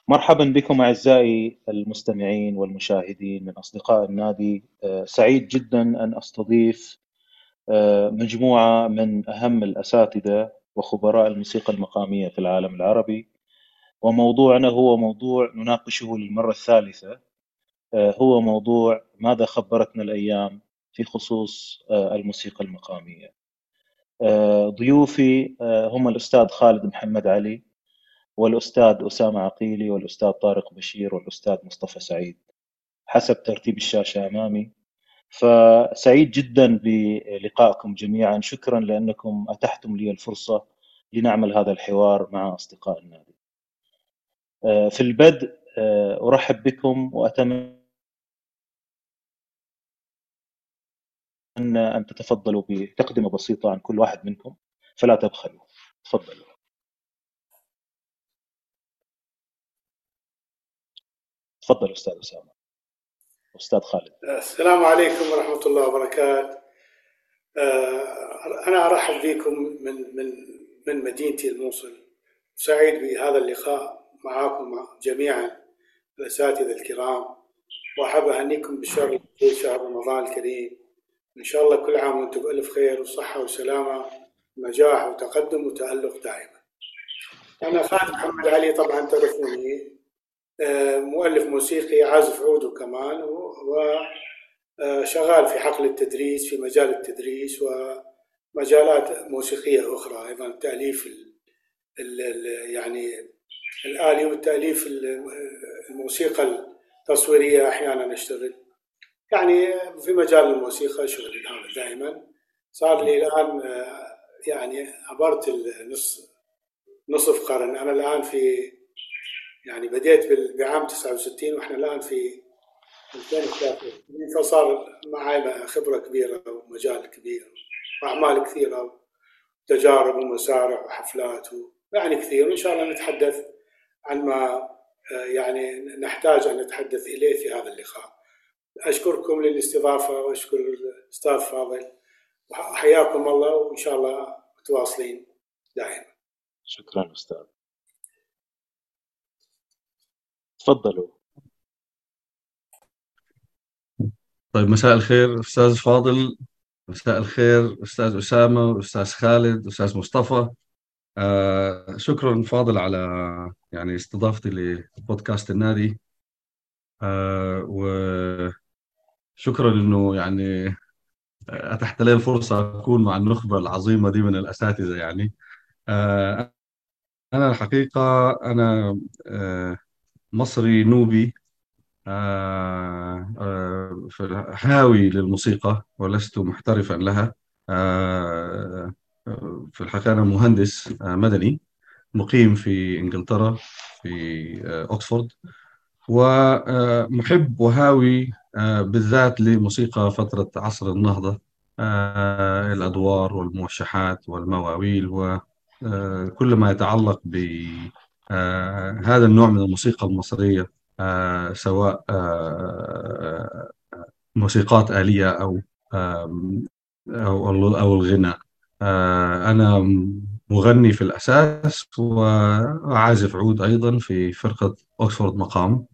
مرحبا بكم أعزائي المستمعين والمشاهدين من أصدقاء النادي. سعيد جدا أن أستضيف مجموعة من أهم الأساتذة وخبراء الموسيقى المقامية في العالم العربي. وموضوعنا هو موضوع نناقشه للمرة الثالثة. هو موضوع ماذا خبرتنا الأيام في خصوص الموسيقى المقامية. ضيوفي هم الأستاذ خالد محمد علي، والأستاذ أسامة عقيلي، والأستاذ طارق بشير، والأستاذ مصطفى سعيد، حسب ترتيب الشاشة أمامي. فسعيد جدا بلقائكم جميعا. شكرا لأنكم أتحتم لي الفرصة لنعمل هذا الحوار مع أصدقاء النادي. في البدء أرحب بكم وأتمنى أن تتفضلوا بتقدمة بسيطة عن كل واحد منكم، فلا تبخلوا. تفضلوا. تفضل أستاذ أسامة. أستاذ خالد. السلام عليكم ورحمة الله وبركاته. أنا أرحب بكم من مدينتي الموصل. سعيد بهذا اللقاء معكم جميعا الأساتذة الكرام، وأحب أهنيكم بشهر رمضان الكريم. إن شاء الله كل عام وأنتم بألف خير وصحة وسلامة، نجاح وتقدم وتألق دائما. أنا خالد محمد علي، طبعا تعرفوني، مؤلف موسيقي، عازف عود وكمان، وشغال في حقل التدريس، في مجال التدريس ومجالات موسيقية أخرى أيضا، التأليف يعني الآلي، والتأليف الموسيقى التصويرية أحيانا أشتغل، يعني في مجال الموسيقى شغلي هذا دائما. صار لي الآن يعني عبرت نصف قرن. أنا الآن في، يعني بديت بعام 69 وإحنا الآن في 2023، فصار معي خبرة كبيرة ومجال كبير وأعمال كثيرة وتجارب ومسارح وحفلات يعني كثير. وإن شاء الله نتحدث عن ما يعني نحتاج أن نتحدث إليه في هذا اللقاء. أشكركم للاستضافة وأشكر الأستاذ فاضل، وحياكم الله، وإن شاء الله متواصلين دائما. شكرا أستاذ. تفضلوا. طيب، مساء الخير أستاذ فاضل، مساء الخير أستاذ أسامة، أستاذ خالد، أستاذ مصطفى. شكرا فاضل على يعني استضافتي لبودكاست النادي. وشكرا إنه يعني أتحت لي الفرصة أكون مع النخبة العظيمة دي من الأساتذة. يعني آه أنا الحقيقة أنا مصري نوبي، هاوي للموسيقى ولست محترفا لها. آه، في الحقيقة أنا مهندس مدني مقيم في إنجلترا، في أكسفورد، ومحب وهاوي بالذات لموسيقى فترة عصر النهضة، الأدوار والموشحات والمواويل وكل ما يتعلق بهذا النوع من الموسيقى المصرية، سواء موسيقات آلية أو الغناء. أنا مغني في الأساس وعازف عود أيضا في فرقة أكسفورد مقام.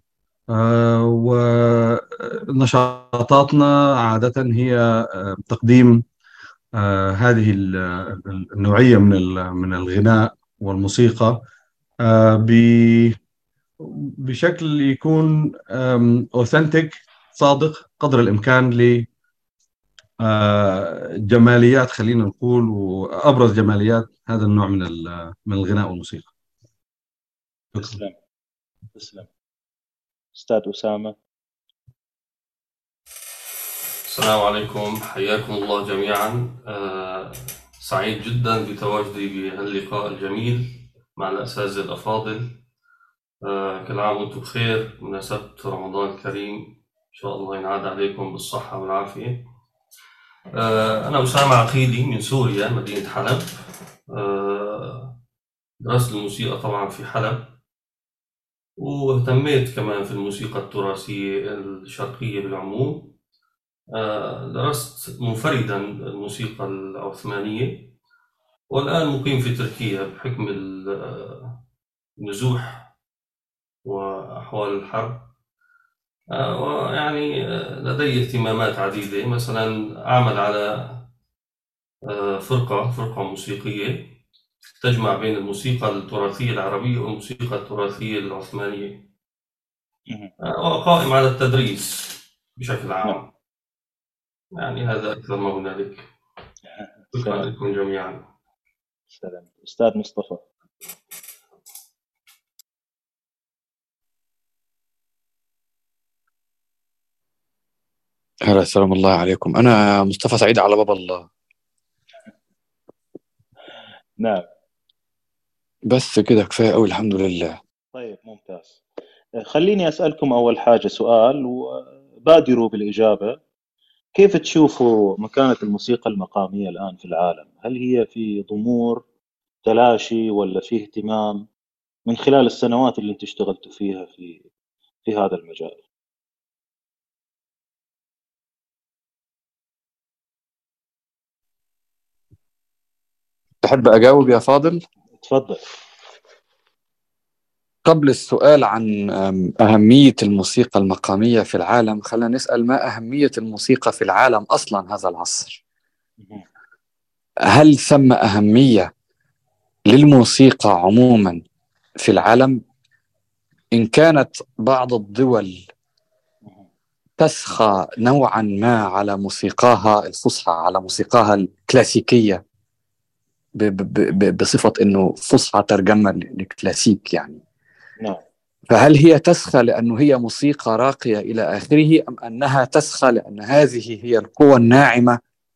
ونشاطاتنا عادة هي تقديم هذه النوعية من الغناء والموسيقى بشكل يكون أوثنتيك، صادق قدر الإمكان، جماليات، خلينا نقول، وأبرز جماليات هذا النوع من الغناء والموسيقى. تسلم. تسلم. أستاذ أسامة. السلام عليكم، حياكم الله جميعا. سعيد جدا بتواجدي بهاللقاء الجميل مع الأساتذة الأفاضل. كل عام وأنتم بخير، بمناسبة رمضان الكريم، إن شاء الله ينعاد عليكم بالصحة والعافية. أنا أسامة عقيلي من سوريا، مدينة حلب. درست الموسيقى طبعا في حلب، واهتميت كمان في الموسيقى التراثية الشرقية بالعموم. درست منفردا الموسيقى العثمانية، والآن مقيم في تركيا بحكم النزوح وأحوال الحرب. ويعني لدي اهتمامات عديدة، مثلا أعمل على فرقة موسيقية تجمع بين الموسيقى التراثية العربية والموسيقى التراثية العثمانية، وقائم على التدريس بشكل عام. يعني هذا أكثر ما هنالك. شكرا لكم جميعا. سلام. أستاذ مصطفى. هلا، السلام الله عليكم. أنا مصطفى سعيد على باب الله. نعم، بس كده كفاية أوي، الحمد لله. طيب ممتاز. خليني أسألكم أول حاجة سؤال وبادروا بالإجابة. كيف تشوفوا مكانة الموسيقى المقامية الآن في العالم؟ هل هي في ضمور، تلاشي، ولا في اهتمام من خلال السنوات اللي انتم اشتغلتوا فيها في هذا المجال؟ تحب أجاوب يا فاضل؟ تفضل. قبل السؤال عن أهمية الموسيقى المقامية في العالم، خلينا نسأل ما أهمية الموسيقى في العالم أصلا هذا العصر؟ هل ثم أهمية للموسيقى عموما في العالم؟ إن كانت بعض الدول تسخى نوعا ما على موسيقاها الفصحى، على موسيقاها الكلاسيكية، بصفة أنه فصحى ترجمة لكلاسيك يعني، نعم. فهل هي تسخى لأنه هي موسيقى راقية إلى آخره، أم أنها تسخى لأن هذه هي القوة الناعمة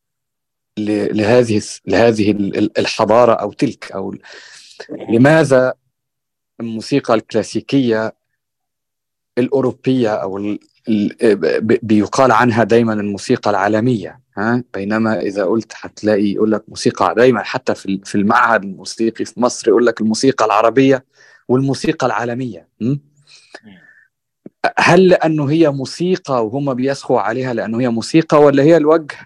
لهذه الحضارة أو تلك؟ أو لماذا الموسيقى الكلاسيكية الأوروبية أو بيقال عنها دايما الموسيقى العالمية، بينما إذا قلت هتلاقي يقول لك موسيقى دايما، حتى في المعهد الموسيقي في مصر يقول لك الموسيقى العربية والموسيقى العالمية. هل لأنه هي موسيقى وهم بيسخوا عليها لأنه هي موسيقى، ولا هي الوجه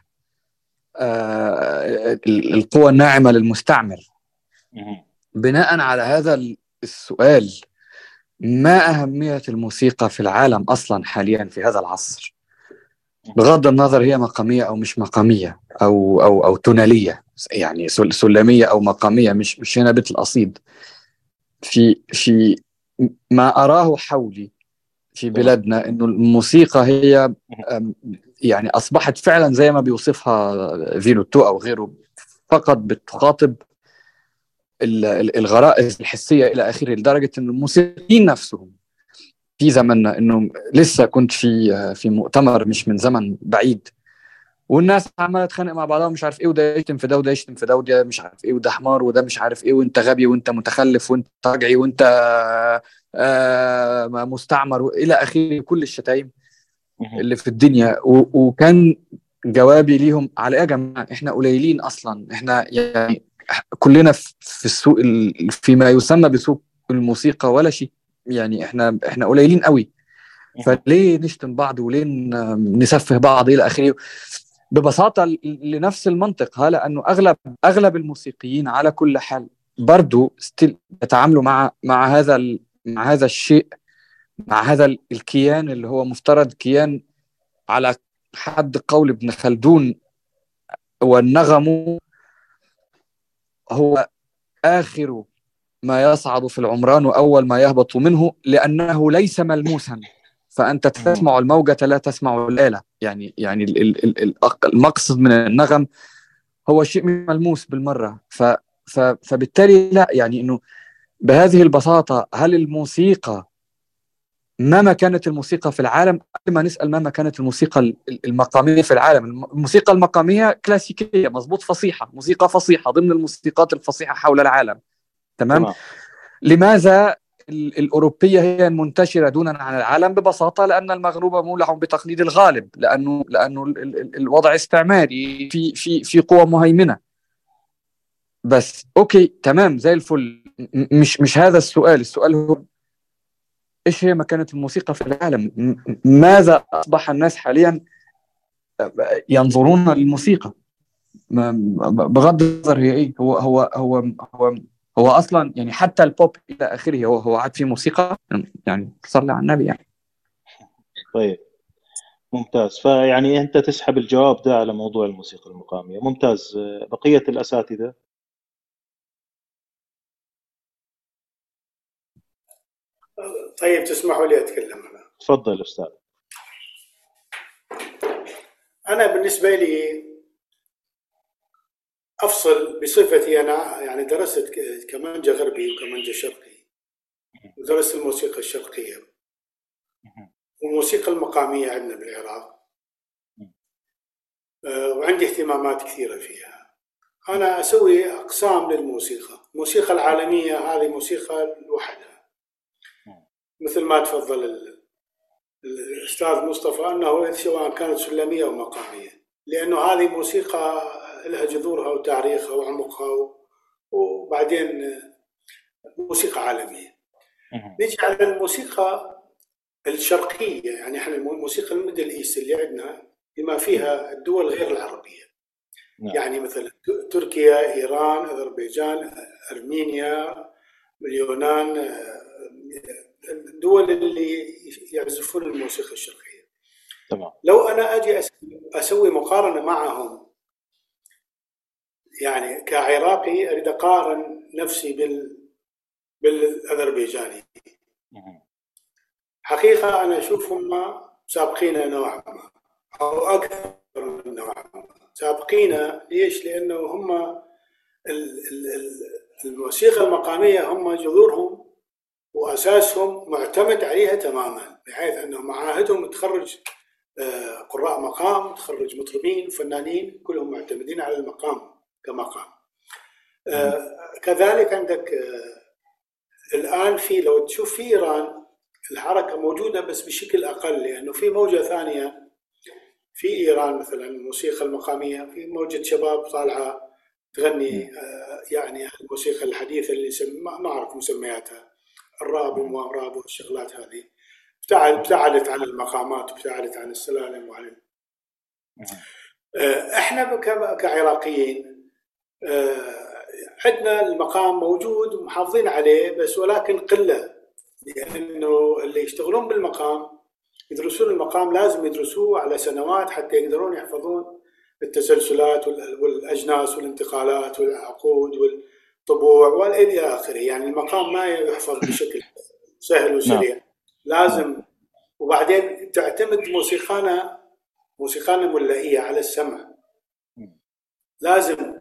القوة الناعمة للمستعمر؟ بناء على هذا السؤال، ما أهمية الموسيقى في العالم أصلا حاليا في هذا العصر، بغض النظر هي مقامية أو مش مقامية أو تونالية، يعني سلمية أو مقامية، مش هنا بيت القصيد. في ما أراه حولي في بلادنا إنه الموسيقى هي يعني أصبحت فعلا زي ما بيوصفها فيلوتو أو غيره، فقط بتخاطب الغرائز الحسية إلى آخره، لدرجة إن الموسيقيين نفسهم في زمننا، إنه لسه كنت في مؤتمر مش من زمن بعيد، والناس عماله تخانق مع بعضها مش عارف ايه، وده يشتم في ده وده يشتم في ده، وده مش عارف ايه، وده حمار وده مش عارف ايه، وانت غبي وانت متخلف وانت رجعي وانت مستعمر والى اخره، كل الشتايم اللي في الدنيا. وكان جوابي ليهم على ايه يا جماعه؟ احنا قليلين اصلا، احنا يعني كلنا في السوق، فيما يسمى بسوق الموسيقى ولا شيء، يعني احنا قليلين قوي، فليه نشتم بعض وليه نسفه بعض الى اخره؟ ببساطه لنفس المنطق، لانه اغلب الموسيقيين على كل حال برضو يتعاملوا مع هذا الشيء، مع هذا الكيان اللي هو مفترض كيان على حد قول ابن خلدون، والنغم هو آخر ما يصعد في العمران وأول ما يهبط منه، لأنه ليس ملموسا، فأنت تسمع الموجة لا تسمع الآلة. يعني المقصد من النغم هو شيء ملموس بالمرة. فبالتالي لا، يعني إنه بهذه البساطة، هل الموسيقى ما مكانة الموسيقى في العالم؟ قبل ما نسأل ما مكانة الموسيقى المقامية في العالم، الموسيقى المقامية كلاسيكية، مظبوط، فصيحة، موسيقى فصيحة ضمن الموسيقات الفصيحة حول العالم، تمام. لماذا الأوروبية هي المنتشرة دونا عن العالم؟ ببساطة لأن المغلوب مولع بتقليد الغالب، لأنه الوضع استعماري، في قوة مهيمنة. بس أوكي، تمام، زي الفل. مش هذا السؤال. السؤال هو إيش هي مكانة الموسيقى في العالم؟ ماذا أصبح الناس حاليا ينظرون للموسيقى؟ بغض النظر هي إيه. هو هو اصلا يعني حتى البوب الى اخره هو عاد في موسيقى، يعني صلى على النبي يعني. طيب ممتاز. فيعني أنت تسحب الجواب ده على موضوع الموسيقى المقامية. ممتاز. بقية الأساتذة. طيب تسمحوا لي أتكلم أنا. تفضل أستاذ. أنا بالنسبة لي أفصل بصفتي أنا يعني درست كمانجا غربي وكمانجا شرقي، ودرست الموسيقى الشرقية والموسيقى المقامية عندنا بالعراق، وعندي اهتمامات كثيرة فيها. أنا أسوي أقسام للموسيقى. الموسيقى العالمية هذه موسيقى لوحدها، مثل ما تفضل الأستاذ مصطفى أنه سواء كانت سلمية أو مقامية، لأنه هذه موسيقى لها جذورها وتاريخها وعمقها، وبعدين موسيقى عالمية. نجي على الموسيقى الشرقية، يعني احنا الموسيقى الميدل ايست اللي عندنا بما فيها الدول غير العربية، يعني مثلا تركيا، إيران، أذربيجان، أرمينيا، اليونان، الدول اللي يعزفون الموسيقى الشرقية. تمام. لو أنا أجي أسوي مقارنة معهم، يعني كعراقي أريد أقارن نفسي بالأذربيجاني، حقيقة أنا أشوفهم سابقينا نوعا ما أو أكثر من نوعا ما. سابقينا ليش؟ لأنه هم الموسيقى المقامية هم جذورهم وأساسهم معتمد عليها تماما، بحيث أنه معاهدهم تخرج قراء مقام، تخرج مطربين، فنانين، كلهم معتمدين على المقام كمقام. كذلك عندك الآن لو تشوف في إيران الحركة موجودة بس بشكل أقل، لأنه في موجة ثانية في إيران مثلا الموسيقى المقامية، في موجة شباب طالعة تغني يعني الموسيقى الحديثة اللي ما أعرف مسمياتها، الراب وما راب والشغلات هذه، ابتعدت عن المقامات وابتعدت عن السلالم وعن احنا كعراقيين عندنا المقام موجود ومحافظين عليه، بس ولكن قلة، لأنه اللي يشتغلون بالمقام يدرسون المقام لازم يدرسوه على سنوات حتى يقدرون يحفظون التسلسلات والأجناس والانتقالات والعقود والطبوع والى آخره. يعني المقام ما يحفظ بشكل سهل وسريع، لازم. وبعدين تعتمد موسيقانا ملائية على السمع، لازم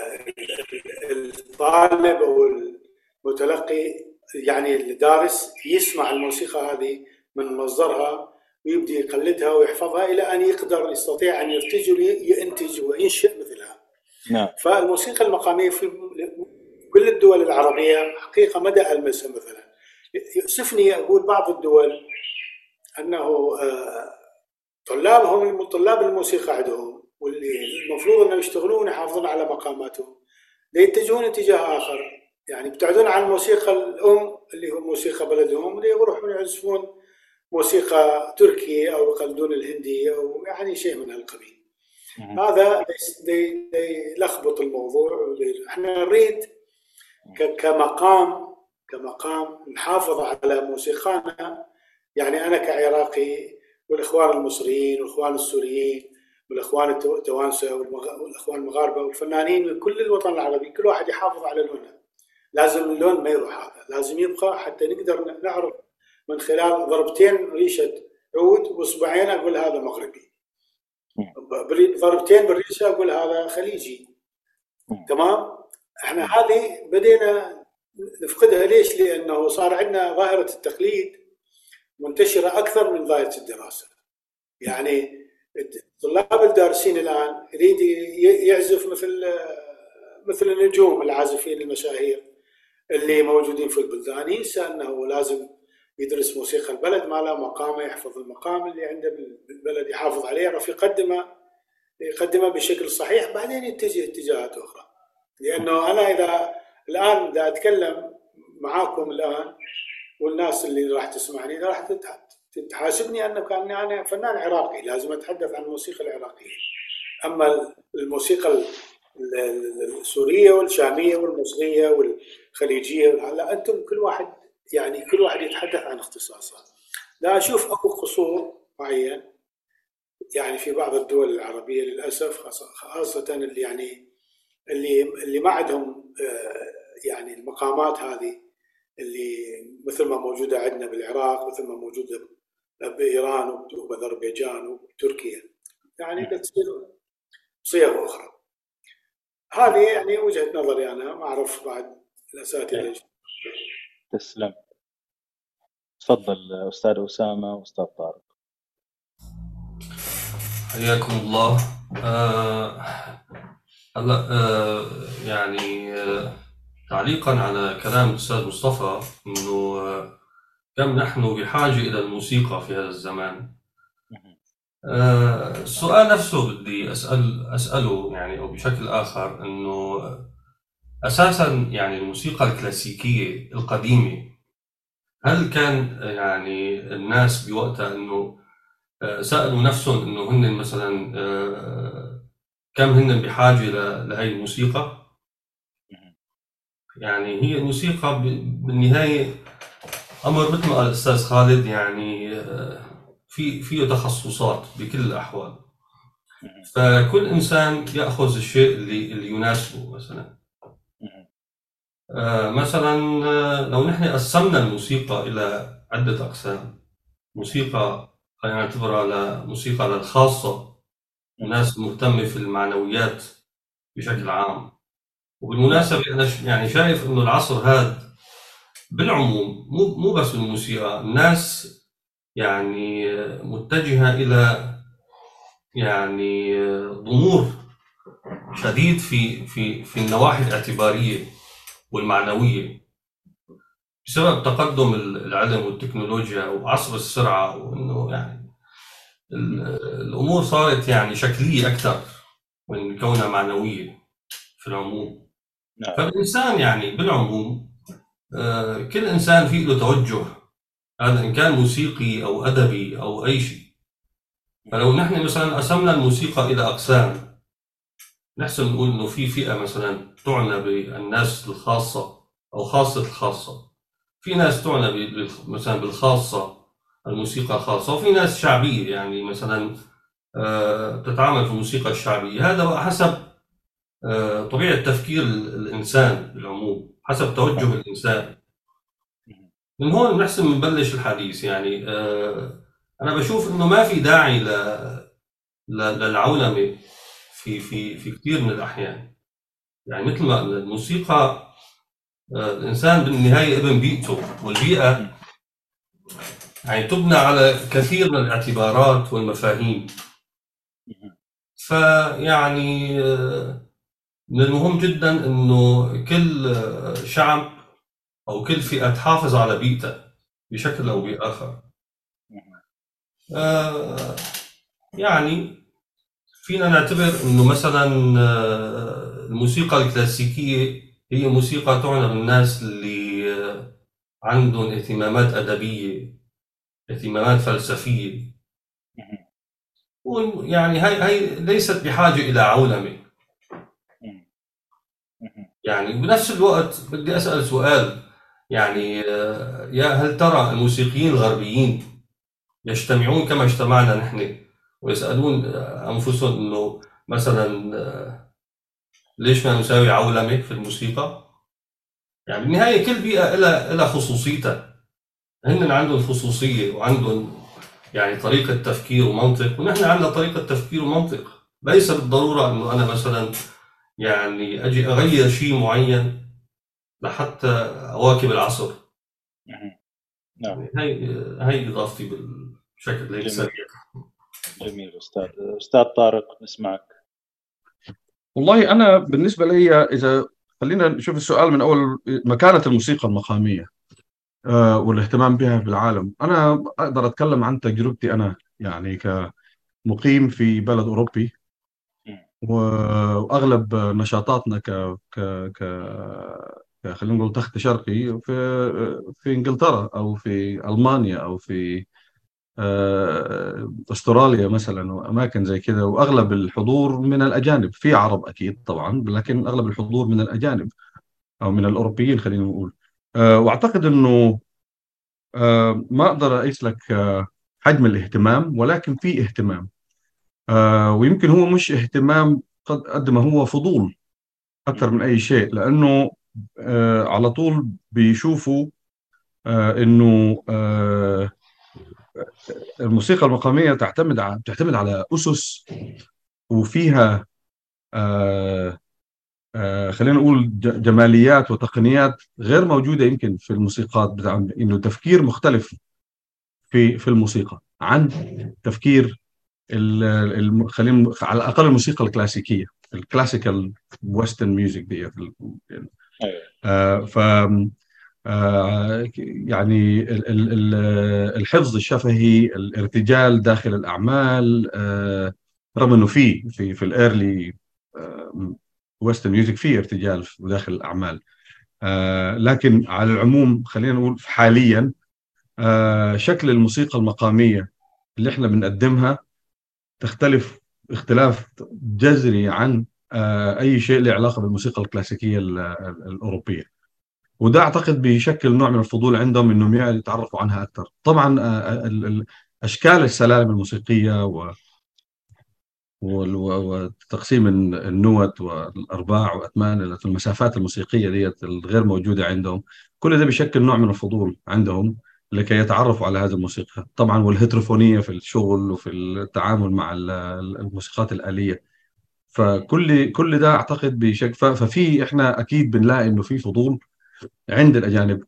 الطالب أو المتلقي يعني الدارس يسمع الموسيقى هذه من مصدرها ويبدأ يقلدها ويحفظها إلى أن يستطيع أن ينتج وينشئ مثلها. نعم. فالموسيقى المقامية في كل الدول العربية حقيقة مدى ألمسها. مثلا يؤسفني أقول بعض الدول أنه طلاب الموسيقى عندهم واللي المفروض أنهم يشتغلون يحافظون على مقاماتهم يتجهون اتجاه آخر، يعني يبتعدون عن الموسيقى الأم اللي هو موسيقى بلدهم، ليروحون يعزفون موسيقى تركي أو يقلدون الهندي أو يعني شيء من هالقبيل. هذا يلخبط الموضوع. احنا نريد كمقام نحافظ على موسيقانا. يعني أنا كعراقي والإخوان المصريين والإخوان السوريين والإخوان التوانسة والإخوان المغاربة والفنانين من كل الوطن العربي، كل واحد يحافظ على لونه. لازم اللون ما يروح، هذا لازم يبقى حتى نقدر نعرف من خلال ضربتين ريشة عود وإصبعين أقول هذا مغربي، ضربتين بالريشة أقول هذا خليجي. تمام. احنا هذه بدينا نفقدها. ليش؟ لأنه صار عندنا ظاهرة التقليد منتشرة أكثر من ظاهرة الدراسة. يعني الطلاب الدارسين الآن يريد يعزف مثل النجوم العازفين المشاهير اللي موجودين في البلدان، ينسى أنه لازم يدرس موسيقى البلد، ما له مقامه، يحفظ المقام اللي عنده بالبلد، يحافظ عليه، يعرف يقدمه بشكل صحيح، بعدين يتجه اتجاهات أخرى. لأنه أنا الآن إذا أتكلم معاكم الآن والناس اللي راح تسمعني راح تحاسبني أنه أنا فنان عراقي، لازم أتحدث عن الموسيقى العراقية. أما الموسيقى السورية والشامية والمصرية والخليجية. لا، أنتم كل واحد يتحدث عن اختصاصه. لا أشوف أكو قصور معين يعني في بعض الدول العربية للأسف، خاصة اللي ما عندهم يعني المقامات هذه اللي مثل ما موجودة عندنا بالعراق، مثل ما موجودة بإيران وبأذربيجان وبتركيا، يعني تصير صيغ أخرى. هذه يعني وجهة نظري أنا، ما أعرف بعد الأساتذة. تسلم. تفضل أستاذ أسامة وأستاذ طارق. حياكم الله. هلا يعني تعليقا على كلام الأستاذ مصطفى إنه كم نحن بحاجة إلى الموسيقى في هذا الزمان. السؤال نفسه بدي أسأله يعني، أو بشكل آخر، إنه أساسا يعني الموسيقى الكلاسيكية القديمة، هل كان يعني الناس بوقتها إنه سألوا نفسهم إنه هن مثلا كم هن بحاجة لهي الموسيقى؟ يعني هي الموسيقى بالنهاية أمر مثل ما قال الأستاذ خالد، يعني فيه تخصصات بكل الأحوال، فكل إنسان يأخذ الشيء اللي يناسبه. مثلا لو نحن قسمنا الموسيقى إلى عدة أقسام، موسيقى خلينا نعتبرها موسيقى للخاصة، الناس مهتمة في المعنويات بشكل عام. وبالمناسبة أنا يعني شايف إنه العصر هذا بالعموم مو بس الموسيقى، الناس يعني متجهة إلى يعني ضمور شديد في النواحي الاعتبارية والمعنوية بسبب تقدم العلم والتكنولوجيا وعصر السرعة، وإنه يعني الأمور صارت يعني شكلية أكثر من كونها معنوية في العموم. فالإنسان يعني بالعموم كل إنسان فيه له توجه، هذا إن كان موسيقي أو أدبي أو أي شيء. فلو نحن مثلا قسمنا الموسيقى إلى أقسام، نحسن نقول إنه في فئة مثلا تعنى بالناس الخاصة أو خاصة الخاصة، في ناس تعنى مثلا بالخاصة الموسيقى الخاصة، وفي ناس شعبية يعني مثلا تتعامل في الموسيقى الشعبية. هذا بقى حسب طبيعة تفكير الإنسان بالعموم، حسب توجه الإنسان. من هون نحسن نبلش الحديث. يعني أنا بشوف إنه ما في داعي للعولمة في كثير من الأحيان. يعني مثل ما الموسيقى الإنسان بالنهاية ابن بيئته، والبيئة يعني تبنى على كثير من الاعتبارات والمفاهيم. فيعني من المهم جدا إنه كل شعب أو كل فئة تحافظ على بيئتها بشكل أو بآخر. يعني فينا نعتبر إنه مثلا الموسيقى الكلاسيكية هي موسيقى تعنى بالناس اللي عندهم اهتمامات أدبية، اهتمامات فلسفية، ويعني هي ليست بحاجة إلى عولمة. يعني بنفس الوقت بدي أسأل سؤال، يعني هل ترى الموسيقيين الغربيين يجتمعون كما اجتمعنا نحن ويسألون أنفسهم إنه مثلا ليش ما نساوي عولمة في الموسيقى؟ يعني بالنهاية كل بيئة لها خصوصيتها، هن عندهم خصوصية وعندهم يعني طريقة تفكير ومنطق، ونحن عندنا طريقة تفكير ومنطق. ليس بالضرورة إنه أنا مثلا يعني أجي أغير شيء معين لحتى أواكب العصر. نعم. هي إضافتي بالشكل هيك سريع. جميل أستاذ طارق نسمعك. والله أنا بالنسبة لي، إذا خلينا نشوف السؤال من أول، مكانة الموسيقى المقامية والاهتمام بها في العالم. أنا أقدر أتكلم عن تجربتي أنا، يعني كمقيم في بلد أوروبي، وأغلب نشاطاتنا خلينا نقول تخت شرقي في إنجلترا أو في ألمانيا أو في أستراليا مثلا وأماكن زي كذا، وأغلب الحضور من الأجانب، في عرب أكيد طبعا، لكن أغلب الحضور من الأجانب أو من الأوروبيين خلينا نقول. وأعتقد أنه ما أقدر أقيس لك حجم الاهتمام، ولكن في اهتمام. ويمكن هو مش اهتمام قد ما هو فضول أكثر من أي شيء، لأنه على طول بيشوفوا أنه الموسيقى المقامية تعتمد على أسس، وفيها خلينا نقول جماليات وتقنيات غير موجودة يمكن في الموسيقات، بتاع إنه تفكير مختلف في الموسيقى عن تفكير خلينا على الأقل الموسيقى الكلاسيكية، الكلاسيكال ويسترن ميوزك دي. ف يعني الحفظ الشفهي، الارتجال داخل الأعمال، رغم إنه في الإيرلي ويسترن ميوزك في ارتجال داخل الأعمال، لكن على العموم خلينا نقول حاليا شكل الموسيقى المقامية اللي احنا بنقدمها تختلف اختلاف جذري عن أي شيء له علاقة بالموسيقى الكلاسيكية الأوروبية. وده أعتقد بيشكل نوع من الفضول عندهم إنهم يتعرفوا عنها أكثر. طبعا أشكال السلالم الموسيقية وتقسيم النوت والأرباع وأثمان المسافات الموسيقية ديت الغير موجودة عندهم، كل ده بيشكل نوع من الفضول عندهم لكي يتعرفوا على هذه الموسيقى. طبعا والهيتروفونية في الشغل وفي التعامل مع الموسيقات الآلية، كل ده أعتقد بشكل ففي إحنا أكيد بنلاقي إنه في فضول عند الأجانب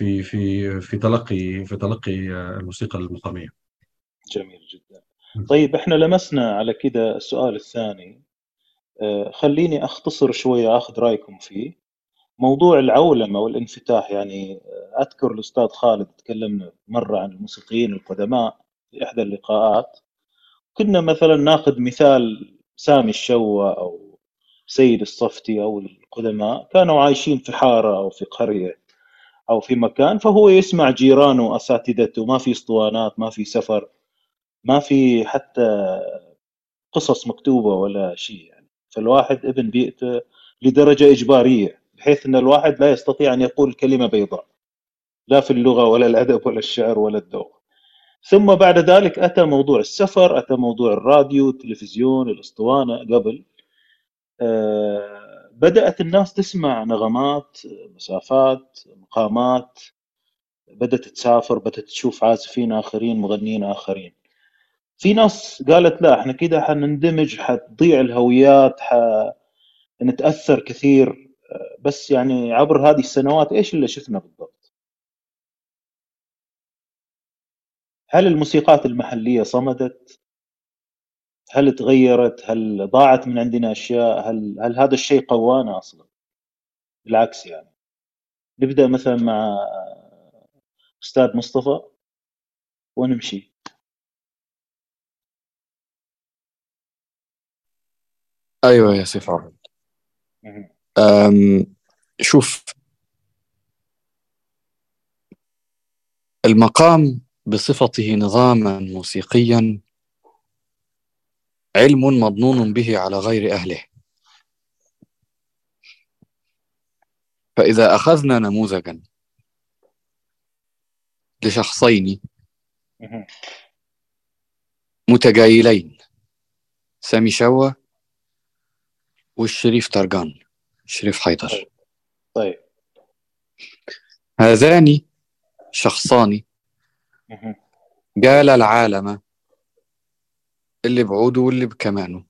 في تلقي الموسيقى المقامية. جميل جدا. طيب احنا لمسنا على كده السؤال الثاني، خليني أختصر شوية أخذ رأيكم فيه، موضوع العولمة والانفتاح. يعني أذكر الأستاذ خالد تكلمنا مرة عن الموسيقيين القدماء في إحدى اللقاءات، كنا مثلا ناخذ مثال سامي الشوى أو سيد الصفتي أو القدماء، كانوا عايشين في حارة أو في قرية أو في مكان، فهو يسمع جيرانه وأساتذته، ما في اسطوانات، ما في سفر، ما في حتى قصص مكتوبة ولا شيء يعني. فالواحد ابن بيئته لدرجة إجبارية، بحيث أن الواحد لا يستطيع أن يقول كلمة بيضاء، لا في اللغة ولا الأدب ولا الشعر ولا الذوق. ثم بعد ذلك أتى موضوع السفر، أتى موضوع الراديو، التلفزيون، الأسطوانة. قبل بدأت الناس تسمع نغمات، مسافات، مقامات، بدأت تسافر، بدأت تشوف عازفين آخرين، مغنيين آخرين. في ناس قالت لا احنا كده حنندمج، حتضيع الهويات، حنتأثر كثير. بس يعني عبر هذه السنوات ايش اللي شفنا بالضبط؟ هل الموسيقات المحلية صمدت؟ هل تغيرت؟ هل ضاعت من عندنا أشياء؟ هل هذا الشيء قوانا أصلا؟ بالعكس يعني. نبدأ مثلا مع أستاذ مصطفى ونمشي. أيوة يا سيف عرب. شوف، المقام بصفته نظاما موسيقيا علم مضنون به على غير أهله. فإذا أخذنا نموذجا لشخصين متجايلين، سامي شوى والشريف ترجان، شريف حيدر. طيب هذان شخصان جال العالم، اللي بعوده واللي بكمانه،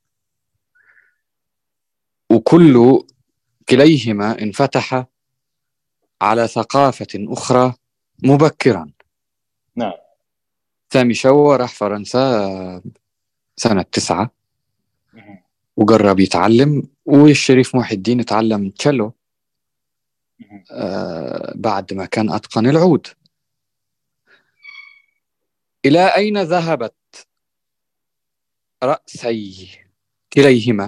وكل كليهما انفتح على ثقافة أخرى مبكرا. نعم. سامي شوى راح فرنسا سنة 9 وجرب يتعلم، والشريف محي الدين اتعلم تشيلو بعد ما كان أتقن العود. إلى أين ذهبت رأسي كليهما؟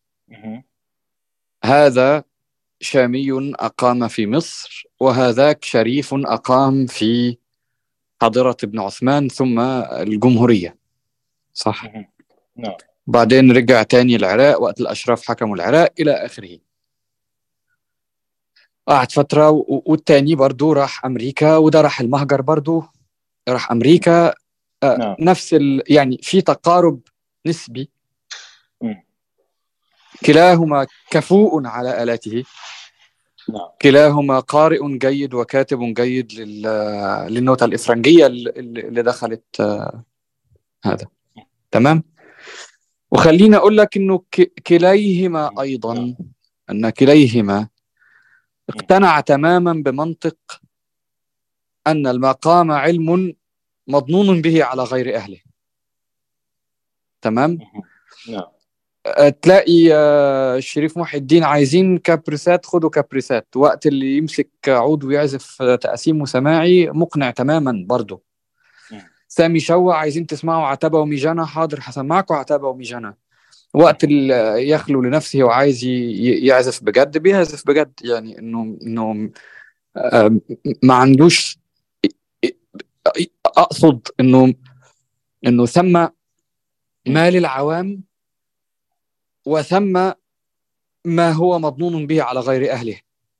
هذا شامي أقام في مصر، وهذاك شريف أقام في حاضرة ابن عثمان ثم الجمهورية، صح؟ نعم. بعدين رجع تاني العراق وقت الأشراف حكموا العراق إلى آخره. قعد فترة والتاني برضو راح أمريكا، وده راح المهجر برضو راح أمريكا. نعم. نفس يعني في تقارب نسبي. مم. كلاهما كفؤ على آلاته. نعم. كلاهما قارئ جيد وكاتب جيد للنوتة الإفرنجية اللي دخلت هذا. تمام. وخليني أقول لك إنه كليهما أيضا، أن كليهما اقتنع تماما بمنطق أن المقام علم مضنون به على غير أهله. تمام. نعم. تلاقي الشريف محي الدين عايزين كابريسات، خدوا كابريسات. وقت اللي يمسك عود ويعزف تقسيم وسماعي مقنع تماما برضه. سامي شوع عايزين تسمعوا عتبة وميجانا، حاضر هسمعكم عتبة وميجانا. وقت اللي يخلو لنفسه وعايز يعزف بجد بيعزف بجد. يعني انه ما عندوش، اقصد انه ثم ما للعوام وثم ما هو مضنون به على غير أهله،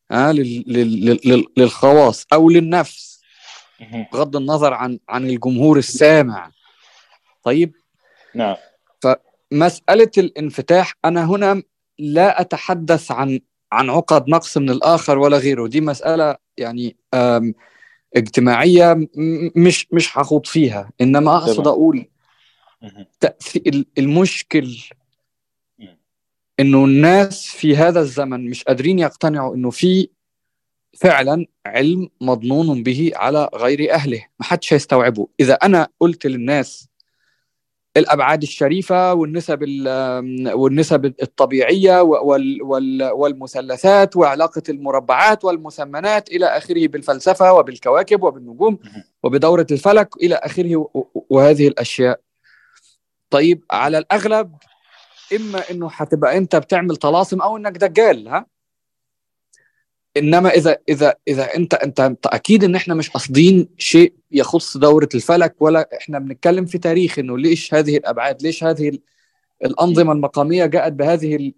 للخواص أو للنفس، بغض النظر عن الجمهور السامع. طيب. نعم. فمسألة الانفتاح، أنا هنا لا أتحدث عن عقد نقص من الآخر ولا غيره. دي مسألة يعني اجتماعية مش هخوض فيها. إنما أقصد أقول المشكل إنه الناس في هذا الزمن مش قادرين يقتنعوا إنه في فعلا علم مضنون به على غير أهله. ما حدش هيستوعبه. إذا أنا قلت للناس الأبعاد الشريفة والنسب الطبيعية والمثلثات وعلاقة المربعات والمثمنات إلى آخره بالفلسفة وبالكواكب وبالنجوم وبدورة الفلك إلى آخره وهذه الأشياء، طيب على الأغلب إما إنه هتبقى أنت بتعمل طلاسم أو إنك دجال. إنما إذا أنت أكيد إن إحنا مش قاصدين شيء يخص دورة الفلك، ولا إحنا بنتكلم في تاريخ إنه ليش هذه الأبعاد، ليش هذه الأنظمة المقامية جاءت بهذه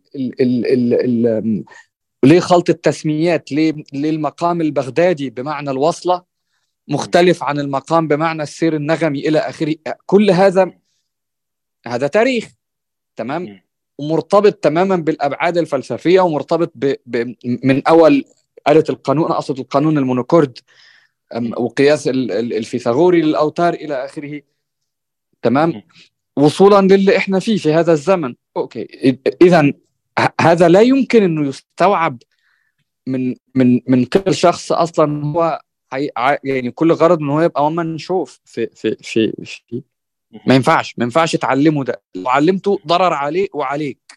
ليه خلط التسميات، ليه المقام البغدادي بمعنى الوصلة مختلف عن المقام بمعنى السير النغمي إلى آخره. كل هذا تاريخ. تمام. ومرتبط تماما بالأبعاد الفلسفية، ومرتبط من أول آلة القانون، أقصد القانون المونوكورد وقياس الفيثاغوري للأوتار إلى آخره. تمام. وصولا للي إحنا فيه في هذا الزمن. أوكي. إذن هذا لا يمكن أنه يستوعب من كل شخص أصلا هو يعني كل غرض أنه هو يبقى ومن نشوف في ما ينفعش تعلمه. ده لو علمته ضرر عليه وعليك.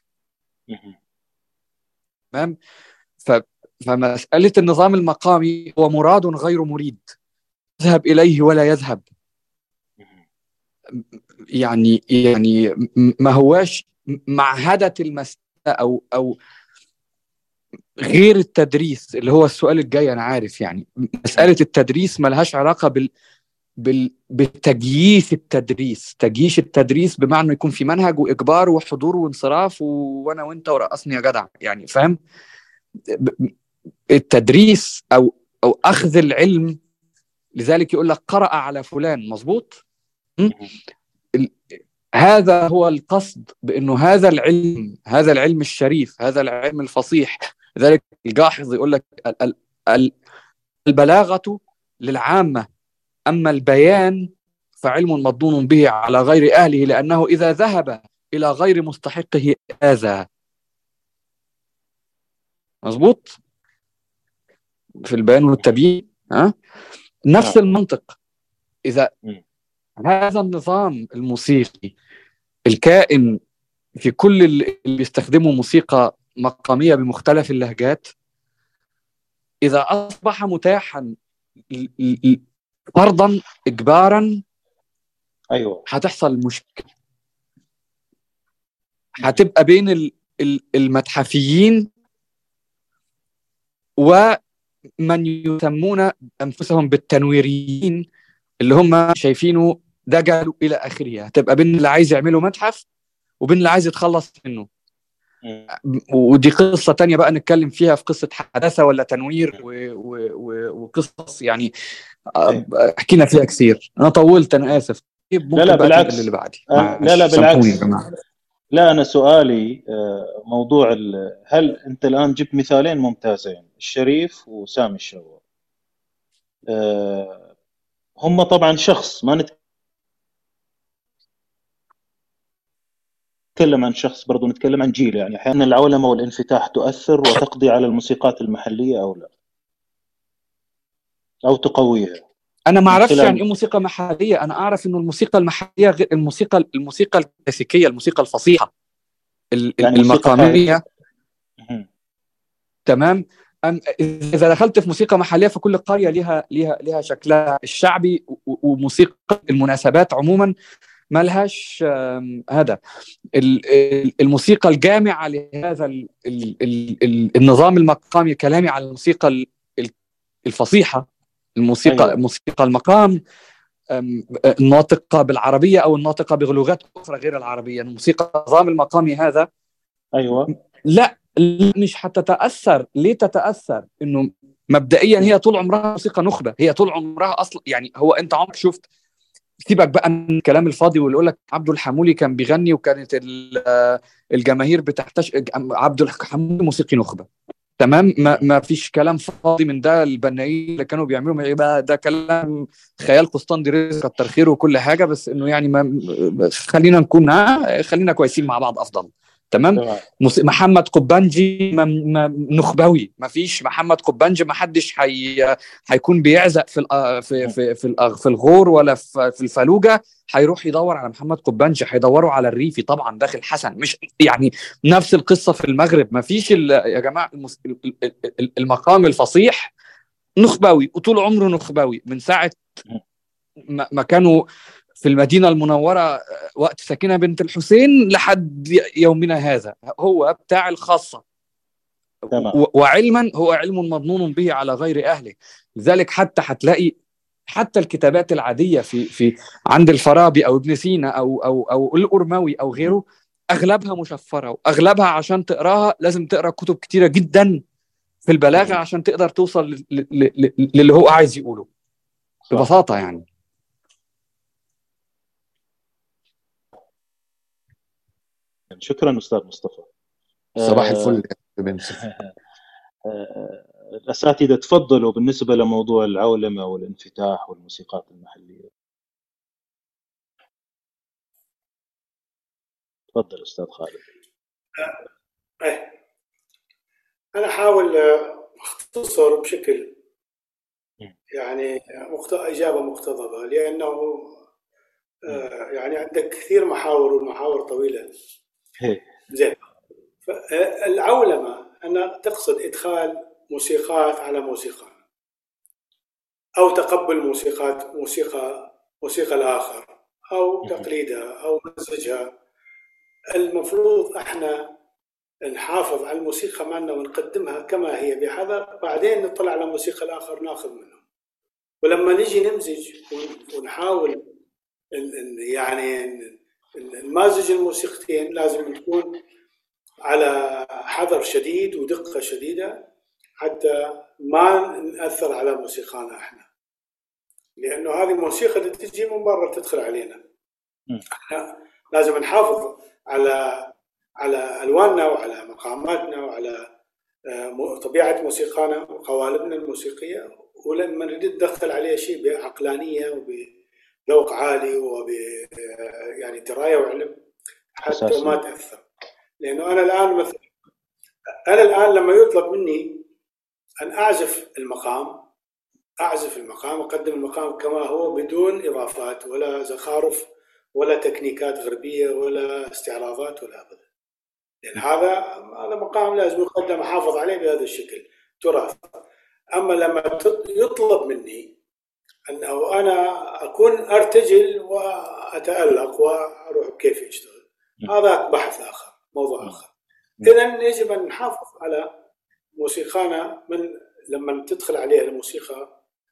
تمام. فمسألة النظام المقامي هو مراد غير مريد، يذهب إليه ولا يذهب. يعني ما هواش معهدة المسألة أو غير التدريس اللي هو السؤال الجاي. أنا عارف يعني مسألة التدريس ما لهاش علاقة بالتجييش التدريس بمعنى يكون في منهج وإجبار وحضور وانصراف وأنا وأنت ورقصني يا جدع. يعني فاهم؟ التدريس أو أخذ العلم، لذلك يقول لك قرأ على فلان. مظبوط. هذا هو القصد، بأنه هذا العلم الشريف، هذا العلم الفصيح. لذلك الجاحظ يقول لك البلاغة للعامة، أما البيان فعلم مضنون به على غير أهله، لأنه إذا ذهب إلى غير مستحقه آذى. مظبوط. في البيان والتبيين نفس المنطق. إذا هذا النظام الموسيقي الكائن في كل اللي بيستخدموا موسيقى مقامية بمختلف اللهجات، إذا أصبح متاحا فرضا إجبارا، أيوة، هتحصل مشكلة. هتبقى بين المتحفيين ومن يسمون أنفسهم بالتنويريين اللي هم شايفينه ده قالوا الى اخره. هتبقى بين اللي عايز يعمله متحف وبين اللي عايز يتخلص منه. ودي قصة تانية بقى نتكلم فيها، في قصة حداثة ولا تنوير وقصص يعني حكينا فيها كثير. أنا طولت، أنا آسف. ممكن لا بقى بالعكس، اللي بعدي. لا سامحوني يا بالعكس. جماعة. لا أنا سؤالي موضوع هل أنت الآن جبت مثالين ممتازين، الشريف وسامي الشوار. هم طبعا شخص، ما نتكلم عن شخص، برضو نتكلم عن جيل. يعني أحيانا العولمة والانفتاح تؤثر وتقضي على الموسيقات المحلية أو لا، أو تقويها. أنا ما من أعرفش خلال يعني إيه موسيقى محلية. أنا أعرف إنه الموسيقى المحلية غير الموسيقى الكلاسيكية، الموسيقى الفصيحة يعني موسيقى المقامية. مهم. تمام. إذا دخلت في موسيقى محلية، فكل قرية لها شكلها الشعبي، وموسيقى المناسبات عموما ما لهاش هذا الموسيقى الجامعة لهذا النظام المقامي كلامي على الموسيقى الفصيحة، أيوة. موسيقى المقام الناطقة بالعربية أو الناطقة بلغات أخرى غير العربية. الموسيقى النظام المقامي هذا أيوة. لا مش حتتأثر. ليه تتأثر؟ إنه مبدئيا هي طول عمرها موسيقى نخبة، هي طول عمرها أصلا. يعني هو أنت عمرك شفت، سيبك بقى من الكلام الفاضي واللي يقول لك عبد الحمولي كان بيغني وكانت الجماهير عبد الحمولي موسيقي نخبة. تمام. ما فيش كلام فاضي من ده. البنائين اللي كانوا بيعملوا ايه بقى، ده كلام خيال قسطندي رزق كتر خيره وكل حاجه، بس انه يعني خلينا نكون خلينا كويسين مع بعض افضل. تمام. محمد قبانجي نخبوي. ما فيش محمد قبانجي، ما حدش هيكون بيعزق في الغور ولا في الفلوجه هيروح يدور على محمد قبانجي، هيدوروا على الريفي طبعا داخل حسن. مش يعني نفس القصه في المغرب. ما فيش يا جماعه المقام الفصيح نخبوي، وطول عمره نخبوي من ساعه ما كانوا في المدينة المنورة وقت سكينة بنت الحسين لحد يومنا هذا. هو بتاع الخاصة. وعلما هو علم مظنون به على غير أهله. لذلك حتى هتلاقي حتى الكتابات العادية في عند الفارابي أو ابن سينا أو الأرموي أو غيره، أغلبها مشفرة، وأغلبها عشان تقراها لازم تقرأ كتب كتيرة جدا في البلاغة عشان تقدر توصل للي هو عايز يقوله ببساطة يعني. شكرا أستاذ مصطفى. صباح الفل يا بنت. الأساتذة تفضلوا بالنسبة لموضوع العولمة والانفتاح والموسيقات المحلية. تفضل أستاذ خالد. أنا أحاول أختصر بشكل يعني إجابة مقتضبة، لأنه يعني عندك كثير محاور والمحاور طويلة. زين. العولمة أنا تقصد إدخال موسيقات على موسيقى، أو تقبل موسيقى الآخر، أو تقليدها أو مزجها. المفروض احنا نحافظ على الموسيقى مالنا ونقدمها كما هي بحذر، بعدين نطلع على موسيقى الآخر ناخذ منه. ولما نجي نمزج ونحاول يعني نمازج الموسيقتين، لازم نكون على حذر شديد ودقة شديدة حتى ما نأثر على موسيقانا احنا، لأنه هذه الموسيقى اللي تجي من برا تدخل علينا. احنا لازم نحافظ على ألواننا وعلى مقاماتنا وعلى طبيعة موسيقانا وقوالبنا الموسيقية. ولما نريد ندخل عليه شيء بعقلانية وبذوق عالي يعني دراية وعلم حتى ما تأثر. لأنه أنا الآن لما يطلب مني أن أعزف المقام أقدم المقام كما هو بدون إضافات ولا زخارف ولا تكنيكات غربية ولا استعراضات ولا أبدا. لأن هذا مقام لازم يقدم، أحافظ عليه بهذا الشكل تراث. أما لما يطلب مني أنه أنا أكون أرتجل وأتألق وأروح كيف يشتغل، هذا بحث آخر، موضوع آخر. إذن يجب أن نحافظ على موسيقانا لما تدخل عليها الموسيقى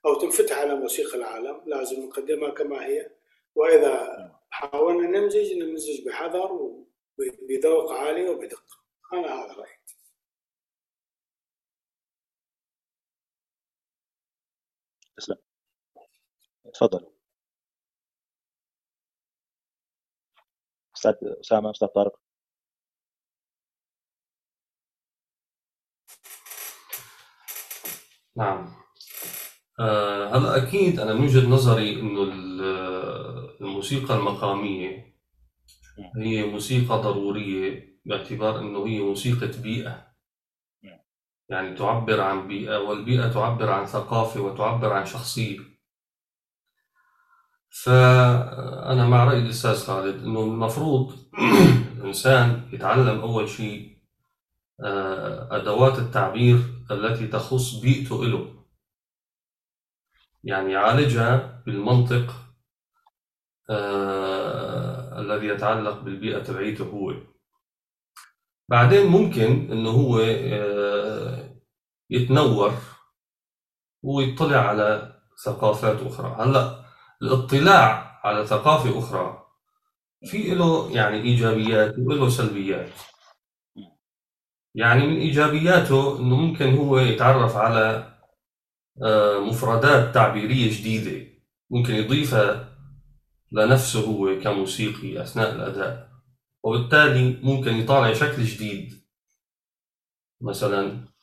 أو تنفتح على موسيقى العالم، لازم نقدمها كما هي، وإذا حاولنا نمزج بحذر وبذوق عالي وبدقة. أنا هذا رأيي. تسلم. تفضل أستاذ أسامة، أستاذ طارق. نعم. هلا أكيد أنا من وجهة نظري إنه الموسيقى المقامية هي موسيقى ضرورية، باعتبار إنه هي موسيقى بيئة، يعني تعبر عن بيئة، والبيئة تعبر عن ثقافة وتعبر عن شخصية. فأنا مع رأي الأستاذ خالد إنه المفروض الإنسان يتعلم أول شيء أدوات التعبير التي تخص بيئته له، يعني يعالجها بالمنطق الذي يتعلق بالبيئة تبعيته هو. بعدين ممكن إنه هو يتنور ويطلع على ثقافات أخرى. هلأ الاطلاع على ثقافة أخرى في له يعني إيجابيات وله سلبيات. يعني من إيجابياته إنه ممكن هو يتعرف على مفردات تعبيرية جديدة ممكن يضيفها لنفسه هو كموسيقي أثناء الأداء، وبالتالي ممكن يطالع شكل جديد مثلا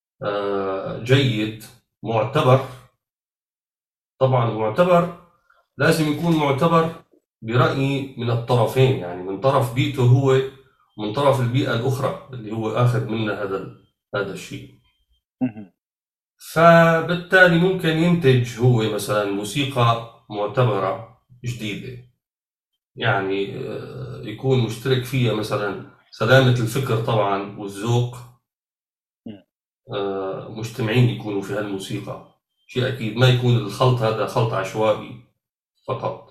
جيد معتبر. طبعا معتبر لازم يكون معتبر برأي من الطرفين، يعني من طرف بيئته هو ومن طرف البيئة الأخرى اللي هو آخذ منها هذا الشيء. فبالتالي ممكن ينتج هو مثلا موسيقى معتبرة جديدة، يعني يكون مشترك فيها مثلا سلامة الفكر طبعا والذوق، مجتمعين يكونوا في هالموسيقى، شيء أكيد ما يكون الخلط هذا خلط عشوائي فقط.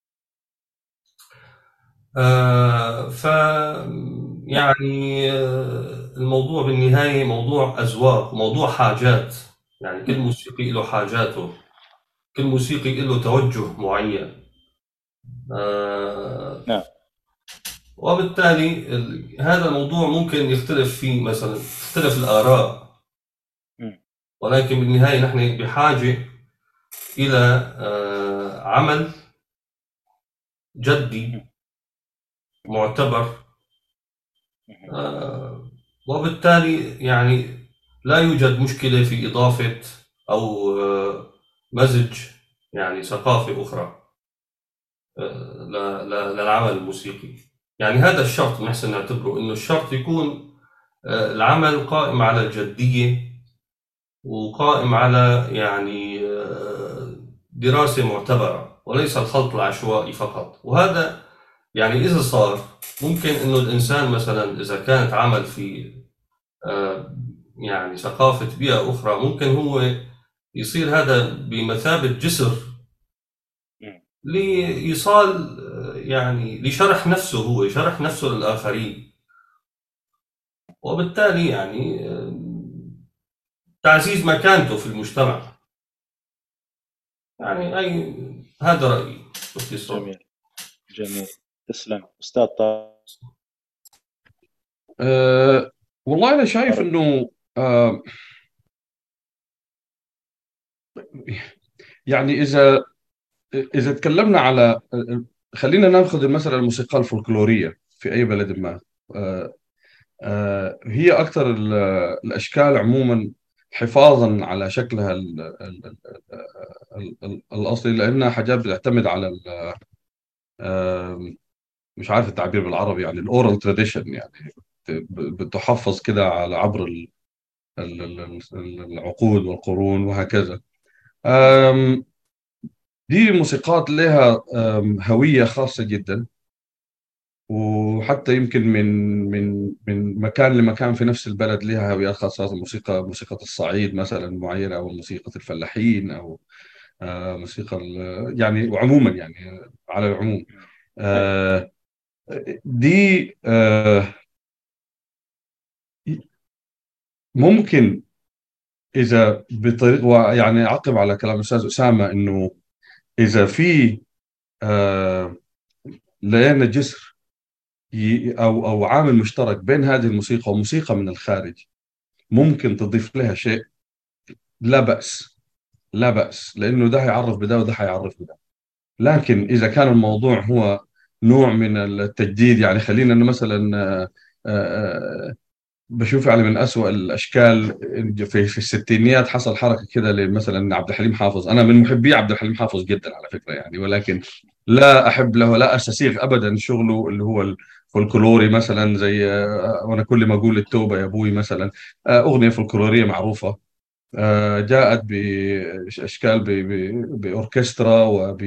ف يعني الموضوع بالنهاية موضوع أذواق، موضوع حاجات، يعني كل موسيقي له حاجاته، كل موسيقي له توجه معين. نعم. وبالتالي هذا الموضوع ممكن يختلف فيه، مثلا تختلف الآراء، ولكن بالنهاية نحن بحاجة إلى عمل جدي معتبر، وبالتالي يعني لا يوجد مشكلة في إضافة أو مزج يعني ثقافة أخرى للعمل الموسيقي. يعني هذا الشرط نحن نعتبره إنه الشرط يكون العمل قائم على الجدية وقائم على يعني دراسة معتبرة وليس الخلط العشوائي فقط. وهذا يعني إذا صار ممكن إنه الإنسان مثلا إذا كانت عمل في يعني ثقافة بيئة أخرى، ممكن هو يصير هذا بمثابة جسر لإيصال يعني لشرح نفسه، هو شرح نفسه للآخرين، وبالتالي يعني تعزيز مكانته في المجتمع. يعني هذا رأيي باختصار. جميل جميل، تسلم. أستاذ طارق. والله أنا شايف إنه يعني إذا تكلمنا على، خلينا ناخذ مثلا الموسيقى الفولكلورية في أي بلد ما، هي أكثر الأشكال عموما حفاظا على شكلها الأصلي، لأنها حاجات بتعتمد على مش عارف التعبير بالعربي، يعني الأورال تراديشن، يعني بتحفظ كده على عبر العقود والقرون وهكذا. دي موسيقات لها هوية خاصة جدا، وحتى يمكن من مكان لمكان في نفس البلد لها هويات خاصة. موسيقى الصعيد مثلا معينة، أو موسيقى الفلاحين، أو موسيقى يعني، وعموما يعني على العموم دي ممكن إذا بطريق، ويعني أعقب على كلام الأستاذ أسامة، إنه إذا في آه لقينا جسر أو عامل مشترك بين هذه الموسيقى وموسيقى من الخارج ممكن تضيف لها شيء، لا بأس، لا بأس، لأنه ده هيعرف بده وده هيعرف بده. لكن إذا كان الموضوع هو نوع من التجديد، يعني خلينا إنه مثلا آه، بشوف يعني من أسوأ الأشكال في الستينيات حصل حركة كده مثلا عبد الحليم حافظ. أنا من محبي عبد الحليم حافظ جدا على فكرة يعني، ولكن لا أحب له، لا أستسيغ أبدا شغله اللي هو الفولكلوري، مثلا زي وأنا كل ما أقول التوبة يا أبوي مثلا، أغنية فولكلورية معروفة، جاءت بأشكال بأوركسترا وب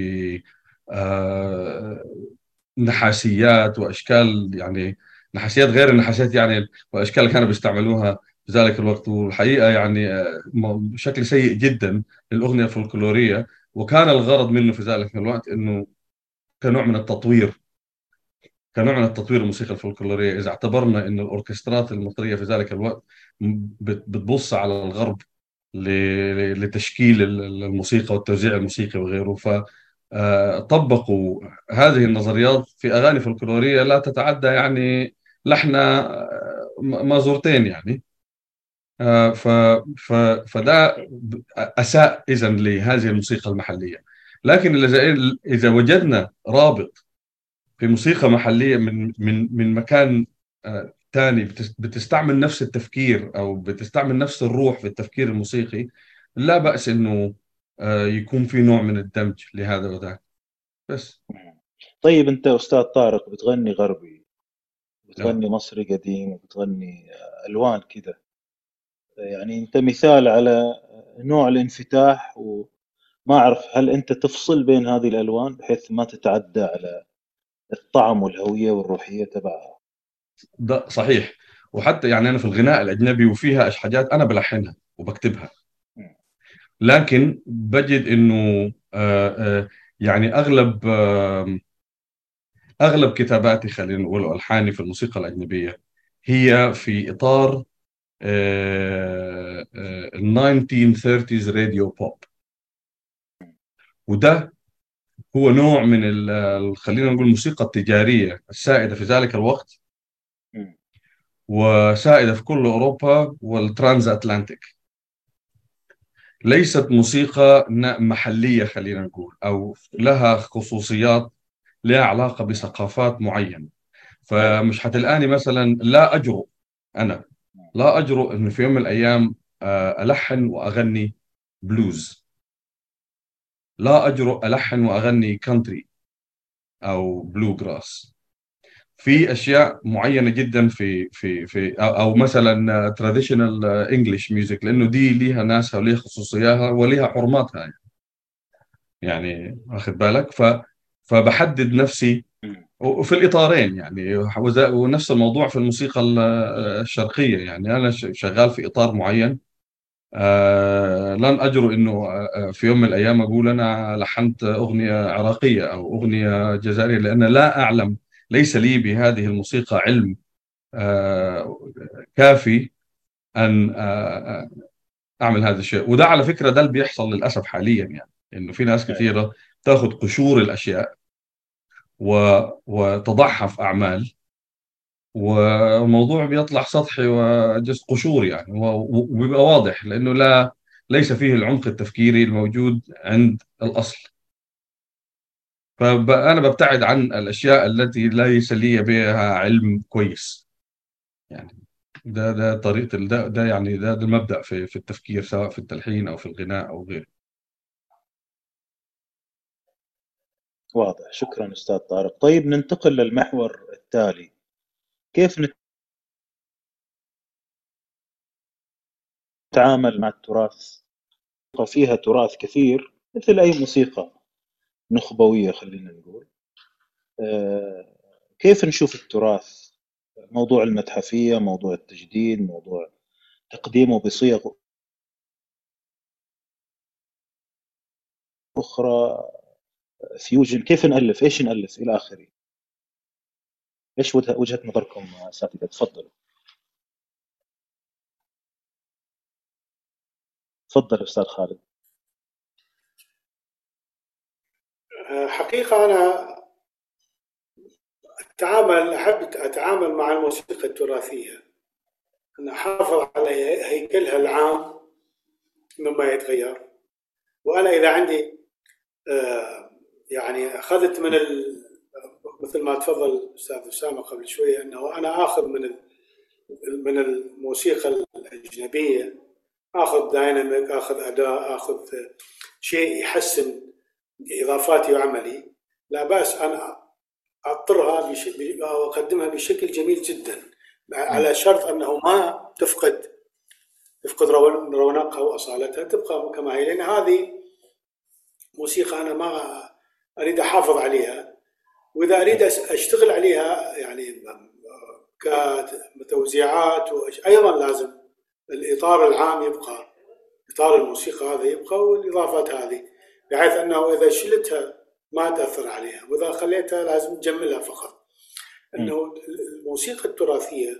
نحاسيات واشكال، يعني نحاسيات غير النحاسيات يعني، واشكال اللي كانوا بيستعملوها في ذلك الوقت. والحقيقه يعني بشكل سيء جدا للاغنيه الفولكلوريه. وكان الغرض منه في ذلك الوقت انه كنوع من التطوير، كنوع من التطوير الموسيقى الفولكلوريه. اذا اعتبرنا ان الاوركسترات المصريه في ذلك الوقت بتبص على الغرب لتشكيل الموسيقى والتوزيع الموسيقي وغيره، فطبقوا هذه النظريات في أغاني فولكلورية لا تتعدى يعني لحن مازورتين يعني. آه، ف ف فده أساء إذن لهذه الموسيقى المحلية. لكن إذا وجدنا رابط في موسيقى محلية من مكان تاني بتستعمل نفس التفكير أو بتستعمل نفس الروح في التفكير الموسيقي، لا بأس إنه يكون في نوع من الدمج لهذا وذاك بس. طيب أنت أستاذ طارق بتغني غربي، آه. بتغني مصري قديم، وبتغني ألوان كده، يعني أنت مثال على نوع الانفتاح. وما أعرف هل أنت تفصل بين هذه الألوان بحيث ما تتعدى على الطعم والهوية والروحية تبعها؟ ده صحيح. وحتى يعني أنا في الغناء الأجنبي وفيها حاجات أنا بلحنها وبكتبها، مم. لكن بجد إنه يعني أغلب كتاباتي خلينا نقول ألحاني في الموسيقى الأجنبية هي في إطار ال 1930s راديو بوب. وده هو نوع من خلينا نقول الموسيقى التجارية السائدة في ذلك الوقت، مم. وسائدة في كل أوروبا والترانز أتلانتيك. ليست موسيقى محلية خلينا نقول، أو لها خصوصيات لها علاقة بثقافات معينة. أي. فمش هتلقاني مثلا لا أجرؤ، أنا لا أجرؤ إنه في يوم من الأيام ألحن وأغني بلوز، لا أجرؤ ألحن وأغني كانتري أو بلو جراس. في أشياء معينة جدا أو مثلا تراديشنال انجلش ميوزك، لأنه دي ليها ناسها وليها خصوصياتها وليها حرماتها يعني. يعني واخد بالك، فبحدد نفسي مم. وفي الإطارين يعني. ونفس الموضوع في الموسيقى الشرقية، يعني أنا شغال في إطار معين. لن أجرؤ إنه في يوم من الأيام أقول أنا لحنت أغنية عراقية أو أغنية جزائرية، لأن لا أعلم، ليس لي بهذه الموسيقى علم آه، كافي أن أعمل هذا الشيء. وده على فكرة ده اللي بيحصل للأسف حاليا، يعني إنه في ناس أي. كثيرة تاخذ قشور الأشياء وتضعها في أعمال، والموضوع بيطلع سطحي وجست قشور يعني، وبيبقى واضح لأنه ليس فيه العمق التفكيري الموجود عند الأصل. فأنا ببتعد عن الأشياء التي ليس لي بها علم كويس يعني. ده طريقة ده يعني ده المبدأ في التفكير، سواء في التلحين أو في الغناء أو غيره. واضح، شكرا أستاذ طارق. طيب ننتقل للمحور التالي. كيف نتعامل مع التراث؟ فيها تراث كثير مثل أي موسيقى نخبوية خلينا نقول. كيف نشوف التراث؟ موضوع المتحفية، موضوع التجديد، موضوع تقديمه بصيغ أخرى، فيوجن، كيف نألف، إيش نألف إلى آخره. إيش وجهة نظركم أساتذة؟ تفضلوا. تفضل أستاذ خالد. حقيقة أنا أحب أتعامل مع الموسيقى التراثية، أن أحافظ على هيكلها العام مما يتغير. وأنا إذا عندي يعني أخذت مثل ما تفضل أستاذ أسامة قبل شوية، أنه أنا آخذ من الموسيقى الأجنبية، آخذ دايناميك، آخذ أداء، آخذ شيء يحسن إضافاتي وعملي، لا بأس أنا أطرها وأقدمها بشكل جميل جدا، على شرط أنه ما تفقد رونقها وأصالتها، تبقى كما هي، لأن هذه موسيقى أنا ما أريد أحافظ عليها، وإذا أريد أشتغل عليها يعني كتوزيعات أيضا لازم الإطار العام يبقى، إطار الموسيقى هذا يبقى، والإضافات هذه، بحيث أنه إذا شلتها ما تأثر عليها، وإذا خليتها لازم تجملها فقط. أنه الموسيقى التراثية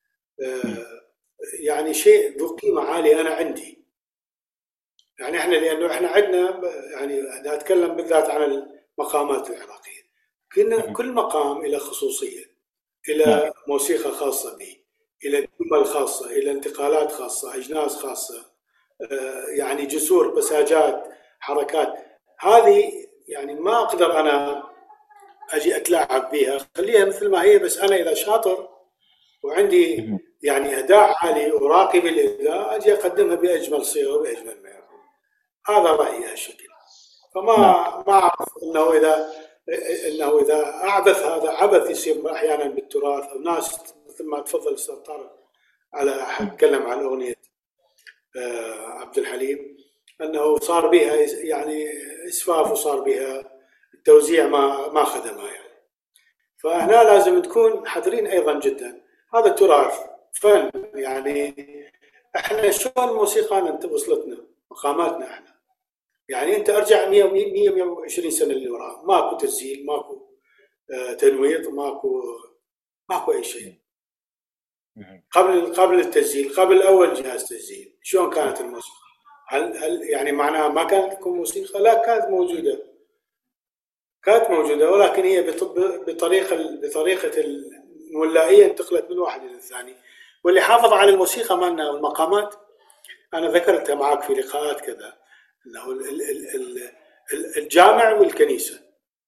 يعني شيء ذو قيمة عالية أنا عندي، يعني إحنا لأنه إحنا عندنا يعني أتكلم بالذات عن المقامات العراقية، كل مقام إلى خصوصية، إلى موسيقى خاصة به، إلى جمل خاصة، إلى انتقالات خاصة، أجناس خاصة، يعني جسور، بساجات، حركات، هذه يعني ما أقدر أنا أجي أتلاعب بها، خليها مثل ما هي. بس أنا إذا شاطر وعندي يعني أداء عالي وراقي بالإداء، أجي أقدمها بأجمل صيغة وبأجمل ما يكون. هذا رأيي هالشكل. فما ما أعرف إنه إذا أعبث، هذا عبث يصير أحيانا بالتراث، أو ناس مثل ما تفضل أستاذ طارق على أتكلم عن أغنية عبد الحليم، أنه صار بها يعني إسفاف، وصار بها التوزيع ما خدمها يعني. فهنا لازم نكون حذرين أيضا جدا. هذا تراث فن، يعني احنا شلون الموسيقى انت وصلتنا مقاماتنا احنا، يعني انت ارجع 120 سنه للوراء، ماكو تسجيل، ماكو تنويط، ماكو اي شيء. قبل التسجيل، قبل اول جهاز تسجيل، شلون كانت الموسيقى؟ هل يعني معناها ما كانت تكون موسيقى؟ لا، كانت موجوده، ولكن هي بطريقه المولائيه انتقلت من واحد الى الثاني. واللي حافظ على الموسيقى مالنا والمقامات انا ذكرتها معك في لقاءات كذا، انه الجامع والكنيسه،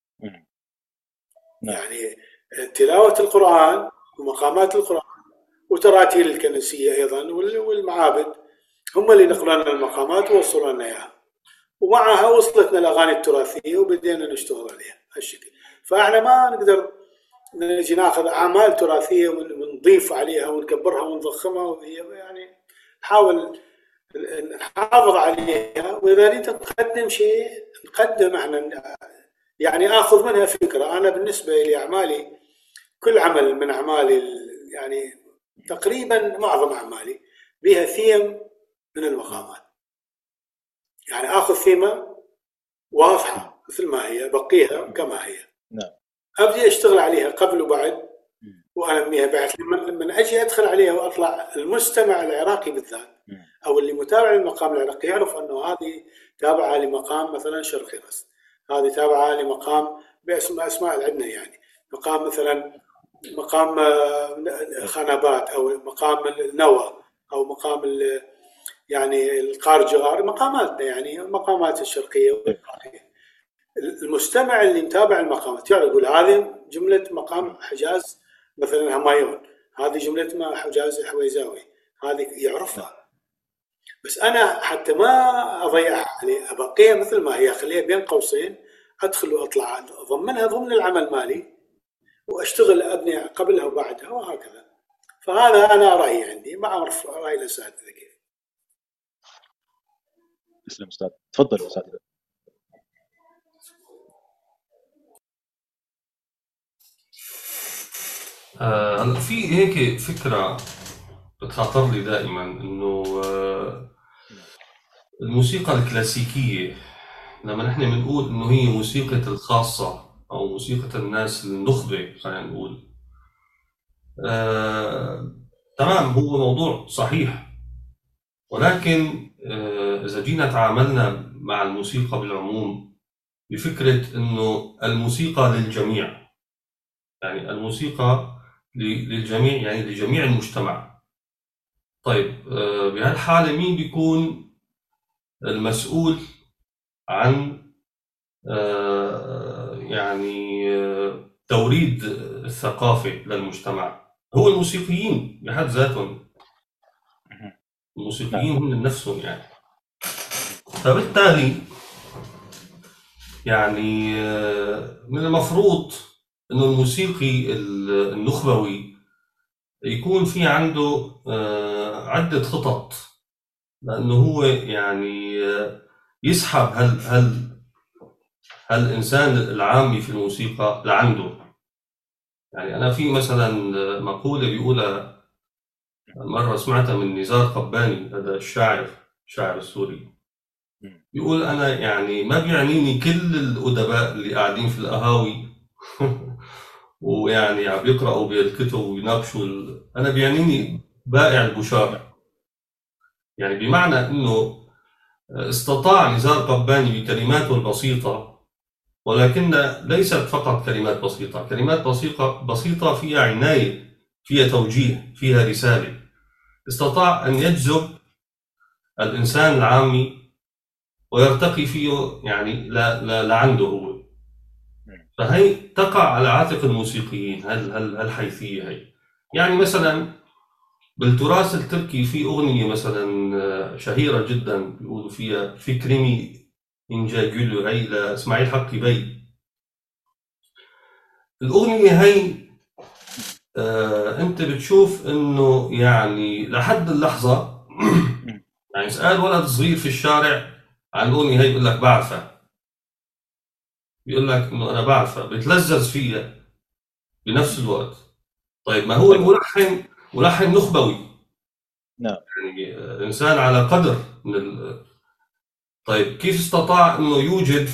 يعني تلاوه القران ومقامات القران وتراتيل الكنسيه ايضا والمعابد هم اللي نقلوا لنا المقامات ووصلوا لنا اياها، ومعها وصلتنا الاغاني التراثيه وبدينا نشتغل عليها هالشكل. فاحنا ما نقدر نجي ناخذ اعمال تراثيه ونضيف عليها ونكبرها ونضخمها، وهي يعني نحاول نحافظ عليها. واذا نريد نقدم شيء نقدم احنا، يعني اخذ منها فكره. انا بالنسبه لي اعمالي، كل عمل من اعمالي يعني تقريبا معظم اعمالي بها ثيم من المقامات، يعني اخذ ثيمه واضحه مثل ما هي، بقيها كما هي، ابدي اشتغل عليها قبل وبعد وانميها، بعد لما اجي ادخل عليها واطلع المستمع العراقي بالذات او اللي متابع للمقام العراقي يعرف انه هذه تابعه لمقام مثلا شرقي رست، هذه تابعه لمقام باسماء اللي عندنا، يعني مقام مثلا مقام خنبات، او مقام النوى، او مقام يعني القارجغار، مقاماتنا يعني المقامات الشرقيه والعراقيه. المستمع اللي متابع المقامات يعرف، يقول هذه جمله مقام حجاز مثلا همايون، هذه جمله حجاز الحويزاوي، هذه يعرفها. بس انا حتى ما اضيعها عليه، ابقيها مثل ما هي، اخليها بين قوسين، ادخل واطلع، اضمنها ضمن العمل مالي، واشتغل ابني قبلها وبعدها وهكذا. فهذا انا رايي عندي، ما اعرف راي الاساتذه كيف. تسلم استاذ، تفضل اساتذه. في هيك فكرة بتخاطر لي دائما، إنه الموسيقى الكلاسيكية لما نحن بنقول إنه هي موسيقى الخاصة أو موسيقى الناس النخبة، خلينا نقول تمام، هو موضوع صحيح، ولكن إذا جينا تعاملنا مع الموسيقى بالعموم بفكرة إنه الموسيقى للجميع، يعني الموسيقى للجميع، يعني لجميع المجتمع. طيب بهالحالة مين بيكون المسؤول عن يعني توريد الثقافة للمجتمع؟ هو الموسيقيين بحد ذاتهم، الموسيقيين هم نفسهم يعني. فبالتالي يعني من المفروض إنه الموسيقي النخبوي يكون في عنده عدة خطط، لأنه هو يعني يسحب هالإنسان العامي في الموسيقى لعنده. يعني أنا في مثلا مقولة بيقولها مرة سمعتها من نزار قباني، هذا الشاعر السوري، بيقول أنا يعني ما بيعنيني كل الأدباء اللي قاعدين في القهاوي ويعني عم يقرأوا بالكتب ويناقشوا أنا بيعنيني بائع البشار. يعني بمعنى أنه استطاع نزار قباني بكلماته البسيطة، ولكن ليست فقط كلمات بسيطة، كلمات بسيطة فيها عناية، فيها توجيه، فيها رسالة، استطاع أن يجذب الإنسان العامي ويرتقي فيه يعني لعنده هو. فهي تقع على عاتق الموسيقيين هالحيثية هي. يعني مثلا بالتراث التركي في أغنية مثلا شهيرة جدا بيقولوا فيها فكرمي إنجا جلو، هي لإسماعيل حقي بي. الأغنية هي أنت بتشوف إنه يعني لحد اللحظة يعني سأل ولد صغير في الشارع عن الأغنية هي بيقول لك بعرفها، بيقول لك إنه أنا بعرفها، بتلذذ فيها بنفس الوقت. طيب ما هو ملحن نخبوي، نعم، يعني إنسان على قدر من طيب كيف استطاع إنه يوجد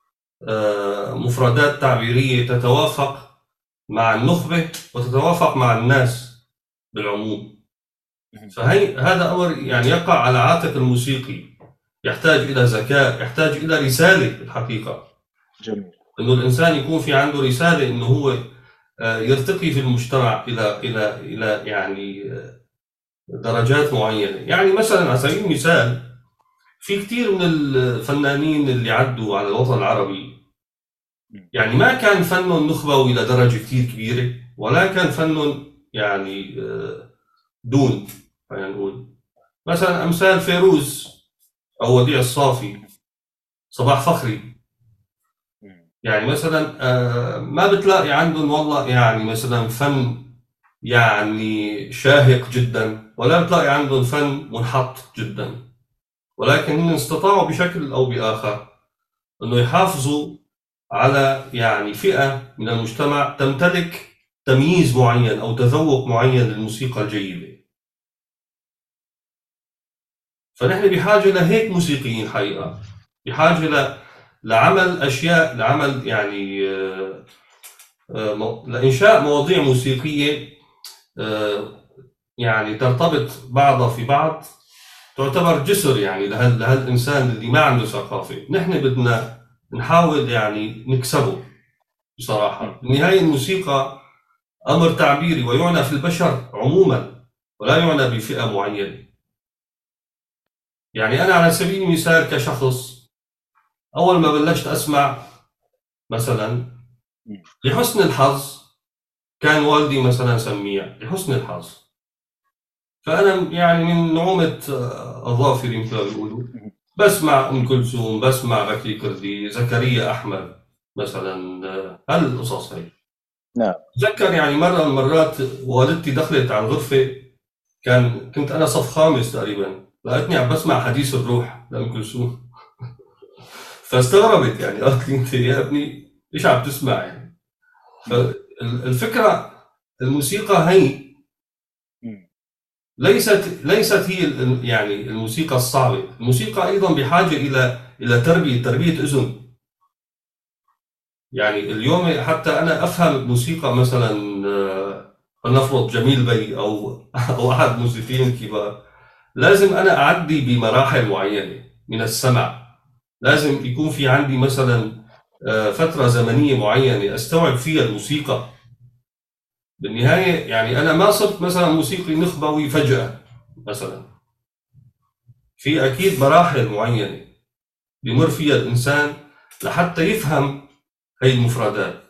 مفردات تعبيرية تتوافق مع النخبة وتتوافق مع الناس بالعموم؟ هذا أمر يعني يقع على عاتق الموسيقي، يحتاج إلى ذكاء، يحتاج إلى رسالة الحقيقة. جميل. إنه الإنسان يكون في عنده رسالة، إنه هو يرتقي في المجتمع إلى يعني درجات معينة. يعني مثلا على سبيل المثال في كثير من الفنانين اللي عدوا على الوطن العربي يعني ما كان فنهم نخبوي لدرجة كثير كبيرة، ولا كان فنهم يعني دون، خلينا نقول مثلا أمثال فيروز أو وديع الصافي، صباح فخري. يعني مثلا ما بتلاقي عندهم والله يعني مثلا فن يعني شاهق جدا، ولا بتلاقي عندهم فن منحط جدا، ولكن هم استطاعوا بشكل أو بآخر أنه يحافظوا على يعني فئة من المجتمع تمتلك تمييز معين أو تذوق معين للموسيقى الجيدة. فنحن بحاجة لهيك موسيقيين حقيقة، بحاجة لعمل أشياء، لعمل يعني لإنشاء مواضيع موسيقية يعني ترتبط بعضها في بعض، تعتبر جسر يعني لهالإنسان اللي ما عنده ثقافة. نحن بدنا نحاول يعني نكسبه بصراحة. بالنهاية الموسيقى أمر تعبيري ويعنى في البشر عموما، ولا يعنى بفئة معينة. يعني أنا على سبيل المثال كشخص، أول ما بلشت أسمع مثلا لحسن الحظ، كان والدي مثلا سميع لحسن الحظ، فأنا يعني من نعومة أظافري مثل ما بيقولوا بسمع أم كلثوم، بسمع بكي كردي، زكريا أحمد مثلا، هالقصص هي. نعم. أتذكر يعني مرة من المرات والدتي دخلت على الغرفة، كنت أنا صف خامس تقريبا، لقيتني عم بسمع حديث الروح لأم كلثوم. فاستغربت، يعني قالت لي أنت يا ابني إيش عم تسمع يعني؟ فالفكرة الموسيقى هي ليست هي يعني الموسيقى الصعبة. الموسيقى أيضا بحاجة إلى تربية أذن. يعني اليوم حتى أنا أفهم موسيقى مثلا فلنفرض جميل بي أو أحد موسيقيين كبار، لازم أنا أعدي بمراحل معينة. من السمع. لازم يكون في عندي مثلا فترة زمنية معينة أستوعب فيها الموسيقى. بالنهاية يعني أنا ما صرت مثلا موسيقي نخبوي فجأة، مثلا في أكيد مراحل معينة بمر فيها الإنسان لحتى يفهم هاي المفردات.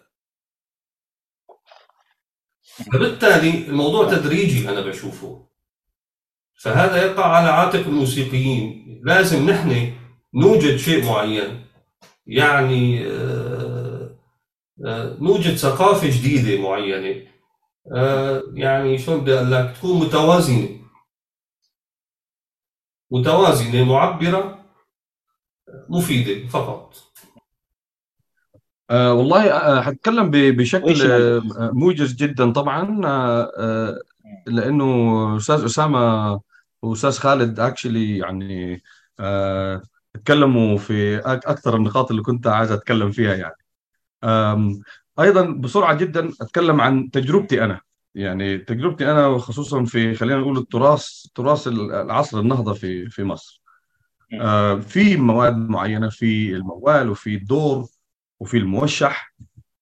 فبالتالي الموضوع تدريجي أنا بشوفه، فهذا يقع على عاتق الموسيقيين. لازم نحن نوجد شيء معين، يعني نوجد ثقافة جديدة معينة، يعني شلون بدي أقول لك، تكون متوازنة معبرة مفيدة فقط. والله هتكلم بشكل وإيش موجز جدا طبعا، لأنه أستاذ أسامة وأستاذ خالد اكشلي يعني اتكلموا في أكثر النقاط اللي كنت عايز أتكلم فيها يعني. أيضا بسرعة جدا أتكلم عن تجربتي أنا، يعني تجربتي أنا خصوصا في خلينا نقول تراث العصر النهضة في مصر. في مواد معينة، في الموال وفي الدور وفي الموشح،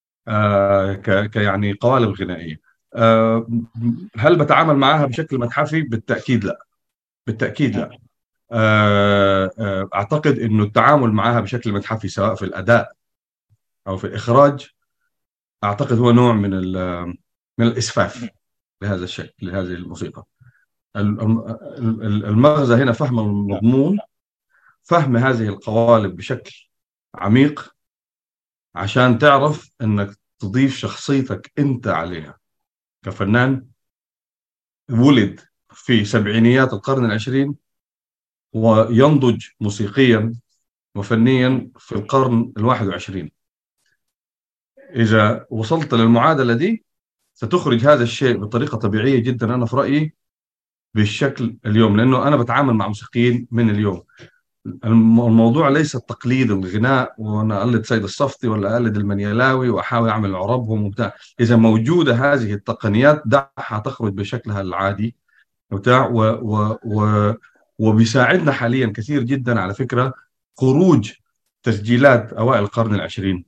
يعني قوالب غنائية. هل بتعامل معها بشكل متحفي؟ بالتأكيد لا، بالتأكيد لا. أعتقد أنه التعامل معها بشكل متحفي سواء في الأداء أو في الإخراج، أعتقد هو نوع من الإسفاف لهذا الشيء، لهذه الموسيقى. المغزى هنا فهم المضمون، فهم هذه القوالب بشكل عميق عشان تعرف أنك تضيف شخصيتك أنت عليها كفنان ولد في سبعينيات القرن العشرين وينضج موسيقيا وفنيا في القرن الواحد وعشرين. إذا وصلت للمعادلة دي ستخرج هذا الشيء بطريقة طبيعية جدا أنا في رأيي بالشكل اليوم، لأنه أنا بتعامل مع موسيقيين من اليوم. الموضوع ليس تقليد الغناء وانا اقلد سيد الصفتي ولا اقلد المنيلاوي واحاول اعمل عربهم وبتاع. اذا موجوده هذه التقنيات دعها تخرج بشكلها العادي وبتاع وبيساعدنا حاليا كثير جدا على فكره خروج تسجيلات اوائل القرن العشرين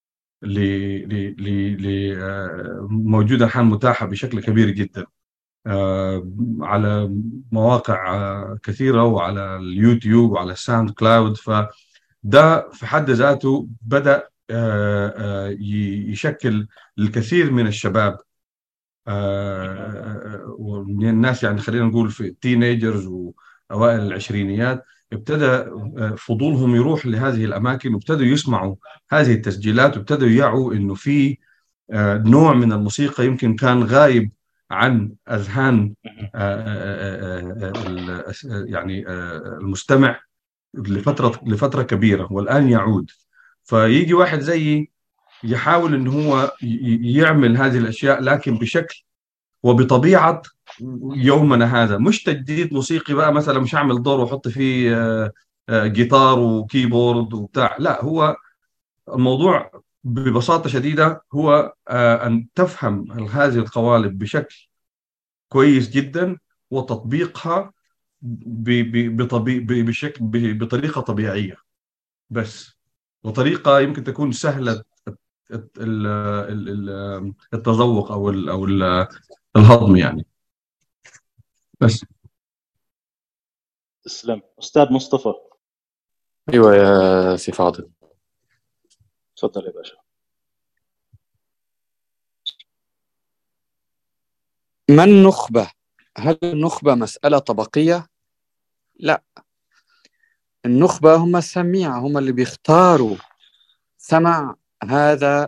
اللي موجوده الحين متاحه بشكل كبير جدا على مواقع كثيرة وعلى اليوتيوب وعلى الساوند كلاود. فده في حد ذاته بدأ يشكل الكثير من الشباب ومن الناس، يعني خلينا نقول في التينيجرز وأوائل العشرينيات، ابتدى فضولهم يروح لهذه الأماكن وابتدوا يسمعوا هذه التسجيلات وابتدوا يعوا إنه في نوع من الموسيقى يمكن كان غايب عن أذهان يعني المستمع لفترة كبيرة والآن يعود. فيجي واحد زيي يحاول إن هو يعمل هذه الأشياء لكن بشكل وبطبيعة يومنا هذا، مش تجديد موسيقي بقى مثلا مش هعمل دور وحط فيه جيتار وكيبورد وبتاع، لا، هو الموضوع ببساطة شديدة هو أن تفهم هذه القوالب بشكل كويس جدا وتطبيقها بطريقة طبيعية، بس وطريقة يمكن تكون سهلة التذوق أو الهضم يعني. بس تسلم. أستاذ مصطفى. أيوة يا سي فاضل، تفضل يا باشا. ما النخبة؟ هل النخبة مسألة طبقية؟ لا، النخبة هم السميعة، هم اللي بيختاروا سمع هذا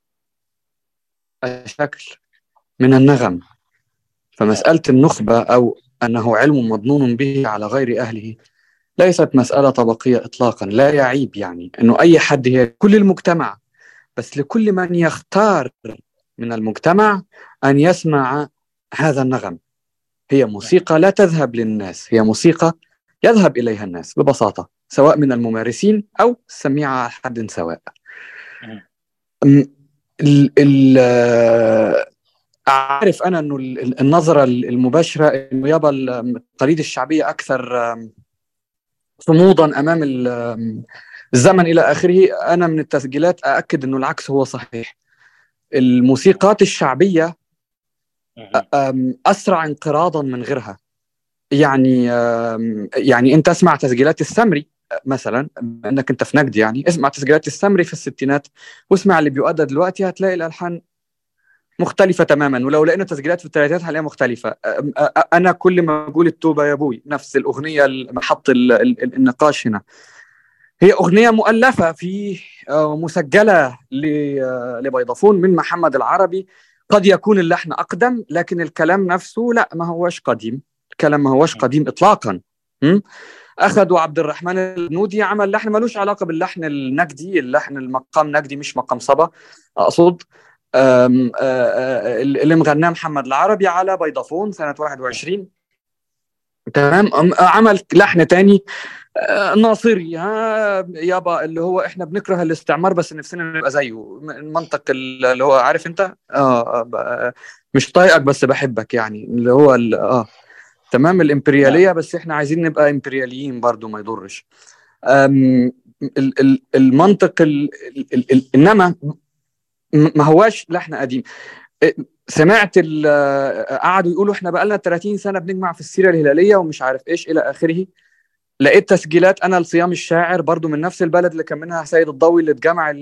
الشكل من النغم. فمسألة النخبة أو أنه علم مظنون به على غير أهله ليست مسألة طبقية إطلاقا. لا يعيب يعني أنه أي حد، هي كل المجتمع، بس لكل من يختار من المجتمع أن يسمع هذا النغم. هي موسيقى لا تذهب للناس، هي موسيقى يذهب إليها الناس ببساطة، سواء من الممارسين أو السميعة على حد سواء. أعرف أنا أنه النظرة المباشرة أنه يابا التقاليد الشعبية أكثر صمودا امام الزمن الى اخره. انا من التسجيلات ااكد انه العكس هو صحيح. الموسيقات الشعبيه اسرع انقراضا من غيرها. يعني انت اسمع تسجيلات السمري مثلا، انك انت في نجد، يعني اسمع تسجيلات السمري في الستينات واسمع اللي بيؤدى دلوقتي، هتلاقي الالحان مختلفه تماما. ولو لقينا تسجيلات في الثلاثينات هنلاقيها مختلفه. انا كل ما اقول التوبه يا ابوي، نفس الاغنيه محط النقاش هنا، هي اغنيه مؤلفه في مسجله لبيضافون من محمد العربي. قد يكون اللحن اقدم، لكن الكلام نفسه لا، ما هوش قديم. الكلام ما هوش قديم اطلاقا. اخذوا عبد الرحمن النودي عمل لحن ملوش علاقه باللحن النجدي، اللحن المقام نجدي مش مقام صبا اقصد. اللي مغناه محمد العربي على بيضافون سنه 21. تمام. عمل لحن تاني ناصري، يابا، اللي هو احنا بنكره الاستعمار بس نفسنا نبقى زيه. المنطق اللي هو عارف انت، مش طايقك بس بحبك، يعني اللي هو تمام، الامبرياليه، بس احنا عايزين نبقى امبرياليين برضو، ما يضرش. المنطق انما ما هواش لحن قديم. سمعت قعدوا يقولوا احنا بقالنا 30 سنه بنجمع في السيره الهلاليه ومش عارف ايش الى اخره. لقيت تسجيلات انا لصيام الشاعر برضو من نفس البلد اللي كان منها سيد الضوي، اللي اتجمع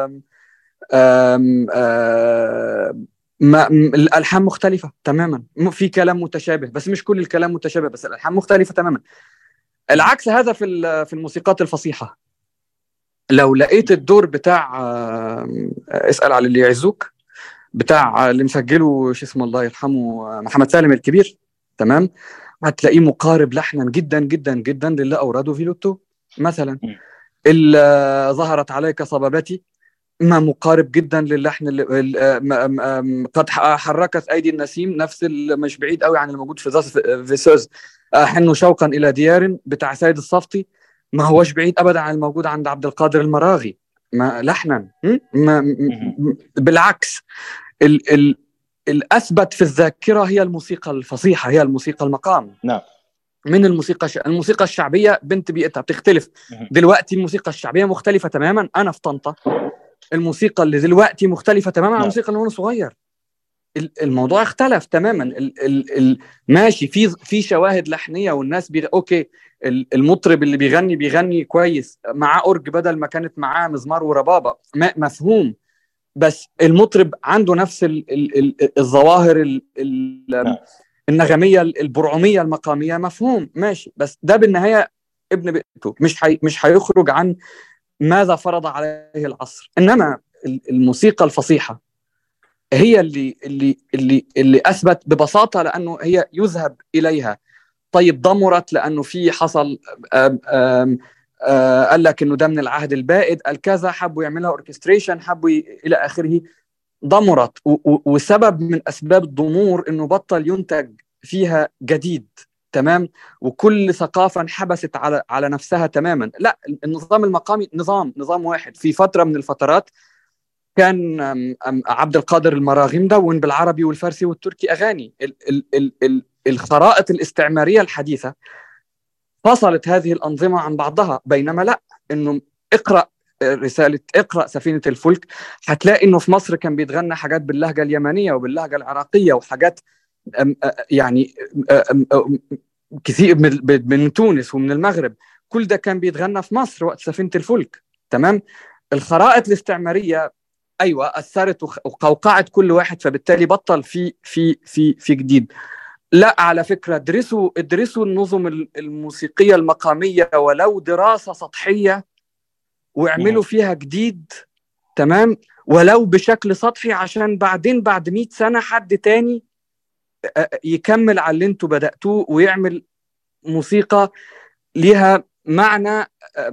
الالحان مختلفه تماما، في كلام متشابه بس مش كل الكلام متشابه، بس الالحان مختلفه تماما. العكس هذا في الموسيقات الفصيحه. لو لقيت الدور بتاع اسال على اللي يعزوك، بتاع اللي مسجله شو اسمه الله يرحمه محمد سالم الكبير، تمام، هتلاقيه مقارب لحنا جدا جدا جدا للي أورده فيلوتو مثلا. اللي ظهرت عليك صبابتي ما مقارب جدا للحن اللي قد حركت أيدي النسيم، نفس مش بعيد قوي عن الموجود في زاس فيسوز. حنوا شوقا إلى ديار بتاع سيد الصفتي ما هوش بعيد أبدا عن الموجود عند عبد القادر المراغي، ما لحنا بالعكس. الأثبت في الذاكرة هي الموسيقى الفصيحة، هي الموسيقى المقام. نعم. من الموسيقى الشعبية بنت بيئتها بتختلف. دلوقتي الموسيقى الشعبية مختلفة تماما. أنا في طنطا الموسيقى اللي دلوقتي مختلفة تماما عن الموسيقى اللي وأنا صغير. الموضوع اختلف تماما. ماشي، في شواهد لحنية والناس أوكي، المطرب اللي بيغني كويس معاه أورج بدل ما كانت معاه مزمار وربابة، مفهوم. بس المطرب عنده نفس الظواهر النغمية البرعمية المقامية، مفهوم، ماشي. بس ده بالنهاية ابن بيئته، مش هيخرج عن ماذا فرض عليه العصر. إنما الموسيقى الفصيحة هي اللي أثبت ببساطة، لأنه هي يذهب إليها. طيب ضمرت لأنه في حصل قال لك إنه ده من العهد البائد، قال كذا، حبوا يعملها أوركستريشن، حبوا إلى آخره، ضمرت. وسبب من أسباب الضمور إنه بطل ينتج فيها جديد، تمام، وكل ثقافة انحبست على نفسها تماما. لا، النظام المقامي نظام واحد. في فترة من الفترات كان عبد القادر المراغي مدون بالعربي والفارسي والتركي أغاني. الخرائط الاستعمارية الحديثة فصلت هذه الأنظمة عن بعضها، بينما لا، إنه اقرأ رسالة اقرأ سفينة الفلك، هتلاقي إنه في مصر كان بيتغنى حاجات باللهجة اليمنية وباللهجة العراقية، وحاجات يعني كثير من تونس ومن المغرب. كل ده كان بيتغنى في مصر وقت سفينة الفلك، تمام. الخرائط الاستعمارية أيوة أثرت وقوقعت كل واحد، فبالتالي بطل في جديد. لا، على فكرة ادرسوا النظم الموسيقية المقامية ولو دراسة سطحية، واعملوا فيها جديد، تمام، ولو بشكل سطحي، عشان بعدين بعد 100 سنة حد تاني يكمل على اللي انتوا بدأتوه ويعمل موسيقى لها معنى.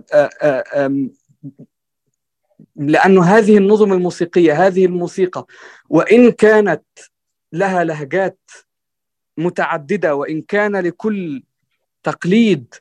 لأنه هذه النظم الموسيقية، هذه الموسيقى، وإن كانت لها لهجات متعددة، وإن كان لكل تقليد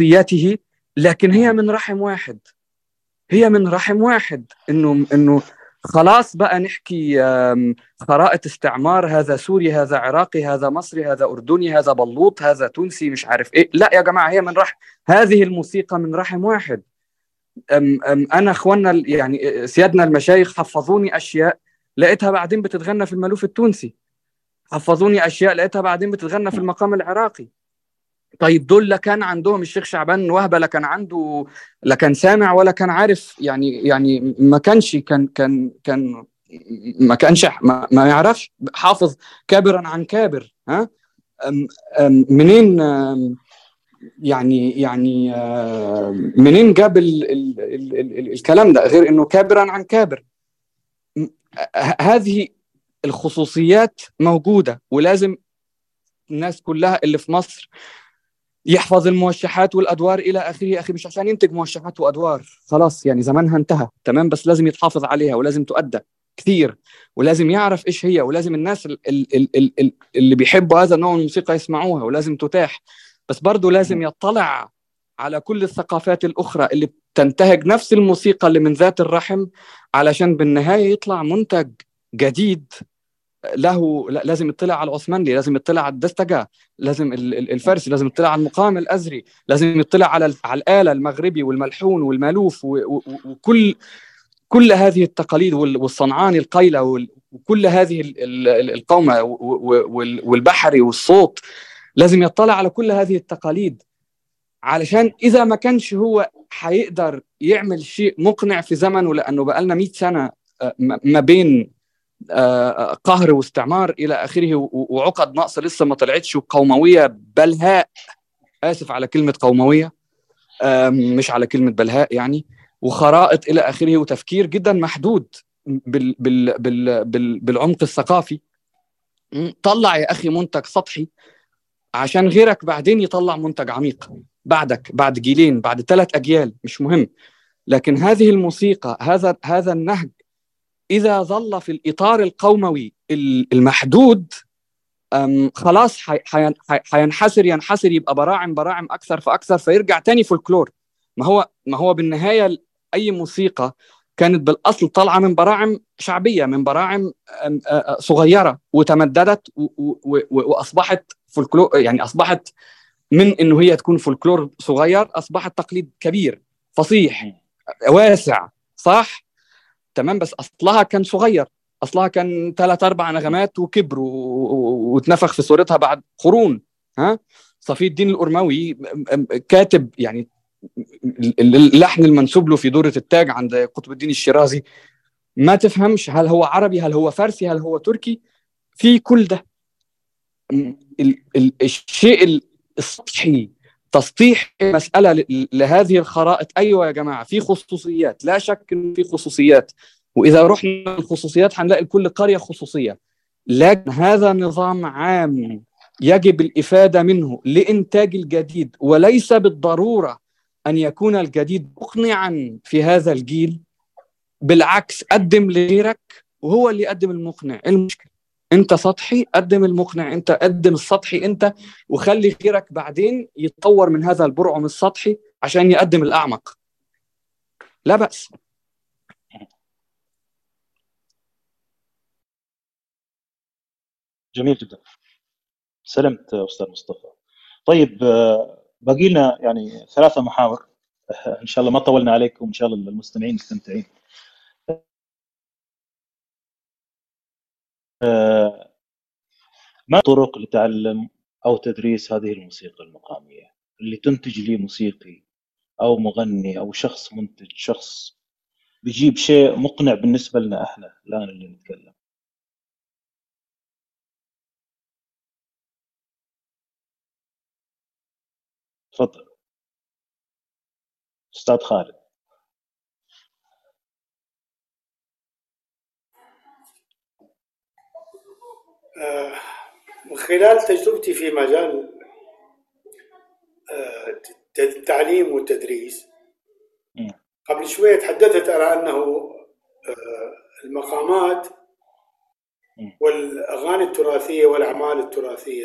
خصوصياته، لكن هي من رحم واحد. هي من رحم واحد. إنه خلاص بقى نحكي خرائط استعمار، هذا سوري، هذا عراقي، هذا مصري، هذا أردني، هذا بلوط، هذا تونسي، مش عارف إيه. لا يا جماعة، هي من هذه الموسيقى من رحم واحد. أنا أخواننا يعني سيادنا المشايخ حفظوني أشياء لقيتها بعدين بتتغنى في المألوف التونسي، حفظوني أشياء لقيتها بعدين بتتغنى في المقام العراقي. طيب دول لا كان عندهم الشيخ شعبان وهبة، لا كان عنده، لا كان سامع ولا كان عارف، يعني ما كانش كان ما كانش ما يعرفش، حافظ كابرا عن كابر. ها منين يعني منين جاب الكلام ده غير انه كابرا عن كابر؟ هذه الخصوصيات موجودة، ولازم الناس كلها اللي في مصر يحفظ الموشحات والادوار الى اخره. اخي مش عشان ينتج موشحات وادوار خلاص يعني زمانها انتهى، تمام، بس لازم يتحافظ عليها ولازم تؤدى كثير، ولازم يعرف ايش هي، ولازم الناس اللي بيحبوا هذا النوع من الموسيقى يسمعوها، ولازم تتاح. بس برضه لازم يطلع على كل الثقافات الاخرى اللي بتنتهج نفس الموسيقى اللي من ذات الرحم، علشان بالنهايه يطلع منتج جديد له. لازم يطلع على العثماني، لازم يطلع على الدستقة، لازم الفارسي، لازم يطلع على المقام الأزري، لازم يطلع على الآلة المغربي والملحون والمالوف كل هذه التقاليد، والصنعاني القيلة، وكل هذه القومة والبحري والصوت. لازم يطلع على كل هذه التقاليد، علشان إذا ما كانش هو حيقدر يعمل شيء مقنع في زمنه، لأنه بقالنا 100 سنة ما بين قهر واستعمار إلى آخره، وعقد نقص لسه ما طلعتش، وقوموية بلهاء، آسف على كلمة قوموية، مش على كلمة بلهاء يعني، وخرائط إلى آخره، وتفكير جدا محدود بالعمق الثقافي. طلع يا أخي منتج سطحي عشان غيرك بعدين يطلع منتج عميق، بعدك، بعد جيلين، بعد 3 أجيال، مش مهم. لكن هذه الموسيقى، هذا النهج، إذا ظل في الإطار القوموي المحدود، خلاص ينحسر، يبقى براعم أكثر فأكثر، فيرجع تاني فولكلور. ما هو بالنهاية أي موسيقى كانت بالأصل طالعة من براعم شعبية، من براعم صغيرة، وتمددت وأصبحت فولكلور، يعني أصبحت من إنه هي تكون فولكلور صغير، أصبحت تقليد كبير فصيح واسع، صح؟ تمام. بس أصلها كان صغير، أصلها كان 3-4 نغمات وكبر واتنفخ في صورتها بعد قرون. ها، صفي الدين الأرموي كاتب يعني اللحن المنسوب له في دورة التاج عند قطب الدين الشيرازي، ما تفهمش هل هو عربي، هل هو فارسي، هل هو تركي، في كل ده. الشيء السطحي، تسطيح مسألة لهذه الخرائط. أيوة يا جماعة، في خصوصيات، لا شك إن في خصوصيات، وإذا رحنا الخصوصيات هنلاقي لكل قرية خصوصية، لكن هذا نظام عام يجب الإفادة منه لإنتاج الجديد، وليس بالضرورة أن يكون الجديد مقنعا في هذا الجيل. بالعكس، قدم لغيرك وهو اللي يقدم المقنع. المشكلة انت سطحي، قدم المقنع، انت قدم السطحي انت، وخلي غيرك بعدين يتطور من هذا البرعم السطحي عشان يقدم الأعمق، لا بأس. جميل جدا، سلمت أستاذ مصطفى. طيب باقي لنا يعني 3 محاور، إن شاء الله ما طولنا عليكم، إن شاء الله المستمعين مستمتعين. ما طرق لتعلم أو تدريس هذه الموسيقى المقامية اللي تنتج لي موسيقي أو مغني أو شخص منتج، شخص بيجيب شيء مقنع بالنسبة لنا إحنا الآن اللي نتكلم؟ تفضل أستاذ خالد. من خلال تجربتي في مجال التعليم والتدريس، قبل شوية تحدثت على أنه المقامات والأغاني التراثية والأعمال التراثية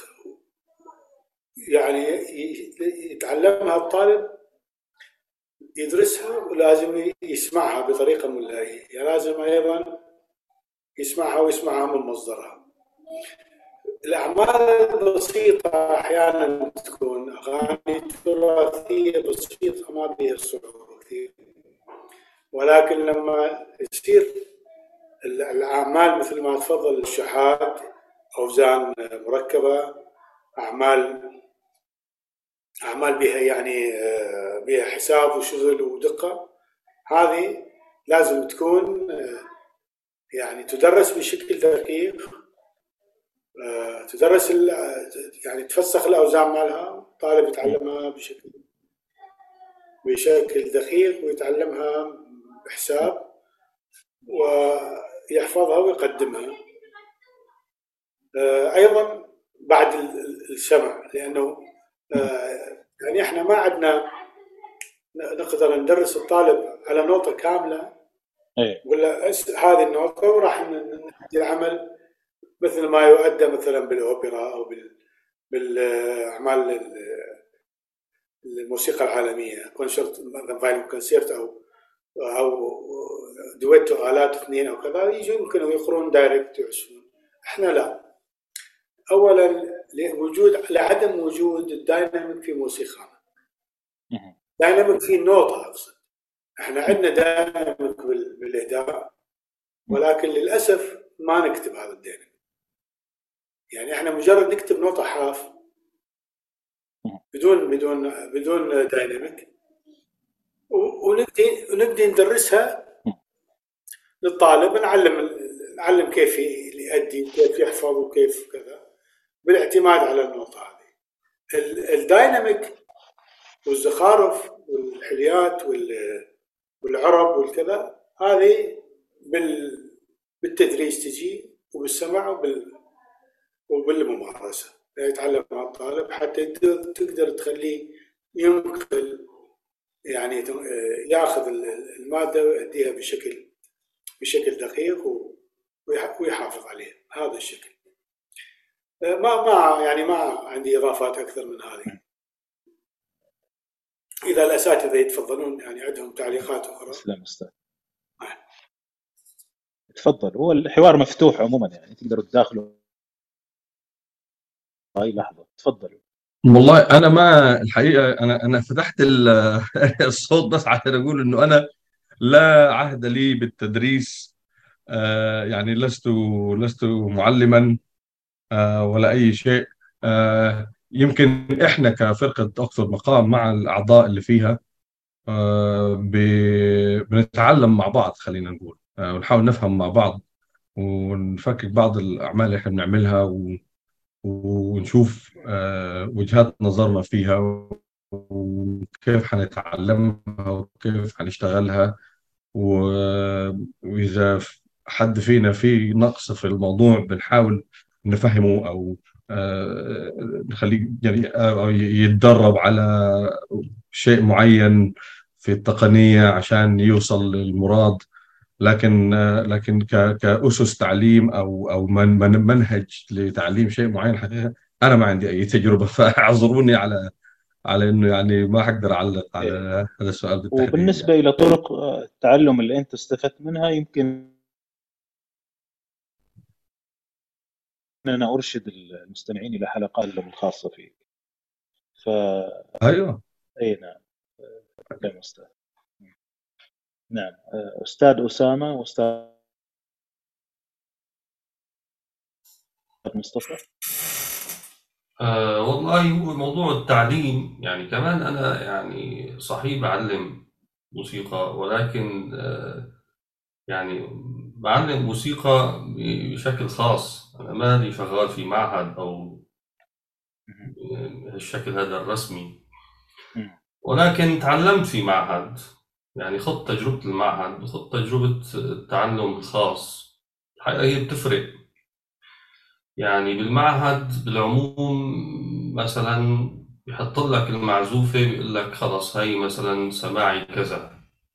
يعني يتعلمها الطالب يدرسها ولازم يسمعها بطريقة ملائية، يعني لازم أيضا يسمعها ويسمعها من مصدرها. الأعمال البسيطة أحيانا تكون أغاني تراثية بسيطة ما بيها صعوبة كثير، ولكن لما يصير الأعمال مثل ما تفضل الشحات، أوزان مركبة، أعمال بها يعني بها حساب وشغل ودقة، هذه لازم تكون يعني تدرس بشكل دقيق، تدرس يعني تفسخ الأوزان مالها، الطالب يتعلمها بشكل دقيق ويتعلمها بحساب ويحفظها ويقدمها. أيضا بعد السمع، لأنه يعني إحنا ما عندنا نقدر ندرس الطالب على نوتة كاملة ولا هذه النوتة وراح ندي العمل مثل ما يؤدى مثلا بالأوبرا أو بالأعمال الموسيقى العالمية، كونسرت مثلا فايلن كونسيرت أو دويتو آلات اثنين أو كذا، يجوا يمكن يقرون دايركت يعزفون. إحنا لا، أولا لعدم وجود الدايناميك في موسيقى، دايناميك في النوتة أقصد. إحنا عندنا دايناميك بالإهداء، ولكن للأسف ما نكتب هذا الدايناميك. يعني إحنا مجرد نكتب نوتة حرف بدون دايناميك، ونبدي ندرسها للطالب، نعلم كيف يؤدي وكيف يحفظ وكيف كذا، بالاعتماد على النقطة هذه. الدايناميك والزخارف والحليات والعرب والكذا هذه بالتدريس تجي، وبالسمع وبالممارسة يتعلمها الطالب حتى تقدر تخليه ينقل، يعني ياخذ المادة ويؤديها بشكل دقيق ويحافظ عليها. هذا الشكل. ما عندي إضافات أكثر من هذه. إذا الأساتذة يتفضلون يعني عندهم تعليقات أخرى. تسلم أستاذ. تفضل، هو الحوار مفتوح عموما، يعني تقدروا تداخلوا أي لحظة. تفضلوا. والله أنا ما الحقيقة أنا فتحت الصوت بس عشان أقول إنه أنا لا عهد لي بالتدريس، يعني لست معلما ولا أي شيء. يمكن إحنا كفرقة أقصر مقام مع الأعضاء اللي فيها بنتعلم مع بعض، خلينا نقول، ونحاول نفهم مع بعض ونفكك بعض الأعمال اللي إحنا بنعملها ونشوف وجهات نظرنا فيها وكيف حنتعلمها وكيف حنشتغلها، وإذا حد فينا في نقص في الموضوع بنحاول نفهمه أو نخليه يعني أو يتدرب على شيء معين في التقنية عشان يوصل للمراد. لكن كأسس تعليم أو منهج لتعليم شيء معين، حقيقة أنا ما عندي أي تجربة، فاعذروني على إنه يعني ما أقدر أعلق على هذا السؤال بالتحديد. وبالنسبة إلى طرق التعلم اللي أنت استفدت منها، يمكن أنا أرشد المستمعين إلى حلقات الخاصة فيه. أيوة. أي نعم. تمام أستاذ. نعم أستاذ أسامة وأستاذ مصطفى. والله هو موضوع التعليم، يعني كمان أنا يعني صحيح بعلم موسيقى، ولكن يعني بعلم موسيقى بشكل خاص. أنا مالي شغال في معهد أو الشكل هذا الرسمي، ولكن تعلمت في معهد، يعني خضت تجربة المعهد وخضت تجربة التعلم الخاص. الحقيقة هي بتفرق. يعني بالمعهد بالعموم مثلا يحط لك المعزوفة، بيقول لك خلاص هاي مثلا سماعي كذا،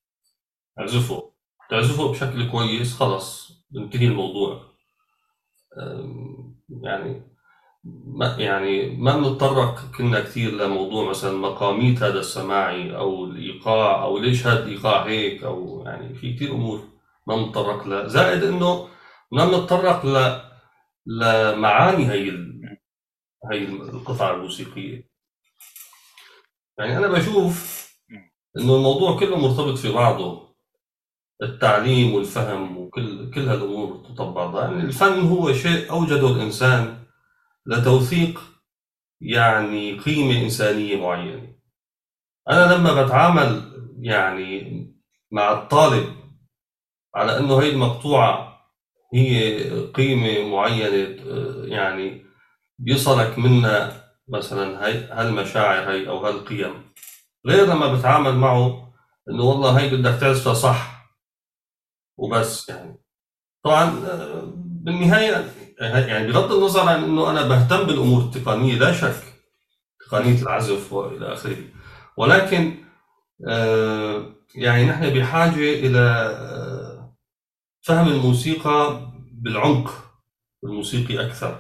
تعزفه بشكل كويس، خلاص انتهي الموضوع. يعني يعني ما بنتطرق كنا كثير لموضوع مثلا مقامية هذا السماعي أو الإيقاع أو ليش هذا الإيقاع هيك، أو يعني في كثير أمور ما بنتطرق لها، زائد إنه ما بنتطرق لمعاني هي القطعة الموسيقية. يعني أنا بشوف إنه الموضوع كله مرتبط في بعضه، التعليم والفهم وكل هالأمور مرتبطة ببعضها. يعني الفن هو شيء أوجده الإنسان لتوثيق يعني قيمة إنسانية معينة. أنا لما بتعامل يعني مع الطالب على إنه هي المقطوعة هي قيمة معينة، يعني بيصلك منها مثلا هالمشاعر هي أو هالقيم، غير لما بتعامل معه إنه والله هي بدك تعزفها صح وبس. يعني طبعا بالنهاية يعني بغض النظر عن إنه أنا بهتم بالأمور التقنية، لا شك تقنية العزف وإلى آخره، ولكن يعني نحن بحاجة إلى فهم الموسيقى بالعمق الموسيقي أكثر.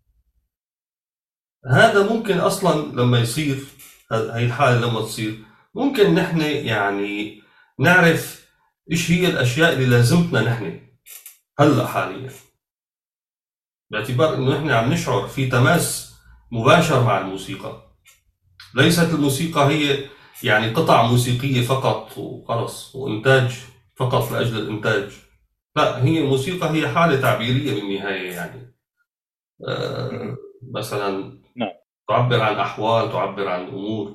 هذا ممكن أصلا لما يصير هاي الحالة، لما تصير ممكن نحن يعني نعرف إيش هي الأشياء اللي لازمتنا نحن هلأ حاليا، باعتبار إنه نحن عم نشعر في تماس مباشر مع الموسيقى. ليست الموسيقى هي يعني قطع موسيقية فقط وخلص وإنتاج فقط لأجل الإنتاج، لا، هي الموسيقى هي حالة تعبيرية بالنهاية. يعني مثلا تعبر عن أحوال، تعبر عن أمور.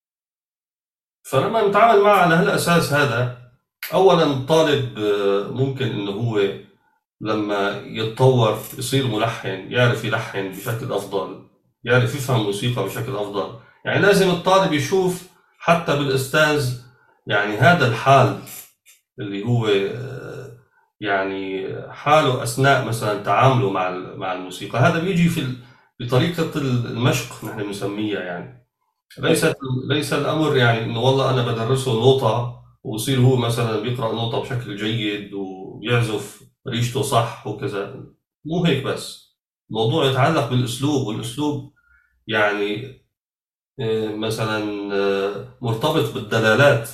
فلما نتعامل معها على هالأساس هذا، أولا الطالب ممكن إنه هو لما يتطور يصير ملحن، يعرف يلحن بشكل أفضل، يعرف يفهم موسيقى بشكل أفضل. يعني لازم الطالب يشوف حتى بالأستاذ يعني هذا الحال اللي هو يعني حاله أثناء مثلا تعامله مع الموسيقى. هذا بيجي بطريقة المشق نحن بنسميها. يعني ليس الأمر يعني إنه والله أنا بدرسه نوطة ويصير هو مثلا بيقرأ نوطة بشكل جيد وبيعزف ريشته صح وكذا. مو هيك بس، الموضوع يتعلق بالأسلوب، والأسلوب يعني مثلا مرتبط بالدلالات.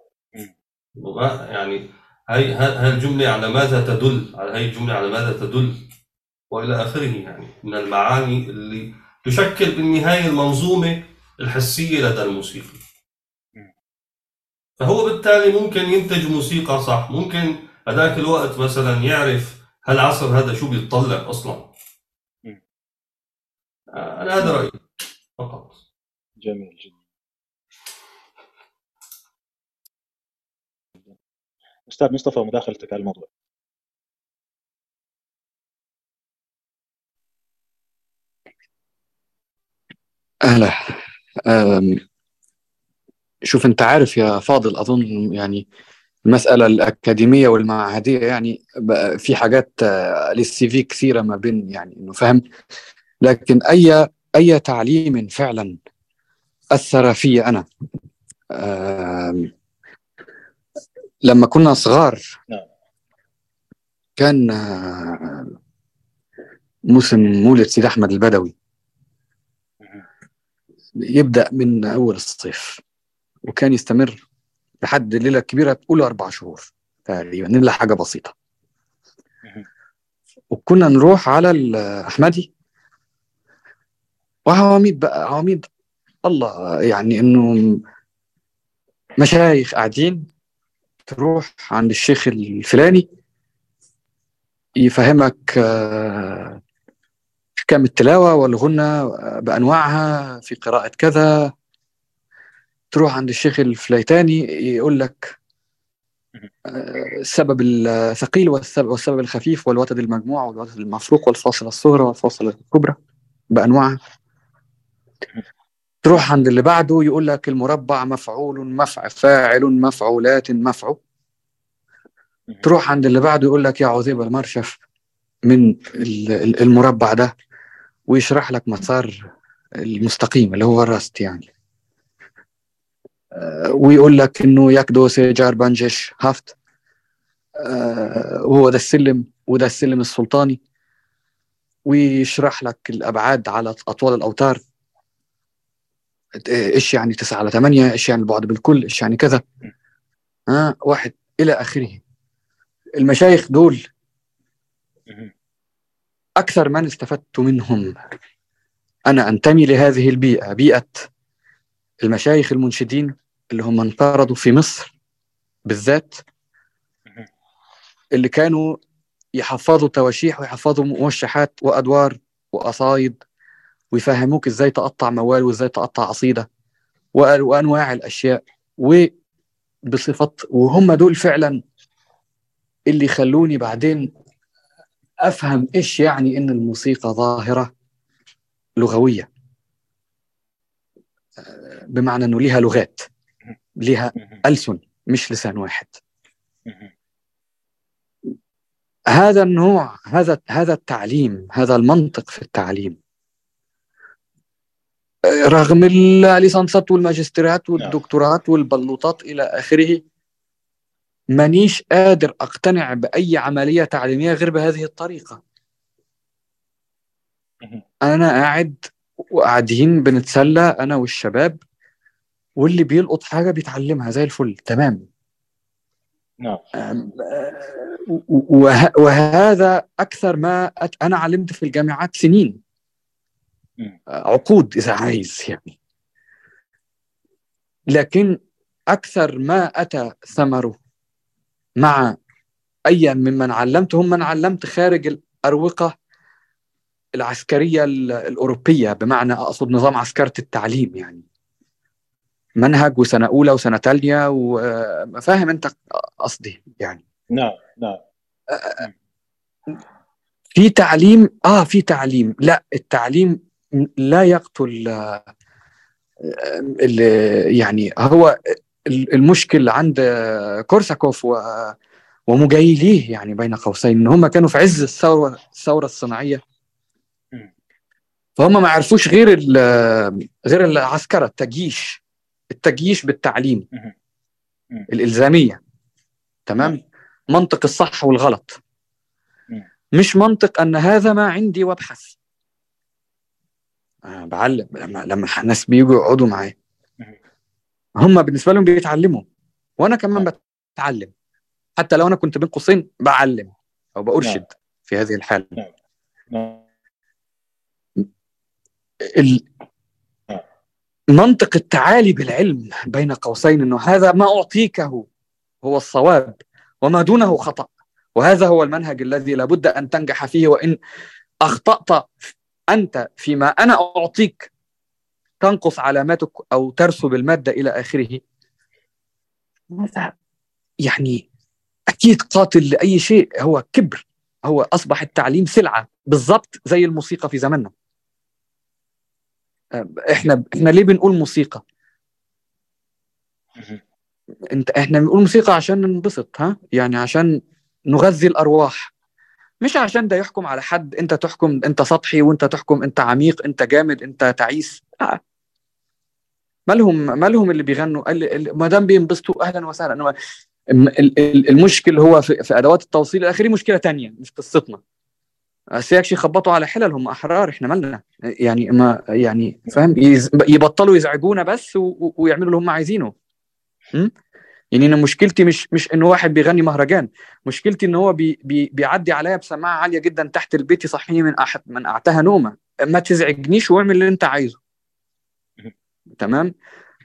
يعني هاي الجملة على ماذا تدل، على هاي الجملة على ماذا تدل وإلى آخره. يعني من المعاني اللي تشكل بالنهاية المنظومة الحسية لدى الموسيقي. فهو بالتالي ممكن ينتج موسيقى صح، ممكن هذاك الوقت مثلا يعرف هالعصر هذا شو بيتطلب أصلا. أنا هذا رأيي فقط. جميل جدا. أستاذ مصطفى، مداخلتك على الموضوع. أهلا. شوف، أنت عارف يا فاضل، أظن يعني المسألة الأكاديمية والمعهدية يعني في حاجات للسي في كثيرة ما بين، يعني إنه فهم. لكن أي تعليم فعلا أثر في أنا لما كنا صغار. كان موسم مولد سيد أحمد البدوي يبدأ من أول الصيف، وكان يستمر لحد الليلة الكبيرة، تقول 4 شهور تقريبا إلا حاجة بسيطة. وكنا نروح على الأحمدي وعواميد بقى، عواميد الله، يعني إنه مشايخ قاعدين، تروح عند الشيخ الفلاني يفهمك أحكام التلاوة والغنى بأنواعها في قراءة كذا. تروح عند الشيخ الفليتاني يقول لك السبب الثقيل والسبب الخفيف والوتد المجموع والوتد المفروق والفاصلة الصغرى والفاصلة الكبرى بأنواعها. تروح عند اللي بعده يقول لك المربع مفعول فاعل مفعولات مفعول. تروح عند اللي بعده يقول لك يا عذيب المرشف من المربع ده، ويشرح لك مسار المستقيم اللي هو الرست يعني. ويقول لك انه يكدو سيجار بانجش هافت، وهو ده السلم، وده السلم السلطاني. ويشرح لك الأبعاد على أطوال الأوتار، إيش يعني 9/8، إيش يعني البعد بالكل، إيش يعني كذا، واحد إلى آخره. المشايخ دول أكثر من استفدت منهم. أنا أنتمي لهذه البيئة، بيئة المشايخ المنشدين اللي هم انقرضوا في مصر بالذات، اللي كانوا يحفظوا تواشيح ويحفظوا موشحات وأدوار وأصايد، ويفهموك إزاي تقطع موال وإزاي تقطع عصيدة وأنواع الأشياء، وهم دول فعلا اللي خلوني بعدين أفهم إيش يعني إن الموسيقى ظاهرة لغوية، بمعنى إنه لها لغات، لها ألسن، مش لسان واحد. هذا النوع، هذا التعليم، هذا المنطق في التعليم، رغم الليسانسات والماجستيرات والدكتورات والبلوطات إلى آخره، مانيش قادر أقتنع بأي عملية تعليمية غير بهذه الطريقة. أنا قاعدين بنتسلى أنا والشباب، واللي بيلقط حاجة بيتعلمها زي الفل تمام. وهذا أكثر ما أنا علمت في الجامعات سنين، عقود إذا عايز يعني، لكن أكثر ما أتى ثمره مع أي ممن علمتهم من علمت خارج الأروقة العسكرية الأوروبية، بمعنى أقصد نظام عسكرة التعليم، يعني منهج وسنة أولى وسنة تانية، وفاهم أنت قصدي يعني. نعم. في تعليم، لا، التعليم لا يقتل. يعني هو المشكل عند كورساكوف ومجايليه، يعني بين قوسين، ان هم كانوا في عز الثورة الصناعية، فهم ما عرفوش غير العسكرة، التجييش بالتعليم، الإلزامية، تمام، منطق الصح والغلط، مش منطق أن هذا ما عندي وابحث. بعلم لما الناس بيجوا يقعدوا معايا، هم بالنسبة لهم بيتعلموا، وأنا كمان بتعلم، حتى لو أنا كنت بين قوسين بعلم أو بأرشد في هذه الحالة. منطق التعالي بالعلم بين قوسين، أنه هذا ما أعطيكه هو الصواب وما دونه خطأ، وهذا هو المنهج الذي لابد أن تنجح فيه، وإن أخطأت أنت فيما أنا أعطيك تنقص علاماتك أو ترسب المادة إلى آخره. هذا يعني أكيد قاتل لأي شيء، هو كبر، هو أصبح التعليم سلعة، بالضبط زي الموسيقى في زمننا. إحنا ليه بنقول موسيقى؟ إحنا بنقول موسيقى عشان ننبسط، يعني عشان نغذي الأرواح، مش عشان ده يحكم على حد، أنت تحكم أنت سطحي، وأنت تحكم أنت عميق، أنت جامد، أنت تعيس. مالهم اللي بيغنوا، ما دام بينبسطوا أهلا وسهلا. المشكل هو في أدوات التوصيل الآخري، مشكلة تانية مش قصتنا. سيكشي خبطوا على حلل، هم أحرار، إحنا مالنا يعني، ما يعني فاهم، يبطلوا يزعجونا بس ويعملوا اللي هم عايزينه. يعني أنا مشكلتي مش إنه واحد بيغني مهرجان، مشكلتي إنه هو بيعدي عليا بسماعة عالية جدا تحت البيت، يصحيني من أعتها نومة، ما تزعجنيش واعمل اللي أنت عايزه، تمام.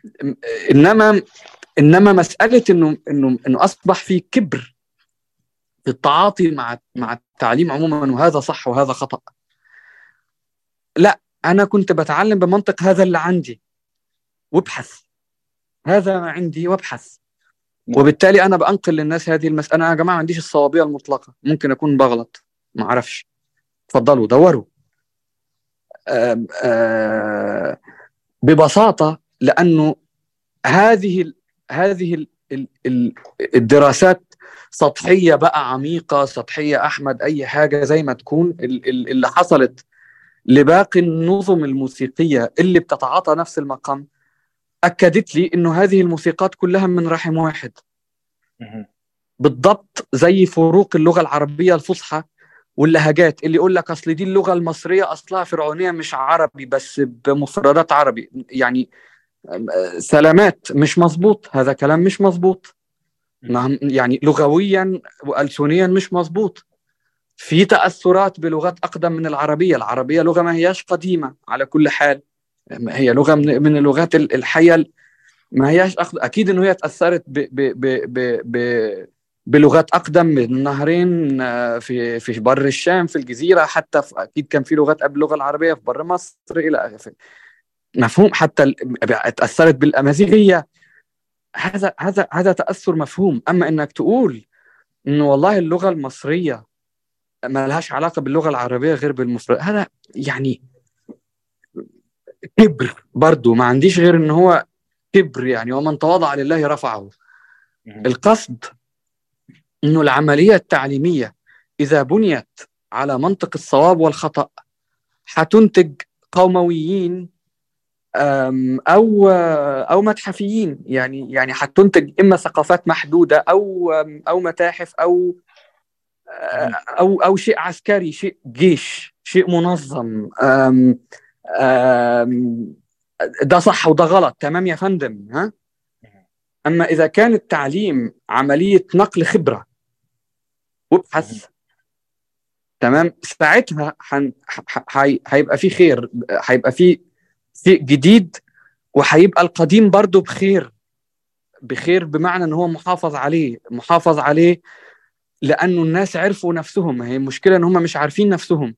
إنما مسألة إنه أصبح في كبر في التعاطي مع التعليم عموما، وهذا صح وهذا خطأ. لا، أنا كنت بتعلم بمنطق هذا اللي عندي وابحث، هذا ما عندي وابحث، وبالتالي أنا بأنقل للناس هذه المسألة. أنا يا جماعة ما عنديش الصوابية المطلقة، ممكن أكون بغلط، ما أعرفش، تفضلوا دوروا. ببساطة، لأنه هذه الدراسات سطحية بقى، عميقة، سطحية، أحمد، أي حاجة زي ما تكون، اللي حصلت لباقي النظم الموسيقية اللي بتتعاطى نفس المقام، أكدت لي إنه هذه الموسيقات كلها من رحم واحد، بالضبط زي فروق اللغة العربية الفصحى واللهجات، اللي يقول لك اصل دي اللغه المصريه اصلها فرعونيه مش عربي بس بمفردات عربي، يعني سلامات مش مظبوط، هذا كلام مش مظبوط، يعني لغويا والسونيا مش مظبوط. في تاثرات بلغات اقدم من العربيه، العربيه لغه ما هياش قديمه على كل حال، هي لغه من اللغات الحيه، ما هياش اكيد انه هي تاثرت بلغات اقدم من نهرين في بر الشام في الجزيره، حتى اكيد كان في لغات قبل اللغه العربيه في بر مصر الى اخره، مفهوم. حتى تاثرت بالامازيغيه، هذا تاثر مفهوم. اما انك تقول انه والله اللغه المصريه ما لهاش علاقه باللغه العربيه غير بالمفرد، هذا يعني كبر برضو، ما عنديش غير ان هو كبر يعني، ومن تواضع لله رفعه. القصد انه العمليه التعليميه اذا بنيت على منطق الصواب والخطا حتنتج قومويين او متحفيين، يعني حتنتج اما ثقافات محدوده او متاحف او شيء عسكري، شيء جيش، شيء منظم. ده صح وده غلط، تمام يا فندم، ها. اما اذا كان التعليم عمليه نقل خبره وابحث، تمام، ساعتها هيبقى في خير، هيبقى في شيء جديد، وهيبقى القديم برضو بخير بمعنى ان هو محافظ عليه لانه الناس عرفوا نفسهم. هي المشكله ان هم مش عارفين نفسهم.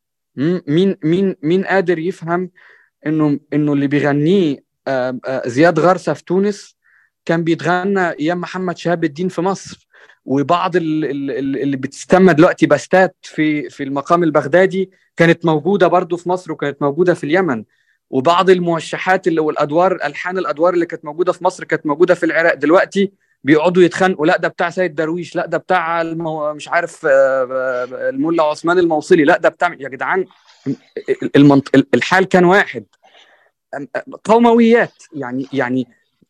مين قادر يفهم انه اللي بيغنيه زياد غرسة في تونس كان بيتغنى ايام محمد شهاب الدين في مصر، وبعض اللي بتستمى دلوقتي باستات في المقام البغدادي كانت موجوده برضو في مصر وكانت موجوده في اليمن، وبعض الموشحات الحان الادوار اللي كانت موجوده في مصر كانت موجوده في العراق. دلوقتي بيقعدوا يتخانقوا، لا ده بتاع سيد درويش، لا ده بتاع مش عارف الملا عثمان الموصلي، لا ده بتاع، يا جدعان الحال كان واحد. قومويات يعني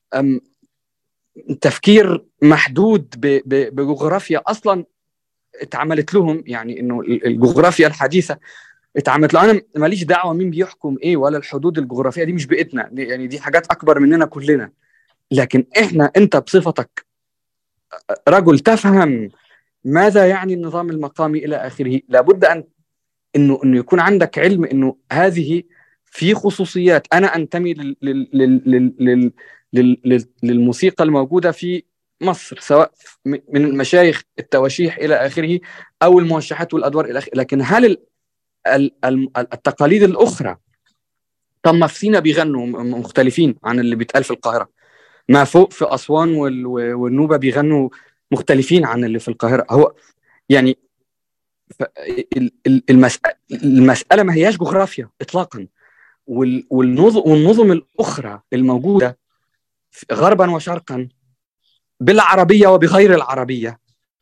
تفكير محدود بجغرافيا اصلا اتعملت لهم، يعني انه الجغرافيا الحديثه اتعملت له. انا ماليش دعوه مين بيحكم ايه ولا الحدود الجغرافيه دي مش بايدنا، يعني دي حاجات اكبر مننا كلنا، لكن انت بصفتك رجل تفهم ماذا يعني النظام المقامي الى اخره، لابد انه يكون عندك علم انه هذه في خصوصيات. انا انتمي للموسيقى الموجوده في مصر، سواء من المشايخ التواشيح الى اخره او الموشحات والادوار الى اخره، لكن هل التقاليد الاخرى؟ طب ما في سينا بيغنوا مختلفين عن اللي بيتقال في القاهره، ما فوق في اسوان والنوبه بيغنوا مختلفين عن اللي في القاهره. هو يعني المسألة ما هياش جغرافيا إطلاقا، والنظم الأخرى الموجودة غربا وشرقا بالعربية وبغير العربية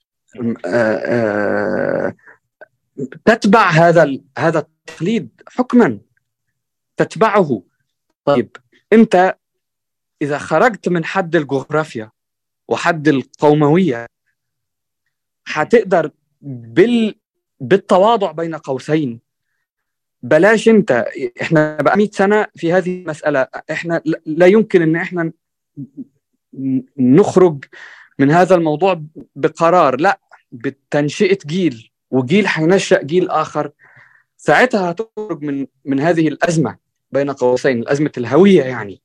تتبع هذا التقليد حكما، تتبعه. طيب أنت إذا خرجت من حد الجغرافيا وحد القوموية هتقدر بالتواضع بين قوسين، بلاش انت، احنا بقى 100 سنه في هذه المساله، احنا لا يمكن ان احنا نخرج من هذا الموضوع بقرار، لا، بتنشئه جيل، وجيل هينشأ جيل اخر، ساعتها هتخرج من هذه الازمه بين قوسين، ازمه الهويه يعني.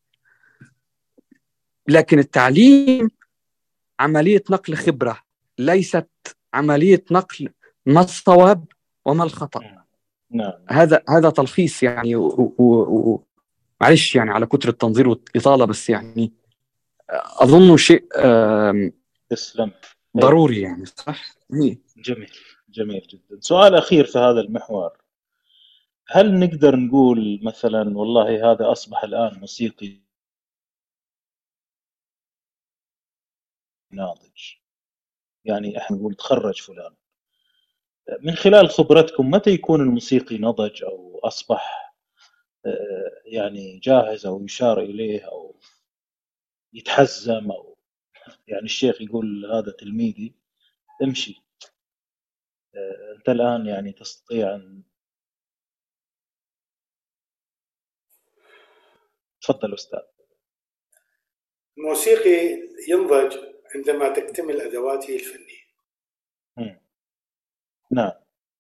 لكن التعليم عمليه نقل خبره، ليست عمليه نقل ما الصواب وما الخطأ. نعم. هذا تلخيص يعني، معلش يعني على كتر التنظير والإطالة، بس يعني أظنه شيء تسلم. ضروري يعني، صح؟ جميل جدا. سؤال أخير في هذا المحور، هل نقدر نقول مثلا والله هذا أصبح الآن موسيقي ناضج، يعني احنا نقول تخرج فلان، من خلال خبرتكم متى يكون الموسيقي نضج أو أصبح يعني جاهز أو يشار إليه أو يتحزم، أو يعني الشيخ يقول هذا تلميذي امشي، أنت الآن يعني تستطيع أن تفضل أستاذ. الموسيقي ينضج عندما تكتمل أدواته الفنية. نعم.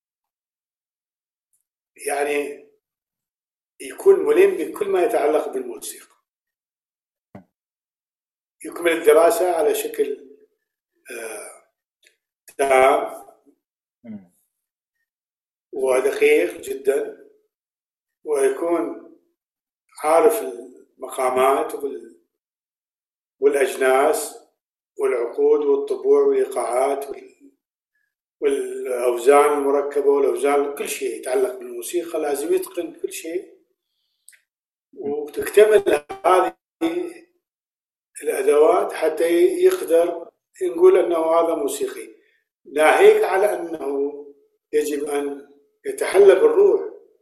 يعني يكون ملم بكل ما يتعلق بالموسيقى، يكمل الدراسة على شكل تام ودقيق جدا، ويكون عارف المقامات والأجناس والعقود والطبوع والإيقاعات والأوزان المركبة والأوزان، كل شيء يتعلق بالموسيقى لازم يتقن كل شيء. وتكتمل هذه الأدوات حتى يقدر نقول أنه هذا موسيقي. ناهيك على أنه يجب أن يتحلى بالروح.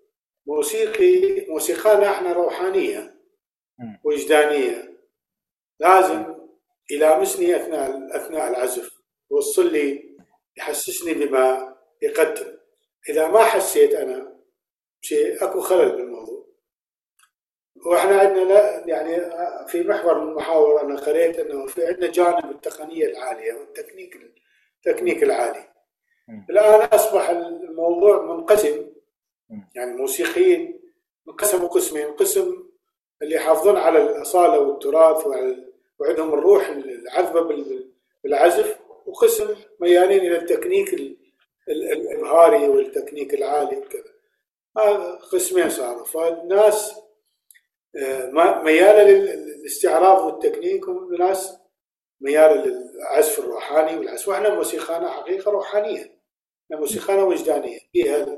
موسيقانا احنا روحانية وجدانية، لازم يلامسني أثناء العزف، يوصل لي، يحسسني بما يقدم. إذا ما حسيت أنا شيء أكو خلل بالموضوع. وإحنا عندنا يعني في محور من المحاور أنا قريت أنه في عندنا جانب التقنية العالية والتكنيك العالي. الآن أصبح الموضوع منقسم، يعني الموسيقيين انقسموا قسمين: قسم اللي يحافظون على الأصالة والتراث وعندهم الروح العذبة بالعزف، وقسم ميالين إلى التكنيك الإبهاري والتكنيك العالي وكذا. هذا قسمين صاروا، فالناس ميالة للاستعراض والتكنيك، والناس ميالة للعزف الروحاني والعزف. وإحنا موسيقانا حقيقة روحانية، موسيقانا وجدانية، فيها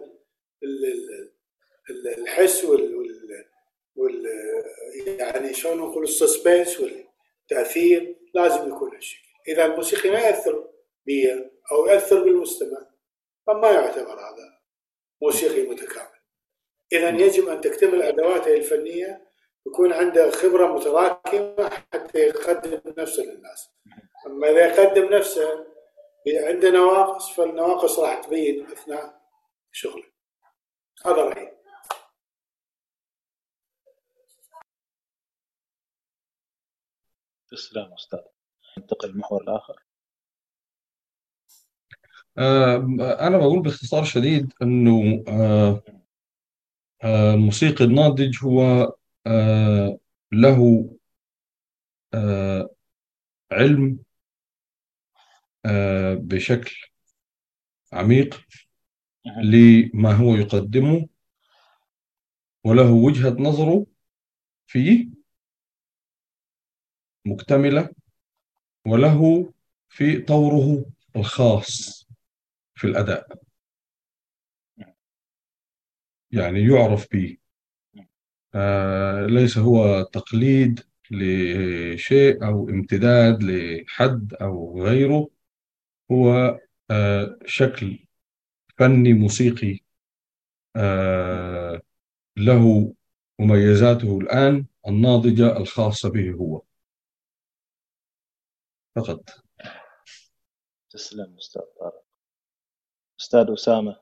الحس يعني شلون نقول السسبنس والتأثير، لازم يكون هالشكل. إذا الموسيقي ما يأثر بي أو يأثر بالمستمع فما يعتبر هذا موسيقي متكامل. إذا يجب أن تكتمل أدواته الفنية، يكون عنده خبرة متراكمة حتى يقدم نفسه للناس. أما إذا يقدم نفسه عنده نواقص، فالنواقص راح تبين أثناء شغله. هذا رأيي. تسلم أستاذ. ننتقل للمحور الآخر. أنا بقول باختصار شديد أنه الموسيقي الناضج هو له علم بشكل عميق لما هو يقدمه، وله وجهة نظره فيه مكتملة، وله في طوره الخاص في الأداء، يعني يعرف به. ليس هو تقليد لشيء أو امتداد لحد أو غيره، هو شكل فني موسيقي له مميزاته الآن الناضجة الخاصة به هو فقط. تسلم أستاذ طارق. أستاذ أسامة.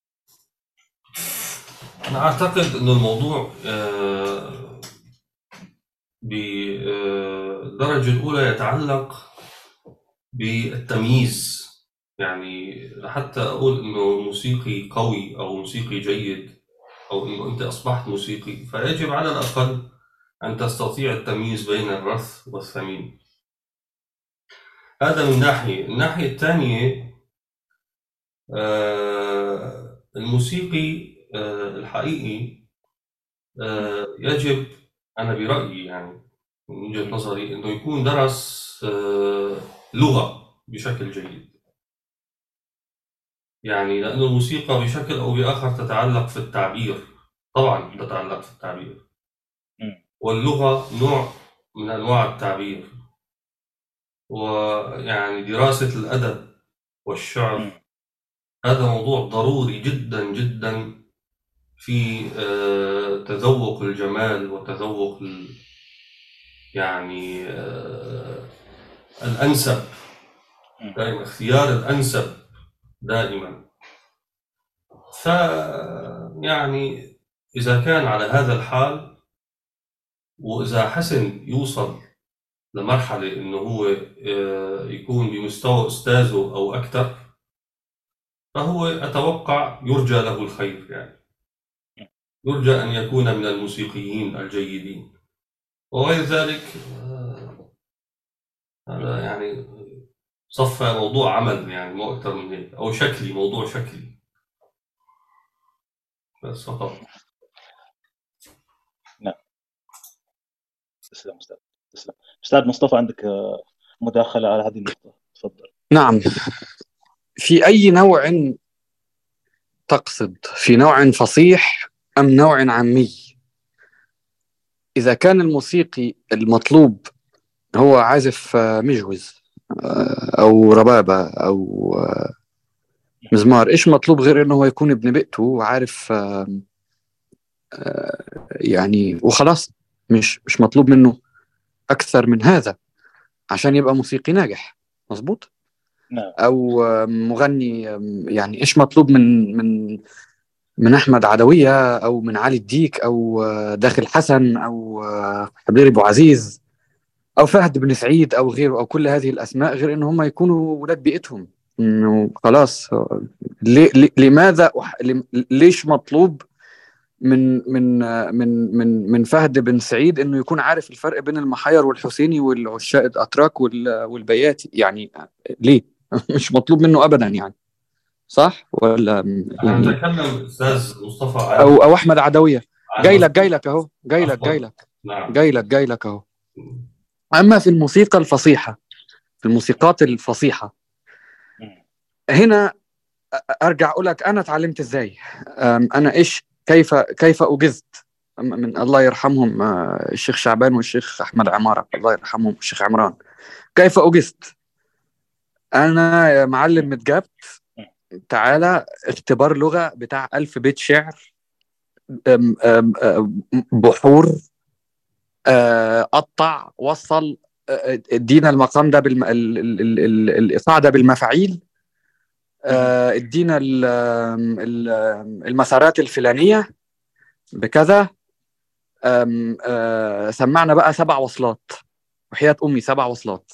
أنا أعتقد أن الموضوع بالدرجة الأولى يتعلق بالتمييز. يعني حتى أقول أنه موسيقي قوي أو موسيقي جيد أو أنه أنت أصبحت موسيقي، فيجب على الأقل أن تستطيع التمييز بين الرث والثمين. هذا من ناحية. الناحية الثانية، الموسيقي الحقيقي يجب، أنا برأيي يعني من وجهة نظري، أنه يكون درس لغة بشكل جيد. يعني لأن الموسيقى بشكل أو بآخر تتعلق في التعبير، طبعا تتعلق في التعبير، واللغة نوع من أنواع التعبير. ويعني دراسة الأدب والشعر هذا موضوع ضروري جدا جدا في تذوق الجمال وتذوق يعني الأنسب، دائما اختيار الأنسب دائما. يعني إذا كان على هذا الحال، وإذا حسن يوصل لمرحلة إنه هو يكون بمستوى أستاذه أو أكثر، فهو أتوقع يرجى له الخير، يعني يرجى أن يكون من الموسيقيين الجيدين وغير ذلك. هذا يعني صفى موضوع عمل، يعني مو أكثر من هيك، أو شكلي، موضوع شكلي بس فقط. نعم. تسلم أستاذ. تسلم. أستاذ مصطفى، عندك مداخلة على هذه النقطة، تفضل. نعم. في أي نوع تقصد؟ في نوع فصيح أم نوع عامي؟ إذا كان الموسيقي المطلوب هو عازف مجوز أو ربابة أو مزمار، إيش مطلوب غير إنه هو يكون ابن بيئته وعارف يعني، وخلاص. مش مطلوب منه أكثر من هذا عشان يبقى موسيقي ناجح. مظبوط. نعم. أو مغني، يعني إيش مطلوب من أحمد عدوية أو من علي الديك أو داخل حسن أو حبير أبو عزيز أو فهد بن سعيد أو غيره، أو كل هذه الأسماء، غير إن هم يكونوا ولاد بيئتهم. إنه خلاص، لماذا ليش مطلوب من فهد بن سعيد إنه يكون عارف الفرق بين المحير والحسيني والعشاء الأتراك والبياتي؟ يعني ليه؟ مش مطلوب منه أبدا، يعني صح ولا؟ يعني نتكلم أستاذ مصطفى أو أحمد عدوية. جاي لك أهو، جاي لك أهو. أما في الموسيقى الفصيحة، في الموسيقات الفصيحة، هنا أرجع أقول لك أنا تعلمت إزاي. أنا كيف أجزت من الله يرحمهم الشيخ شعبان والشيخ أحمد عمارة، الله يرحمهم الشيخ عمران. كيف أجزت؟ أنا يا معلم متجابت، تعالى اختبار لغة بتاع 1000 بيت شعر، بحور، قطع، وصل، ادينا المقام ده الإيقاع ده بالمفاعيل، ادينا المسارات الفلانية بكذا، سمعنا بقى 7 وصلات، وحياة أمي 7 وصلات.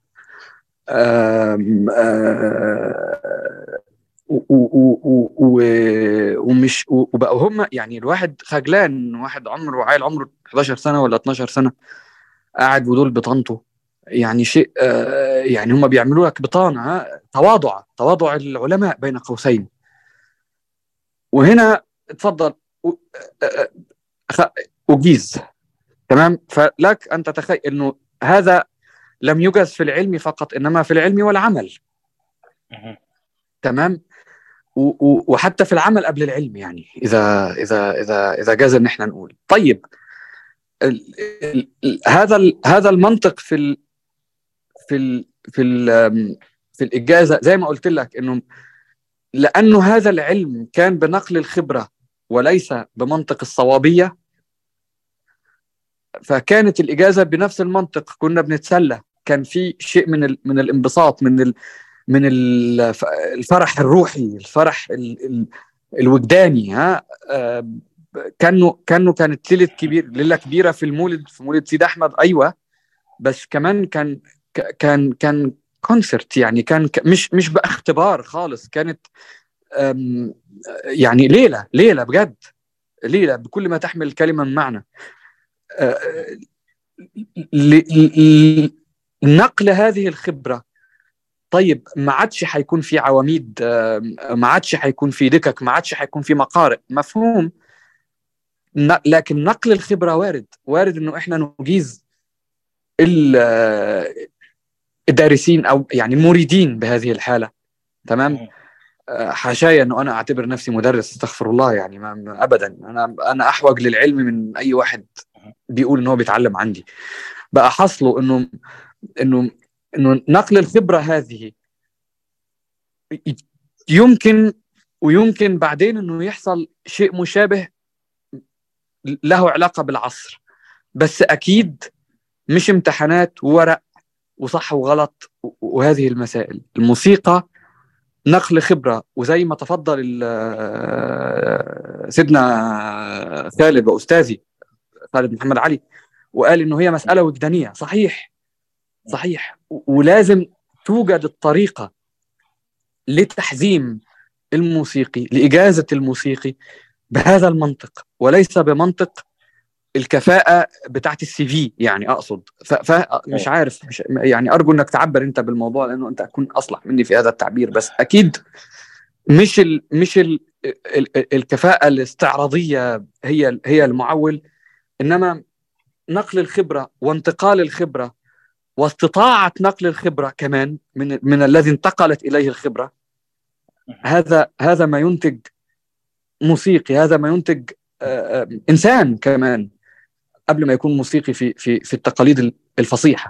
ومش وبقوا هم، يعني الواحد خجلان، واحد عمره 11 سنة ولا 12 سنة قاعد ودول بطانته، يعني شيء يعني هم بيعملوا لك بطانة، تواضع العلماء بين قوسين. وهنا اتفضل أجيز، تمام. فلك أن تتخيل أنه هذا لم يجز في العلم فقط، إنما في العلم والعمل، تمام. وحتى في العمل قبل العلم، يعني إذا جاز إن احنا نقول. طيب، هذا المنطق في الإجازة، زي ما قلت لك، إنه لأنه هذا العلم كان بنقل الخبرة وليس بمنطق الصوابية، فكانت الإجازة بنفس المنطق. كنا بنتسلى، كان في شيء من الانبساط، من الفرح الروحي، الفرح الوجداني. كانت ليلة كبيرة في مولد سيد أحمد، أيوة، بس كمان كان كونسرت، يعني كان مش بقى اختبار خالص، كانت يعني ليلة بجد، ليلة بكل ما تحمل الكلمة من معنى. نقل هذه الخبرة. طيب، ما عادش هيكون في عواميد، ما عادش هيكون في دكك، ما عادش هيكون في مقارئ، مفهوم. لكن نقل الخبرة وارد انه احنا نجيز الدارسين او يعني المريدين بهذه الحالة، تمام. حاشايا انه انا اعتبر نفسي مدرس، استغفر الله، يعني ما ابدا. انا احوج للعلم من اي واحد بيقول انه بيتعلم عندي. بقى حصله انه نقل الخبرة هذه ويمكن بعدين انه يحصل شيء مشابه له علاقة بالعصر، بس اكيد مش امتحانات وورق وصح وغلط وهذه المسائل. الموسيقى نقل خبرة. وزي ما تفضل سيدنا خالد وأستاذي خالد محمد علي وقال إنه هي مسألة وجدانية، صحيح صحيح، ولازم توجد الطريقة لتحزيم الموسيقي، لإجازة الموسيقي بهذا المنطق، وليس بمنطق الكفاءة بتاعت السي في. يعني أقصد مش عارف، مش يعني أرجو أنك تعبر أنت بالموضوع، لأنه أنت أكون أصلح مني في هذا التعبير. بس أكيد مش الكفاءة الاستعراضية هي المعول، إنما نقل الخبرة وانتقال الخبرة واستطاعة نقل الخبرة كمان من الذي انتقلت إليه الخبرة. هذا ما ينتج موسيقي، هذا ما ينتج إنسان كمان قبل ما يكون موسيقي في التقاليد الفصيحة.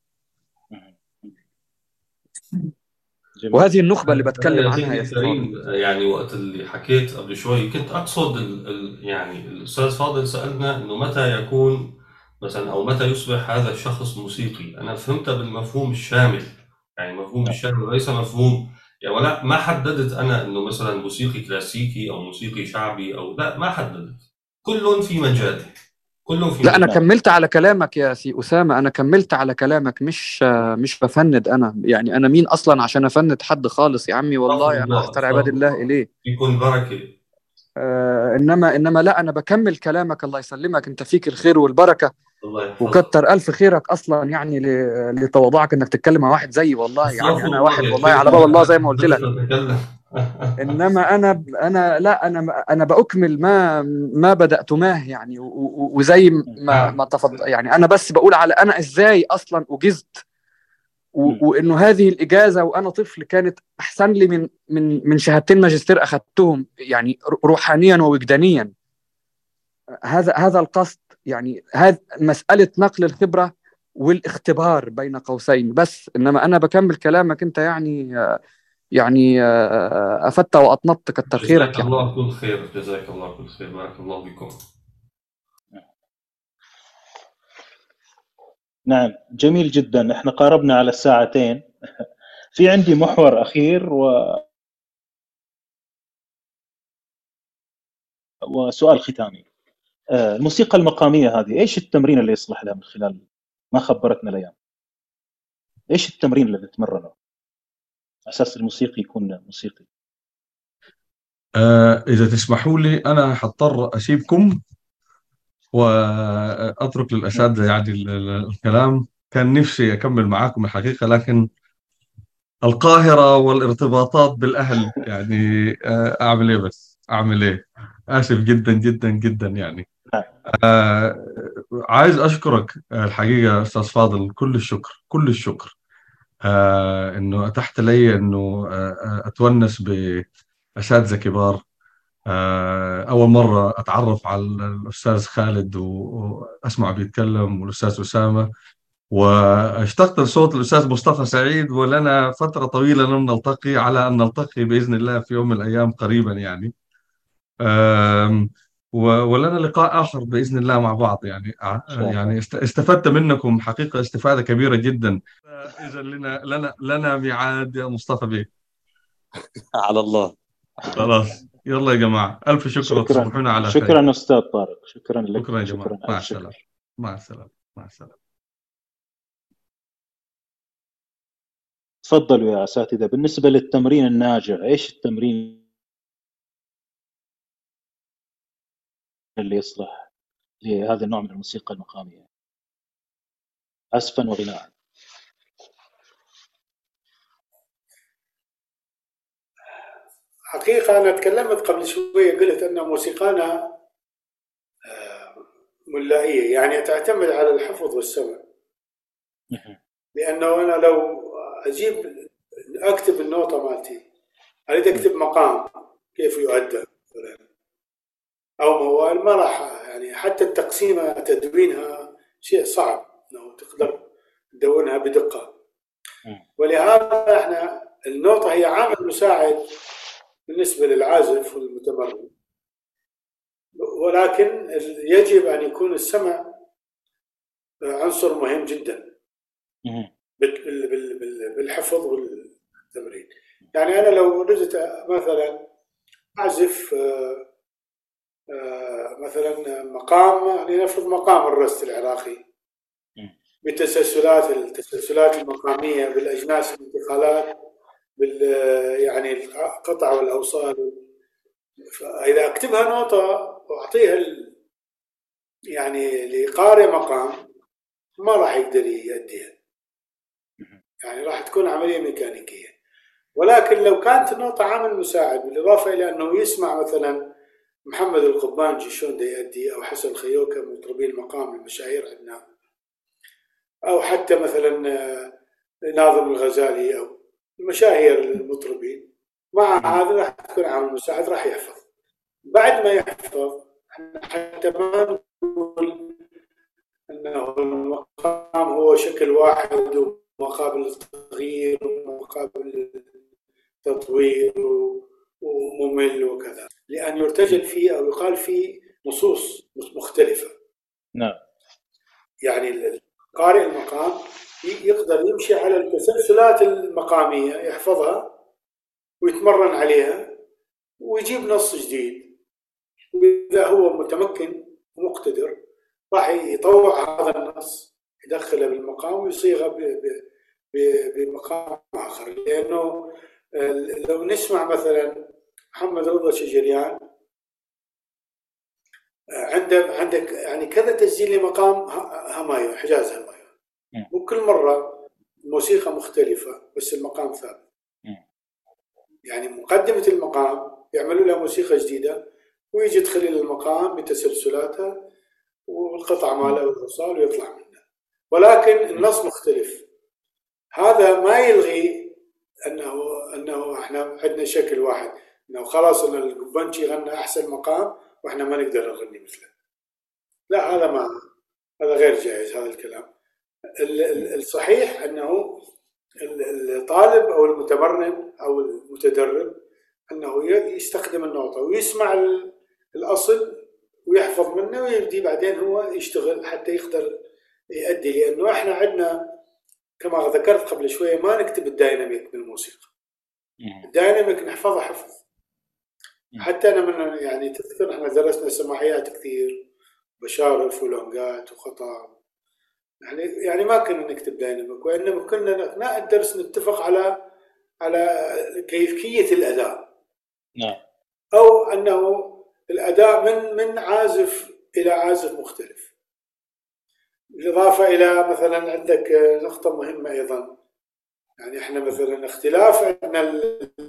وهذه النخبة اللي بتكلم عنها يا كريم. يعني وقت اللي حكيت قبل شوي كنت أقصد يعني الأستاذ فاضل سألنا إنه متى يكون مثلا أو متى يصبح هذا الشخص موسيقي. أنا فهمتها بالمفهوم الشامل، يعني مفهوم الشامل وليس مفهوم يعني، ولا ما حددت أنا إنه مثلا موسيقي كلاسيكي أو موسيقي شعبي أو لا، ما حددت، كلهم في مجال. لا أنا كملت على كلامك يا سي أسامة، أنا كملت على كلامك، مش بفند أنا. يعني أنا مين أصلا عشان أفند حد خالص يا عمي، والله أنا أحسن عباد الله إليه، يكون بركة. إنما لا، أنا بكمل كلامك. الله يسلمك، أنت فيك الخير والبركة، وكتر ألف خيرك أصلا يعني لتواضعك إنك تتكلم مع واحد زيي. والله يعني أنا واحد والله على باب الله زي ما قلت لك. انما انا لا، انا باكمل ما بداتماه يعني، وزي ما تفضل يعني. انا بس بقول على انا ازاي اصلا اجزت، وانه هذه الاجازه وانا طفل كانت احسن لي من شهادتين ماجستير اخذتهم، يعني روحانيا ووجدانيا. هذا القصد يعني، هذا مساله نقل الخبره والاختبار بين قوسين بس. انما انا بكمل كلامك انت يعني أفدت وأطنبت، كتر خيرك. جزاك الله كل خير، جزاك الله كل خير، بارك الله بكم. نعم جميل جدا. احنا قاربنا على الساعتين. في عندي محور أخير وسؤال ختامي. الموسيقى المقامية هذه ايش التمرين اللي يصلح لها من خلال ما خبرتنا الأيام؟ ايش التمرين اللي نتمرنه أساس الموسيقي يكون موسيقي؟ إذا تسمحوا لي أنا حضطر أسيبكم وأترك للأساتذة يعني الكلام. كان نفسي أكمل معاكم الحقيقة، لكن القاهرة والارتباطات بالأهل يعني أعمل إيه، بس أعمل إيه. آسف جدا جدا جدا يعني. عايز أشكرك الحقيقة أستاذ فاضل، كل الشكر كل الشكر إنه أتحت لي إنه أتونس بأساتذة كبار. أول مرة أتعرف على الأستاذ خالد وأسمع بيتكلم، والأستاذ أسامة، واشتقت لصوت الأستاذ مصطفى سعيد. ولنا فترة طويلة لم نلتقي، على أن نلتقي بإذن الله في يوم من الأيام قريبا يعني. ولنا لقاء آخر بإذن الله مع بعض يعني. يعني استفدت منكم حقيقة استفادة كبيرة جدا. إذا لنا ميعاد يا مصطفى بيه. على الله. خلاص يلا يا جماعة، ألف شكر وتصبحون على خير. شكرا أستاذ طارق، شكرا لك. شكرا يا جماعة، شكرا. مع السلامة. مع السلامة. مع السلامة. تفضلوا يا أساتذة. بالنسبة للتمرين الناجع، إيش التمرين اللي يصلح لهذا النوع من الموسيقى المقامية عزفا وغناء؟ حقيقة أنا تكلمت قبل شوية، قلت أن موسيقانا ملائية، يعني تعتمد على الحفظ والسمع. لأنه أنا لو أكتب النوتة مالتي، أريد أكتب مقام كيف يؤدى أو موال، ما راح يعني حتى التقسيمة تدوينها شيء صعب إنه تقدر تدونها بدقة. ولهذا إحنا النوتة هي عامل مساعد بالنسبة للعازف والمتمرن، ولكن يجب أن يكون السمع عنصر مهم جدا بالحفظ التمرين. يعني أنا لو ردت مثلا أعزف مثلا مقام، لنفرض مقام الرست العراقي بالتسلسلات المقامية بالأجناس الانتقالات يعني القطع والأوصال، فإذا أكتبها نوتة وأعطيها يعني لقارئ مقام ما راح يقدر يؤديها، يعني راح تكون عملية ميكانيكية. ولكن لو كانت النوتة عامل مساعد، بالإضافة إلى أنه يسمع مثلا محمد القبانجي شلون دا يؤدي، أو حسن خيوكة مطربين المقام المشاهير عندنا، أو حتى مثلا ناظم الغزالي أو المشاهير المطربين، مع هذا راح تكون عامل مساعد راح يحفظ. بعد ما يحفظ حتى ما نقول أنه المقام هو شكل واحد ومقابل التغيير ومقابل التطوير وممل وكذا، لأن يرتجل فيه أو يقال فيه نصوص مختلفة. نعم. يعني قارئ المقام يقدر يمشي على التسلسلات المقامية، يحفظها ويتمرن عليها ويجيب نص جديد، وإذا هو متمكن ومقتدر راح يطوع هذا النص يدخله بالمقام ويصيغه بمقام آخر. لأنه لو نسمع مثلا محمد رضا شجريان عندك يعني كذا تسجيل لمقام همايون، حجاز همايون، وكل مرة الموسيقى مختلفة بس المقام ثابت. يعني مقدمة المقام يعملوا لها موسيقى جديدة ويجي يدخل المقام بتسلسلاته والقطع ماله والوصال ويطلع منه، ولكن النص مختلف. هذا ما يلغي انه احنا عندنا شكل واحد، انه خلاص ان القبانجي غنى احسن مقام واحنا ما نقدر نغني مثله. لا، هذا غير جائز هذا الكلام. الصحيح انه الطالب او المتمرن او المتدرب انه يستخدم النوتة ويسمع الاصل ويحفظ منه ويبدي بعدين هو يشتغل حتى يقدر يؤدي. لانه احنا عندنا كما ذكرت قبل شويه ما نكتب الدايناميك بالموسيقى، الدايناميك نحفظه حفظ. حتى انا من يعني تذكر احنا درسنا سماعيات كثير، بشارف ولونجات وخطا، يعني ما كنا نكتب دايناميك، وانما كنا اثناء الدرس نتفق على كيفية الاداء. نعم. او انه الاداء من عازف الى عازف مختلف. بالاضافه الى مثلا عندك نقطه مهمه ايضا، يعني احنا مثلا اختلاف عندنا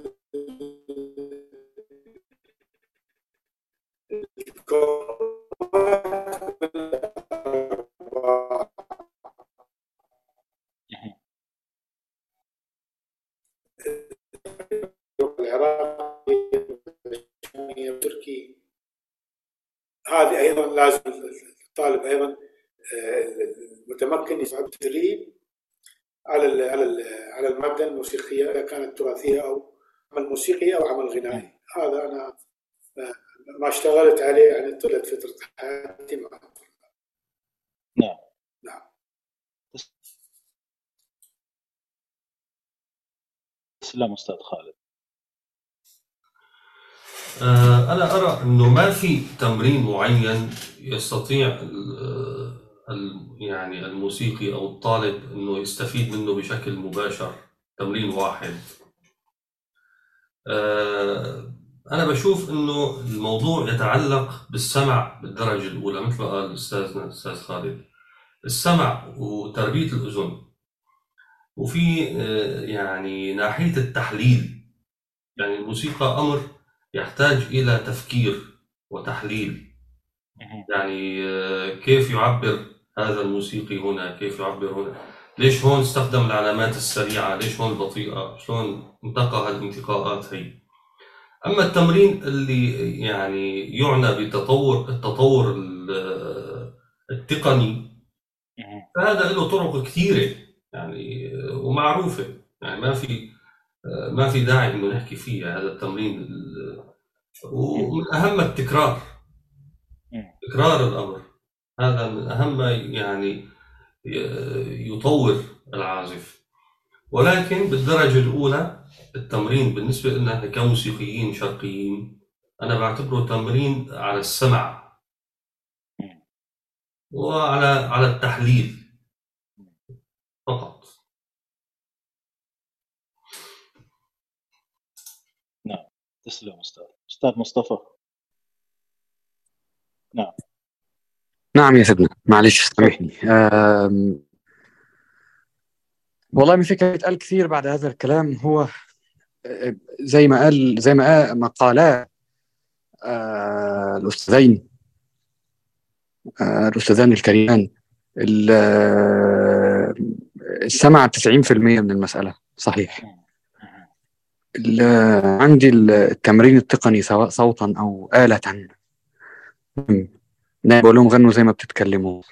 العراقي والتركي، هذه ايضا لازم الطالب ايضا المتمكن يصعب التدريب على المادة الموسيقية إذا كانت تراثية أو عمل موسيقي أو عمل غنائي. هذا أنا ما اشتغلت عليه يعني طيلة فترة حياتي مع الطلاب. نعم. نعم. تسلم أستاذ خالد. أنا أرى أنه ما في تمرين معين يستطيع يعني الموسيقي أو الطالب أنه يستفيد منه بشكل مباشر، تمرين واحد. أنا بشوف أنه الموضوع يتعلق بالسمع بالدرجة الأولى، مثل ما قال أستاذنا الأستاذ خالد، السمع وتربية الأذن، وفي يعني ناحية التحليل. يعني الموسيقى أمر يحتاج إلى تفكير وتحليل. يعني كيف يعبر هذا الموسيقي هنا، كيف يعبر هنا، ليش هون استخدم العلامات السريعة، ليش هون البطيئة، شلون انتقى هالانتقاءات هي. أما التمرين اللي يعني يعنى بالتطور التقني، فهذا له طرق كثيرة يعني ومعروفة، يعني ما في داعي إنه نحكي فيها. هذا التمرين ومن أهم التكرار، تكرار الأمر، هذا من أهم ما يعني يطور العازف. ولكن بالدرجة الأولى التمرين بالنسبة لنا كموسيقيين شرقيين أنا بعتبره تمرين على السمع وعلى التحليل فقط. نعم، تسلم أستاذ مصطفى. نعم يا سيدنا، معلش سامحني. والله مثل كان يتقال كثير بعد هذا الكلام. هو زي ما قالا الأستاذان الكريمان، السمع 90% من المسألة صحيح. عندي التمرين التقني سواء صوتا أو آلة، بقول لهم غنوا زي ما بتتكلموا.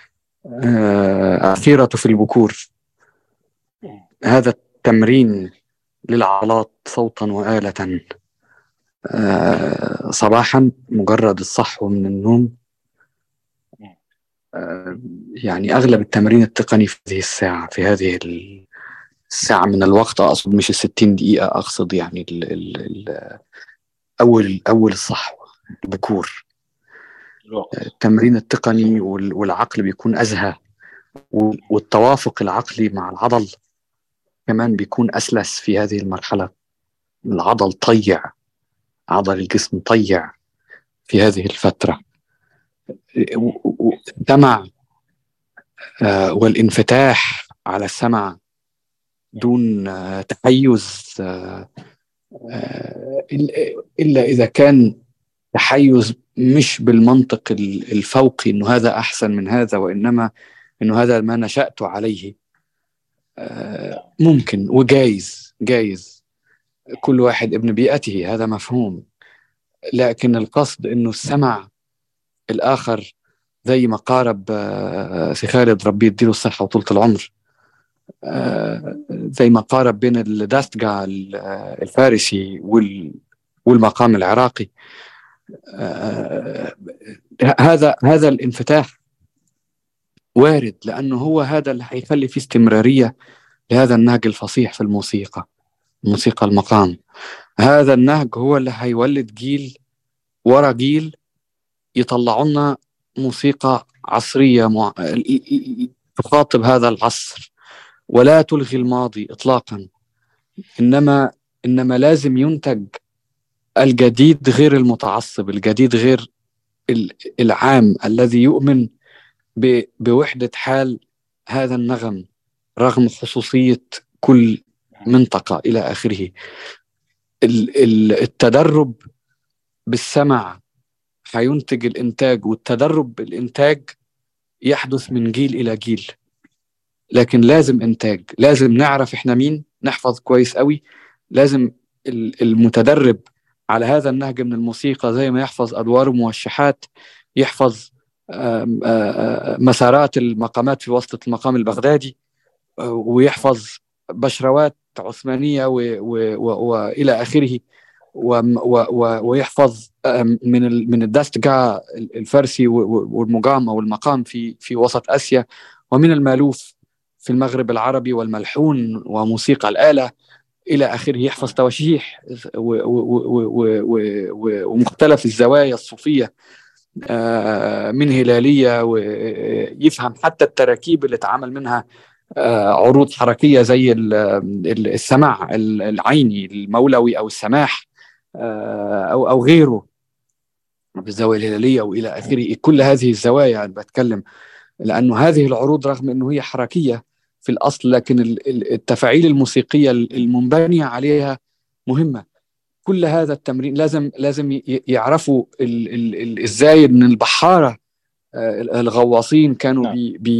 أخيرة في البكور، هذا التمرين للعضلات صوتا وآلة. صباحا مجرد الصحو من النوم، يعني أغلب التمرين التقني في هذه الساعة، في هذه الساعة من الوقت، أقصد مش 60 دقيقة، أقصد يعني أول الصحو، البكور. التمرين التقني والعقل بيكون أزهى، والتوافق العقلي مع العضل كمان بيكون أسلس في هذه المرحلة. العضل طيع، عضل الجسم طيع في هذه الفترة. السمع والانفتاح على السمع دون تحيز، إلا إذا كان تحيز مش بالمنطق الفوقي إنه هذا أحسن من هذا، وإنما إنه هذا ما نشأت عليه. ممكن وجايز، كل واحد ابن بيئته، هذا مفهوم. لكن القصد إنه السمع الآخر، زي ما قارب سي خالد ربي يديله الصحة وطولة العمر، زي ما قارب بين الداستقا الفارسي والمقام العراقي. هذا الانفتاح وارد، لأنه هو هذا اللي هيخلي فيه استمرارية لهذا النهج الفصيح في الموسيقى المقام. هذا النهج هو اللي هيولد جيل ورا جيل يطلعونا موسيقى عصرية تخاطب هذا العصر ولا تلغي الماضي إطلاقا. إنما لازم ينتج الجديد غير المتعصب، الجديد غير العام الذي يؤمن بوحدة حال هذا النغم رغم خصوصية كل منطقة إلى آخره. التدرب بالسمع هينتج الإنتاج، والتدرب بالإنتاج يحدث من جيل إلى جيل. لكن لازم إنتاج، لازم نعرف إحنا مين، نحفظ كويس قوي. لازم المتدرب على هذا النهج من الموسيقى زي ما يحفظ أدوار وموشحات، يحفظ مسارات المقامات في وسط المقام البغدادي، ويحفظ بشروات عثمانية وإلى آخره، ويحفظ من الداستقا الفارسي والمقام أو المقام في وسط آسيا، ومن المألوف في المغرب العربي والملحون وموسيقى الآلة إلى آخره. يحفظ تواشيح ومختلف الزوايا الصوفية من هلالية، ويفهم حتى التراكيب اللي اتعمل منها عروض حركية زي السماع العيني المولوي أو السماح أو غيره بالزاوية الهلالية وإلى آخره. كل هذه الزوايا أنا بتكلم، لأنه هذه العروض رغم أنه هي حركية في الأصل، لكن التفاعيل الموسيقية المنبنية عليها مهمة. كل هذا التمرين لازم يعرفوا إزاي أن البحارة الغواصين كانوا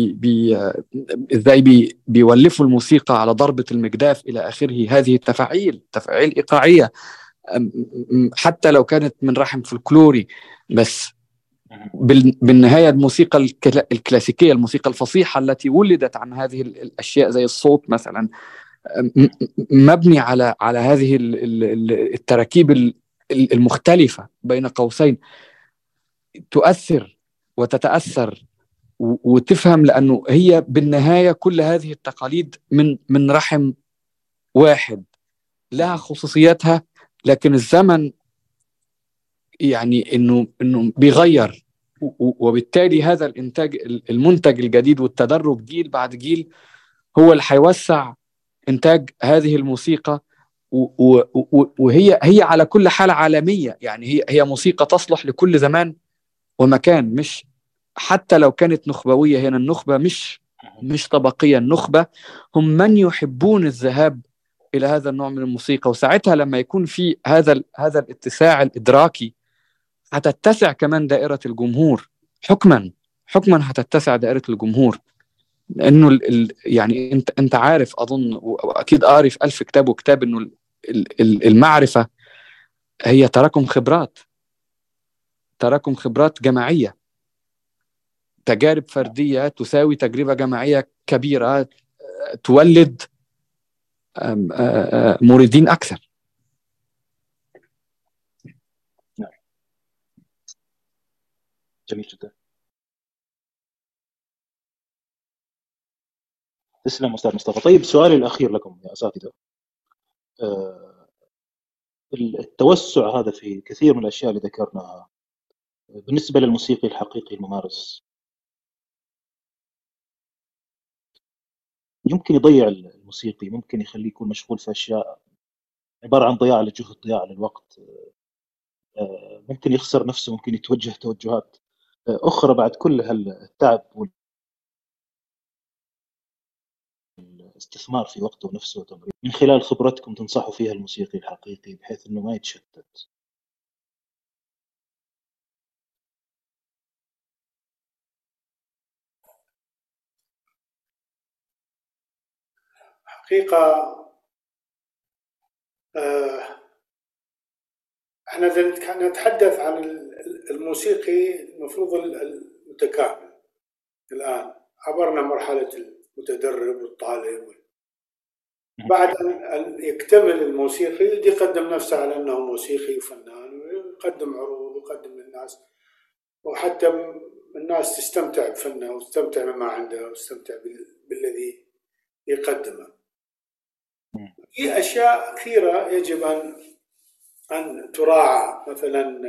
إزاي بيولفوا الموسيقى على ضربة المجداف إلى آخره. هذه تفاعيل إيقاعية، حتى لو كانت من رحم فلكلوري، بس بالنهاية الموسيقى الكلاسيكية، الموسيقى الفصيحة التي ولدت عن هذه الأشياء زي الصوت مثلا، مبني على هذه التراكيب المختلفة بين قوسين، تؤثر وتتأثر وتفهم، لأنه هي بالنهاية كل هذه التقاليد من رحم واحد لها خصوصياتها، لكن الزمن يعني انه بيغير، وبالتالي هذا المنتج الجديد والتدرج جيل بعد جيل هو اللي هيوسع انتاج هذه الموسيقى. وهي على كل حال عالمية، يعني هي موسيقى تصلح لكل زمان ومكان. مش حتى لو كانت نخبوية، هنا النخبة مش طبقية، النخبة هم من يحبون الذهاب إلى هذا النوع من الموسيقى. وساعتها لما يكون في هذا الاتساع الإدراكي هتتسع كمان دائرة الجمهور، حكما هتتسع دائرة الجمهور. لأنه يعني أنت عارف أظن، وأكيد قاري في 1000 كتاب وكتاب، إنه المعرفة هي تراكم خبرات جماعية. تجارب فردية تساوي تجربة جماعية كبيرة تولد مريدين أكثر. نعم، جميل جدا. تسلم أستاذ مصطفى. طيب سؤالي الأخير لكم يا أساتذة، التوسع هذا في كثير من الأشياء اللي ذكرناها بالنسبة للموسيقي الحقيقي الممارس يمكن يضيع الموسيقي، ممكن يخليه يكون مشغول في أشياء عبارة عن ضياع للجهد، ضياع للوقت، ممكن يخسر نفسه، ممكن يتوجه توجهات أخرى بعد كل هالتعب والاستثمار في وقته ونفسه وتمرين. من خلال خبرتكم تنصحوا فيها الموسيقي الحقيقي بحيث أنه ما يتشتت؟ حقيقة احنا نتحدث عن الموسيقي المفروض المتكامل. الآن عبرنا مرحلة المتدرب والطالب، بعد أن يكتمل الموسيقي يقدم نفسه على أنه موسيقي وفنان، ويقدم عروض ويقدم للناس، وحتى الناس تستمتع بفنه وتستمتع بما عنده وتستمتع بالذي يقدمه. في أشياء كثيرة يجب أن تراعى. مثلا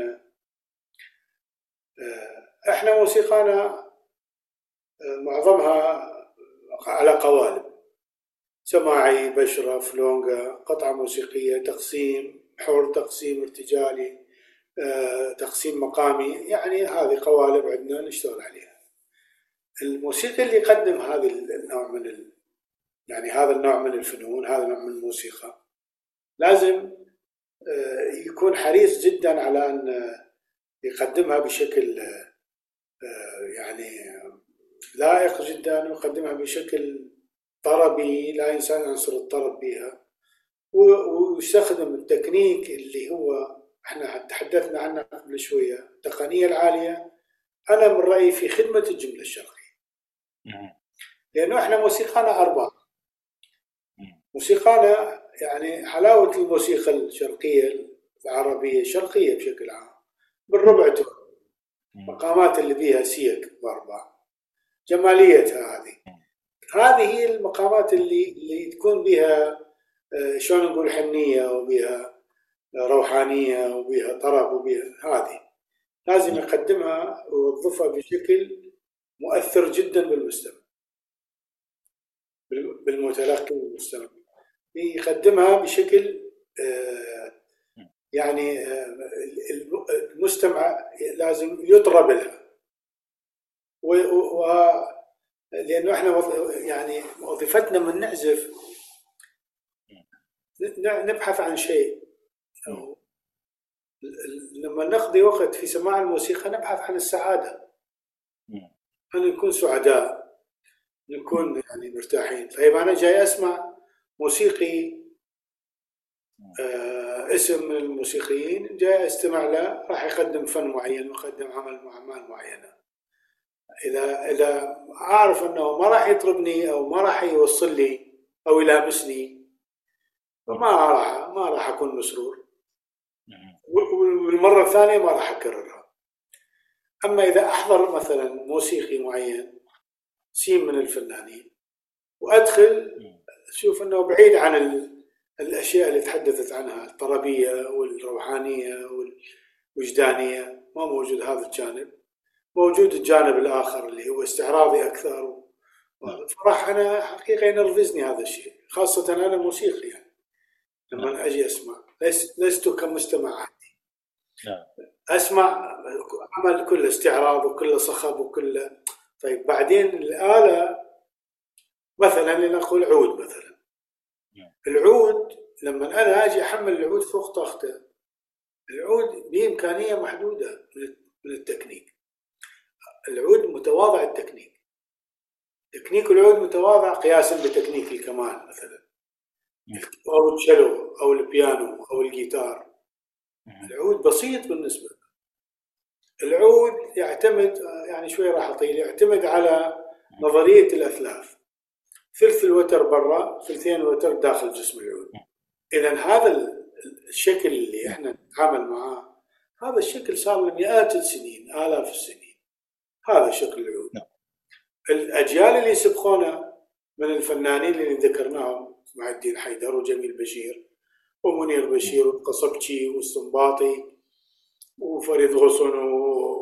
احنا موسيقانا معظمها على قوالب: سماعي، بشرة، فلونجا، قطعة موسيقية، تقسيم حر، تقسيم ارتجالي، تقسيم مقامي. يعني هذه قوالب عندنا نشتغل عليها. الموسيقي اللي يقدم هذا النوع يعني هذا النوع من الفنون، هذا النوع من الموسيقى، لازم يكون حريص جدا على أن يقدمها بشكل يعني لائق جدا، ويقدمها بشكل طربي لا ينسى عنصر الطرب بها، ويستخدم التكنيك اللي هو احنا تحدثنا عنه قبل شوية، التقنية العالية. أنا من رأيي في خدمة الجملة الشرقية، لأنه احنا موسيقانا أربعة. موسيقانا يعني حلاوة الموسيقى الشرقية العربية الشرقية بشكل عام بالربع تون، مقامات اللي بيها سيك بأربع، جماليتها هذه هي المقامات اللي تكون بها شلون نقول حنية، وبها روحانية، وبها طرب، وبها هذه لازم يقدمها ويوظفها بشكل مؤثر جدا بالمستمع، بالمتلقي والمستمع، يقدمها بشكل يعني المستمع لازم يطرب لها. لأنه احنا يعني وظيفتنا من نعزف نبحث عن شيء. لما نقضي وقت في سماع الموسيقى نبحث عن السعادة، أن نكون سعداء، نكون يعني مرتاحين. طيب أنا جاي أسمع موسيقي اسم من الموسيقيين جاي أستمع له، راح يقدم فن معين ويقدم أعمال معينة. إذا أعرف أنه ما راح يطربني أو ما راح يوصل لي أو يلامسني، ما راح أكون مسرور، والمرة الثانية ما راح أكررها. أما إذا أحضر مثلا موسيقي معين سين من الفنانين وأدخل أشوف أنه بعيد عن الأشياء اللي تحدثت عنها الطربية والروحانية والوجدانية، ما موجود هذا الجانب. موجود الجانب الآخر اللي هو استعراضي أكثر. فراح أنا حقيقة ينرفزني هذا الشيء، خاصة أنا موسيقي يعني لما أجي أسمع لست كمستمع عادي. أسمع عمل كله استعراض وكله صخب وكله. طيب بعدين الآلة مثلا لنقول عود مثلا، العود لما أنا أجي أحمل العود فوق طاقته، العود بإمكانية محدودة من التكنيك. العود متواضع التكنيك، تكنيك العود متواضع قياسا بتكنيك الكمان مثلا، أو الشلو أو البيانو أو الجيتار. العود بسيط بالنسبة. العود يعتمد يعني شوي راح أطيل، يعتمد على نظرية الأثلاث، ثلث الوتر برا، ثلثين الوتر داخل جسم العود. إذن هذا الشكل اللي إحنا نتعامل معاه، هذا الشكل صار لمئات السنين، آلاف السنين. هذا شكل العود. الأجيال اللي سبقونا من الفنانين اللي ذكرناهم، مع الدين حيدر وجميل بشير ومنير بشير والقصبجي والسنباطي وفريد غصن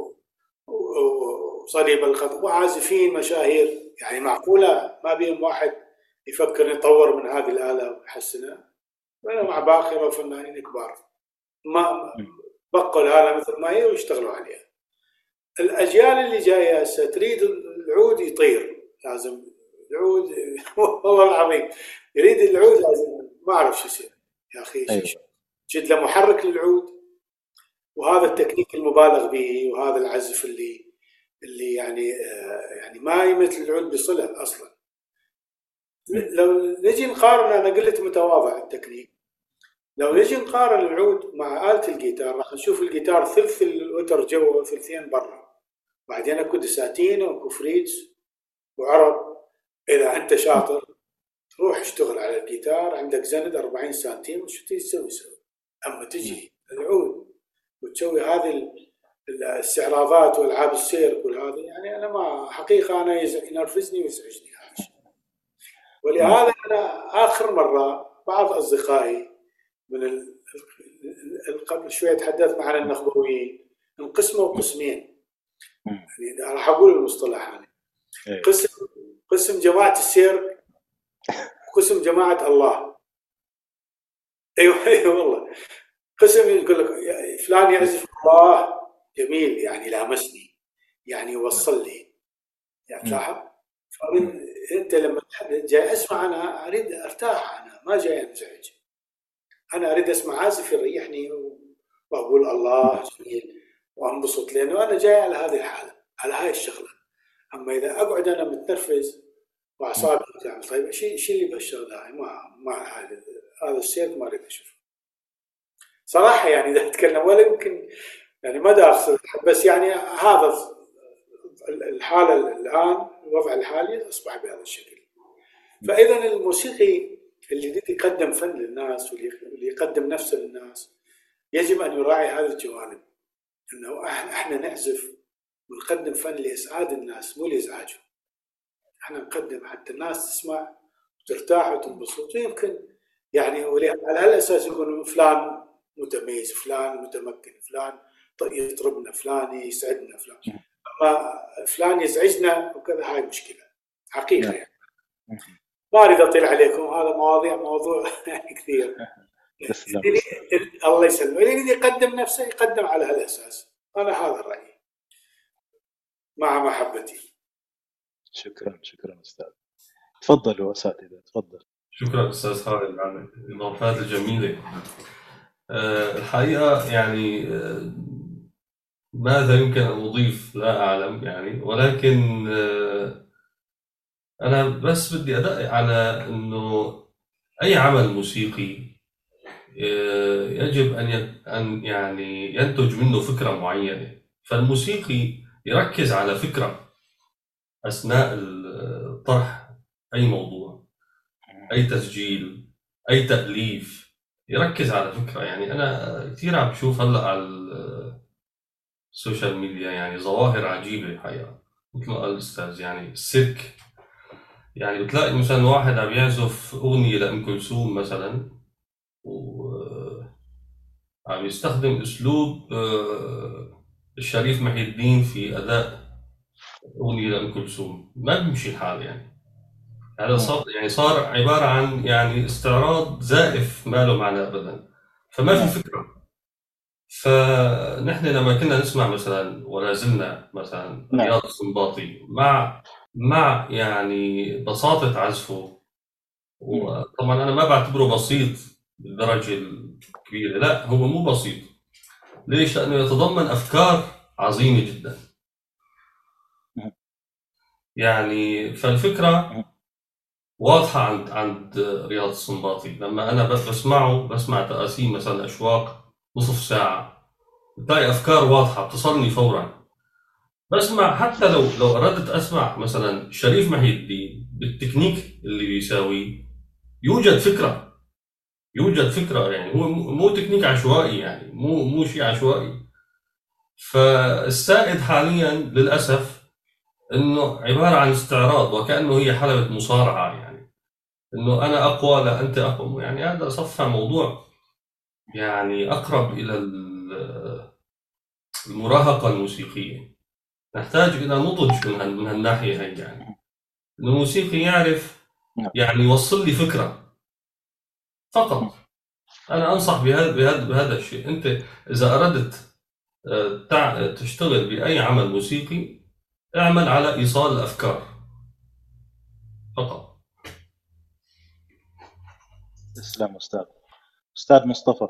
وصليب الخط وعازفين مشاهير، يعني معقولة ما بين واحد يفكر يطور من هذه الآلة ويحسنها؟ وأنا مع باخرة وفنانين كبار ما بقوا الآلة مثل ما هي ويشتغلوا عليها. الأجيال اللي جاية ستريد العود يطير، لازم العود والله العظيم يريد العود لازم، ما أعرف شو يصير يا أخي. جد له محرك للعود، وهذا التكنيك المبالغ به، وهذا العزف اللي يعني ما يمثل العود بصلة أصلا. لو نجي نقارن، أنا قلت متواضع التكنيك، لو نجي نقارن العود مع آلة الجيتار راح نشوف الجيتار ثلث الوتر جوا وثلثين برا، بعدين اكو دساتين واكو فريتز وعرب. اذا انت شاطر روح اشتغل على الجيتار، عندك زند 40 سنتيم وشو تسوي. اما تجي العود وتسوي هذه الاستعراضات والعاب السير كل هذا، يعني انا ما حقيقه انا ينرفزني ويزعجني هذا الشيء. ولهذا انا اخر مره بعض اصدقائي من قبل شويه تحدثنا عن النخبويين، انقسموا قسمين، يعني راح اقول المصطلح هذا، قسم جماعه السير وقسم جماعه الله. ايوه والله، قسم يقول لك فلان يعزف الله جميل، يعني لامسني، يعني وصل لي، يعني لاحظ. انت لما جاي اسمع، انا اريد ارتاح، انا ما جاي انزعج، انا اريد اسمع عازف يريحني واقول الله جميل وانبسط، لانه انا جاي على هذه الحاله، على هاي الشغله. اما اذا اقعد انا متنرفز واعصابي تعمل، طيب شيء اللي بهالشغله هاي ما هذا السير ما اريد اشوفه صراحه. يعني اذا اتكلم ولا يمكن يعني ما دا اقصد، بس يعني هذا الحاله الان، الوضع الحالي اصبح بهذا الشكل. فاذا الموسيقي اللي يريد يقدم فن للناس واللي يقدم نفسه للناس يجب ان يراعي هذه الجوانب، انه احنا نعزف ونقدم فن لاسعاد الناس مو لازعاجهم. احنا نقدم حتى الناس تسمع وترتاح وتنبسط، ويمكن يعني على هالاساس يكون فلان متميز، فلان متمكن، فلان يطربنا، فلان يسعدنا، فلان. اما فلان يزعجنا وكذا، هاي مشكله حقيقه. يعني ما اريد اطيل عليكم، هذا موضوع يعني كثير. الله يسلمه، اللي يريد يقدم نفسه يقدم على هالاساس. انا هذا رايي مع محبتي. شكرا استاذ. تفضلوا اساتذه، تفضل. شكرا استاذ خالد على الاضافات الجميله. الحقيقه يعني ماذا يمكن ان اضيف لا اعلم يعني، ولكن انا بس بدي ادقق على انه اي عمل موسيقي يجب ان يعني ينتج منه فكره معينه. فالموسيقي يركز على فكره اثناء طرح اي موضوع، اي تسجيل، اي تاليف، يركز على فكره. يعني انا كثير عم بشوف هلا على السوشيال ميديا يعني ظواهر عجيبه الحقيقه، مثل ما قال الاستاذ، يعني السيرك. يعني بتلاقي مثلا واحد عم يعزف اغنيه لام كلثوم مثلا، عم يستخدم أسلوب الشريف محي الدين في أداء أغنية لأم كلثوم، ما بيمشي الحال يعني. هذا صار عبارة عن يعني استعراض زائف ما له معنى أبدا، فما في فكرة. فنحن لما كنا نسمع مثلا ولا زلنا مثلا رياض السنباطي مع يعني بساطة عزفه، وطبعا أنا ما بعتبره بسيط بالدرجة الكبيرة، لا هو مو بسيط. ليش؟ لأنه يتضمن أفكار عظيمة جدا يعني. فالفكرة واضحة عند رياض السنباطي. لما أنا بسمع تقاسيم مثلا أشواق نصف ساعة، بتلاقي أفكار واضحة بتصلني فورا. بسمع حتى لو أردت أسمع مثلا شريف محي الدين بالتكنيك اللي بيساويه، يوجد فكرة يعني. هو مو تكنيك عشوائي يعني، مو شيء عشوائي. فالسائد حاليا للأسف إنه عبارة عن استعراض، وكأنه هي حلبة مصارعة يعني، إنه أنا أقوى لا أنت أقوى. يعني هذا صفى موضوع يعني أقرب إلى المراهقة الموسيقية. نحتاج إلى نضج من هالناحية هي يعني، إنه الموسيقي يعرف يعني يوصل لي فكرة فقط. أنا أنصح بهذا الشيء. أنت إذا أردت تشتغل بأي عمل موسيقي، اعمل على إيصال الأفكار فقط. تسلم أستاذ مصطفى.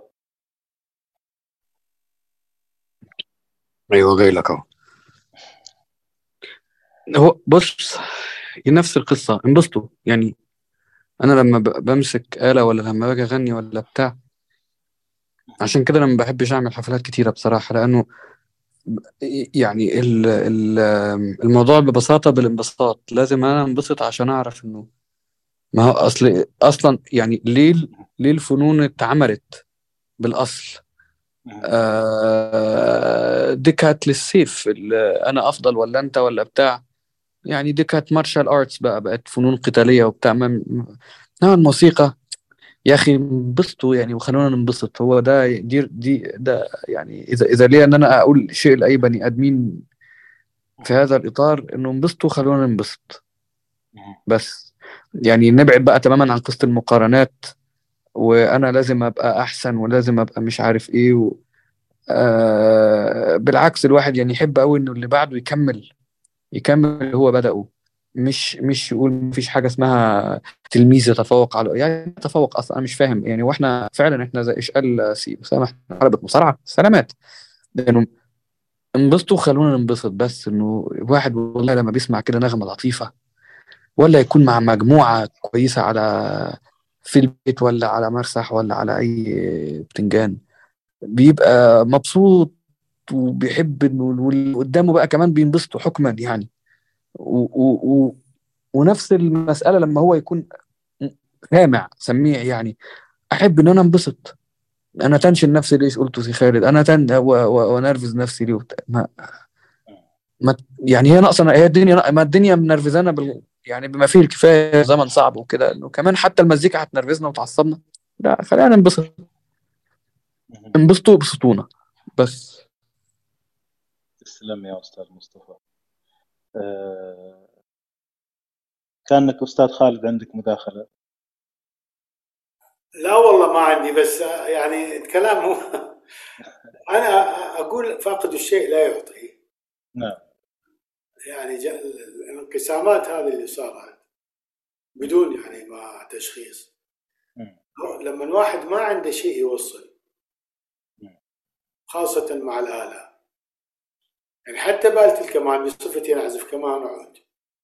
ايوه جاي لك اهو. هو بص، نفس القصه، انبسطوا يعني. انا لما بمسك آلة ولا لما باجي اغني ولا بتاع، عشان كده انا ما بحبش اعمل حفلات كتيره بصراحه، لانه يعني الموضوع ببساطه بالانبساط. لازم انا انبسط عشان اعرف انه ما هو اصلا يعني ليه الفنون اتعملت بالاصل. دي كانت للسيف، انا افضل ولا انت ولا بتاع. يعني دي كانت مارشال ارتس، بقت فنون قتاليه وبتاع. انما الموسيقى يا اخي انبسطوا يعني، وخلونا ننبسط. هو ده يعني، اذا ليه ان انا اقول شيء لاي بني ادمين في هذا الاطار، انه انبسطوا خلونا ننبسط بس. يعني نبعد بقى تماما عن قصه المقارنات، وانا لازم ابقى احسن ولازم ابقى مش عارف ايه بالعكس، الواحد يعني يحب قوي انه اللي بعده يكمل اللي هو بدأه. مش يقول مفيش حاجة اسمها تلميذ يتفوق على، يعني يتفوق اصلا انا مش فاهم يعني. واحنا فعلا احنا زي ايش قال سي سامح، حلبة مصارعة سلامات. لانه انبسطوا خلونا ننبسط. بس انه الواحد والله لما بيسمع كده نغمة لطيفة، ولا يكون مع مجموعة كويسة على في البيت ولا على مسرح ولا على اي بتنجان، بيبقى مبسوط وبيحب انه واللي قدامه بقى كمان بينبسطوا حكما يعني. و و و ونفس المسألة لما هو يكون سامع سميع يعني، احب ان انا انبسط. انا تنشن نفسي ليش قلته سي خالد، انا ونرفز نفسي ليه ما يعني هي ناقصه، هي الدنيا ما الدنيا منرفزانا يعني بما فيه الكفايه زمن صعب وكده، انه كمان حتى المزيكا هتنرفزنا وتعصبنا. لا خلينا ننبسط، انبسطوا وبسطونا بس. تسلم يا أستاذ مصطفى. كانك أستاذ خالد عندك مداخلة؟ لا والله ما عندي، بس يعني الكلام هو أنا أقول فاقد الشيء لا يعطي. نعم. يعني الانقسامات هذه اللي صارت بدون يعني ما تشخيص، لما الواحد ما عنده شيء يوصل، خاصة مع الآلة. يعني حتى بآلة الكمان، بصفتي أنا أعزف كمان وعود،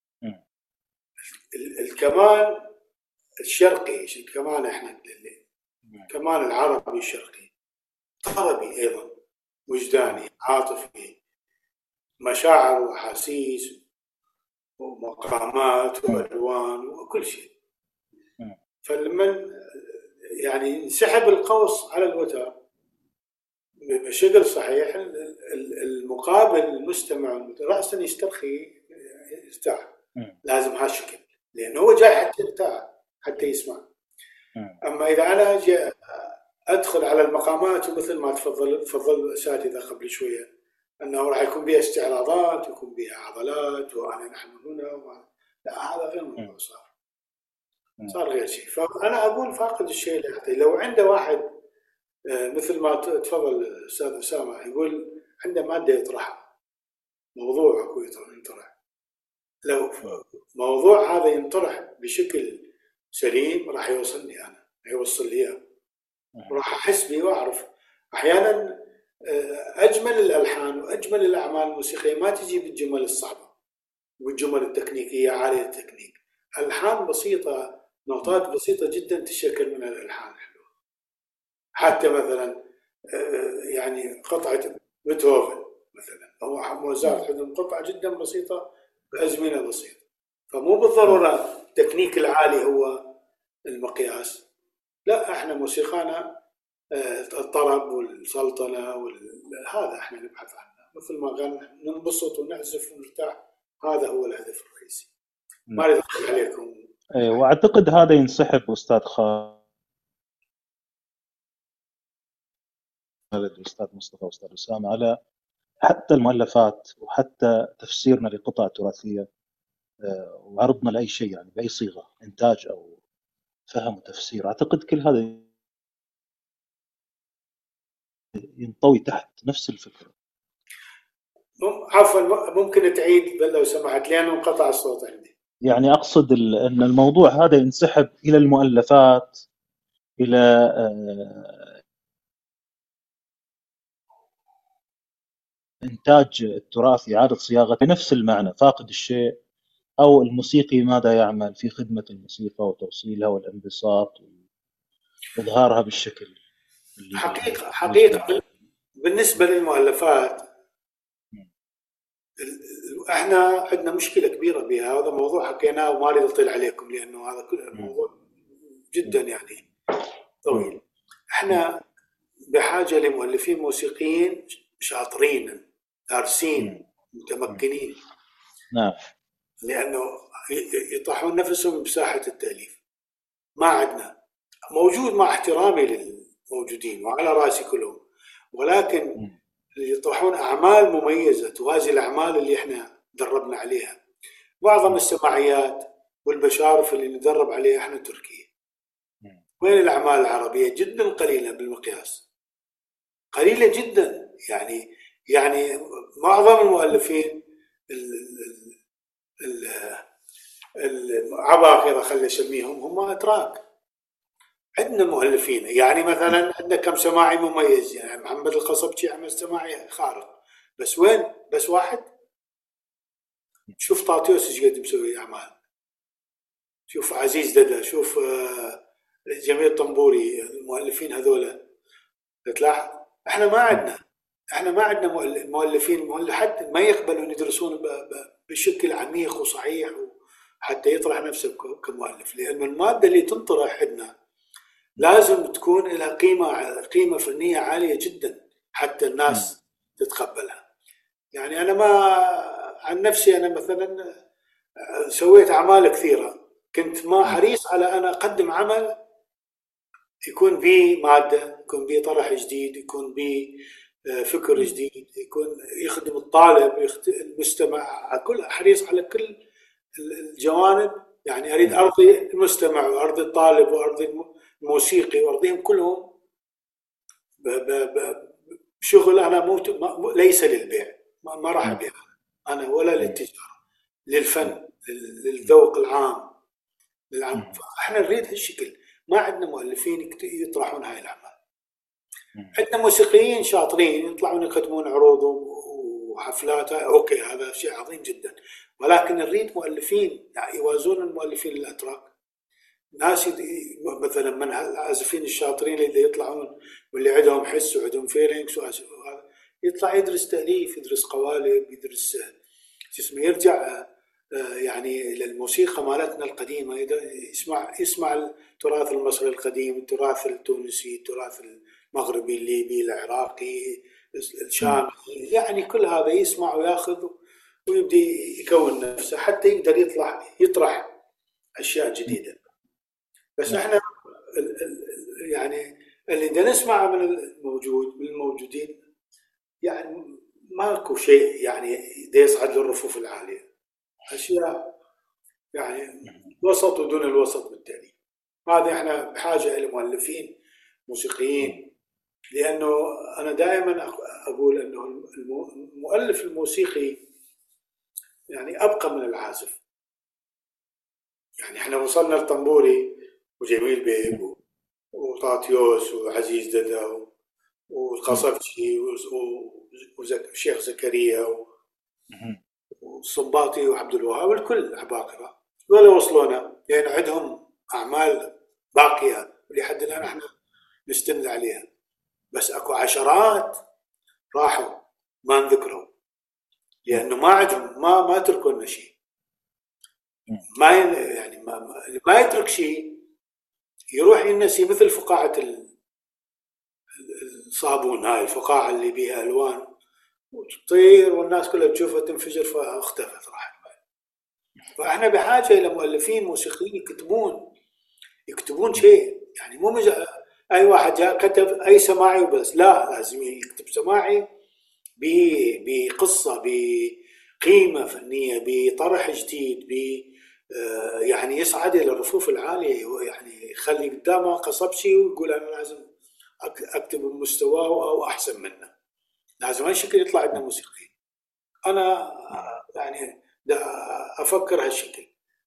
الكمان الشرقي، الكمان إحنا الكمان العربي الشرقي طربي أيضا، وجداني عاطفي، مشاعر وأحاسيس ومقامات وألوان وكل شيء. فلما يعني انسحب القوس على الوتر بشكل صحيح، المقابل المستمع رأسا يسترخي يرتاح. لازم هالشكل، لأنه هو جاي حتى يرتاح حتى يسمع. أما إذا أنا ادخل على المقامات، ومثل ما تفضل الاساتذه قبل شويه انه راح يكون بها استعراضات، يكون بها عضلات، وانا نحن هنا لا، هذا غير موضوع، صار غير شيء. فانا اقول فاقد الشيء لا يعطي. لو عنده واحد مثل ما تفضل الاستاذ اسامه يقول عنده ماده يطرحها، موضوع اكو ينطرح، لو موضوع هذا ينطرح بشكل سليم راح يوصلني انا، يوصل لي اياه، وراح احس به واعرف. احيانا اجمل الالحان واجمل الاعمال الموسيقيه ما تجي بالجمل الصعبه والجمل التكنيكيه عاليه التكنيك، الحان بسيطه، نوتات بسيطه جدا تشكل من الالحان الحلوه. حتى مثلا يعني قطعه بيتهوفن مثلا، هو موزارت عندهم قطعه جدا بسيطه بازمنه بسيطه، فمو بالضروره التكنيك العالي هو المقياس. لا، احنا موسيقانا الطرب والسلطنه هذا احنا نبحث عنه، مثل ما قال ننبسط ونعزف ونرتاح، هذا هو الهدف الرئيسي. ما اريد اطول عليكم. واعتقد هذا ينسحب استاذ خالد واستاذ مصطفى واستاذ اسامه على حتى المؤلفات وحتى تفسيرنا لقطع تراثيه وعرضنا لاي شيء، يعني باي صيغه، انتاج او فهم وتفسير. اعتقد كل هذا ينطوي تحت نفس الفكره. عفوا ممكن تعيد لو سمحت، لانه انقطع الصوت عندي. يعني اقصد ان الموضوع هذا ينسحب الى المؤلفات، الى إنتاج التراث، إعادة صياغته بنفس المعنى، فاقد الشيء، أو الموسيقي ماذا يعمل في خدمة الموسيقى وتوصيلها والانبساط وإظهارها بالشكل اللي حقيقة بالنسبة للمؤلفات احنا عندنا مشكلة كبيرة بها. هذا موضوع حكيناه وما اريد اطيل عليكم لانه هذا كل موضوع جدا يعني طويل. احنا بحاجة لمؤلفين موسيقيين شاطرين دارسين متمكنين، نعم، لانه يطرحون نفسهم بساحة التأليف. ما عندنا، موجود مع احترامي للموجودين وعلى راسي كلهم، ولكن يطرحون أعمال مميزة توازي الأعمال اللي احنا دربنا عليها. معظم السماعيات والبشارف اللي ندرب عليها احنا تركيا. وين الأعمال العربية؟ جدا قليلة بالمقياس، قليلة جدا. يعني معظم المؤلفين العباقرة خلي اسميهم هم أتراك. عندنا مؤلفين، يعني مثلا عندنا كم سماعي مميز، يعني محمد القصبجي عمل سماعي خارق، بس وين؟ بس واحد. شوف طاطيوس ايش قد مسوي اعمال، شوف عزيز ددا، شوف جميل طنبوري، المؤلفين هذولا تلاحظ. احنا ما عندنا مؤلفين حتى ما يقبلون يدرسون بشكل عميق وصحيح حتى يطرح نفسه كمؤلف، لأن المادة اللي تنطرح عندنا لازم تكون لها قيمة فنية عالية جدا حتى الناس تتقبلها. يعني أنا ما عن نفسي، أنا مثلا سويت أعمال كثيرة، كنت ما حريص على أنا أقدم عمل يكون به مادة، يكون به طرح جديد، يكون به فكر جديد، يكون يخدم الطالب المستمع، كل حريص على كل الجوانب. يعني أريد أرضي المستمع وأرضي الطالب وأرضي الموسيقي وأرضيهم كلهم بشغل أنا ليس للبيع، ما راح أبيع أنا ولا للتجارة، للفن، للذوق العام، فإحنا نريد هالشكل. ما عندنا مؤلفين يطرحون هاي الأعمال. عندنا موسيقيين شاطرين يطلعون يقدمون عروض وحفلات، أوكي هذا شيء عظيم جدا، ولكن نريد مؤلفين يعني يوازون المؤلفين الأتراك. ناس مثلا من العازفين الشاطرين اللي يطلعون واللي عندهم حس وعندهم فيلينكس يطلع يدرس تأليف، يدرس قوالب، يدرس يرجع يعني للموسيقى مالتنا القديمة، يسمع التراث المصري القديم، التراث التونسي، التراث المغربي، الليبي، العراقي، الشامي، يعني كل هذا يسمع وياخذ ويبدي يكون نفسه حتى يقدر يطرح أشياء جديدة. بس احنا يعني اللي بدنا نسمعه من الموجودين يعني ماكو شيء يعني يصعد للرفوف العالية، أشياء يعني وسط ودون الوسط بالتالي. هذا احنا بحاجة إلى مؤلفين موسيقيين، لأنه أنا دائما أقول أنه المؤلف الموسيقي يعني أبقى من العازف. يعني احنا وصلنا لطنبوري وجميل بيك وطاطيوس وعزيز ددا والقصبشي وشيخ زكريا والصنباطي وعبد الوهاب، الكل عباقرة ولا وصلونا، لأن يعني عندهم أعمال باقية ولحد الآن احنا نستند عليها، بس اكو عشرات راحوا ما نذكروا، لأنه ما عندهم ما تركوا لنا شيء. ما يعني ما يترك شيء يروح ينسي، مثل فقاعة الصابون، هاي الفقاعة اللي بيها ألوان وتطير والناس كلها تشوفها تنفجر فاختفت راحت. فاحنا بحاجة إلى مؤلفين موسيقيين يكتبون شيء، يعني مو أي واحد جاء كتب أي سماعي وبس، لا، لازم يكتب سماعي بقصة، بقيمة فنية، بطرح جديد، يعني يصعد إلى الرفوف العالية، يعني يخلي قدامه قصبشي ويقول أنا لازم أكتب بمستواه أو أحسن منه، لازم هالشكل يطلع عندنا موسيقي. أنا يعني أفكر هالشكل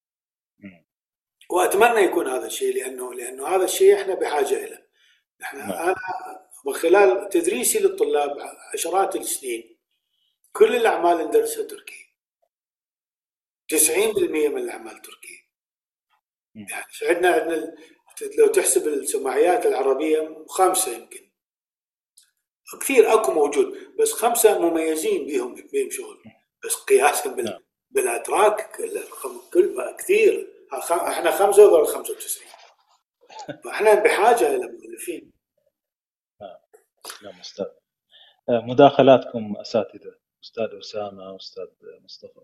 وأتمنى يكون هذا الشيء، لأنه هذا الشيء إحنا بحاجة إليه. أنا من خلال تدريسي للطلاب عشرات السنين كل الأعمال ندرسها تركي، 90% من الأعمال تركي. يعني عندنا لو تحسب السماعيات العربية 5 يمكن، كثير أكو موجود، بس 5 مميزين بهم شغل، بس قياسا بالأتراك الرقم كل كثير، احنا 5 ولا 95. فاحنا بحاجة إلى مؤلفين. نعم أستاذ. مداخلاتكم أساتذة، أستاذ أسامة، أستاذ مصطفى.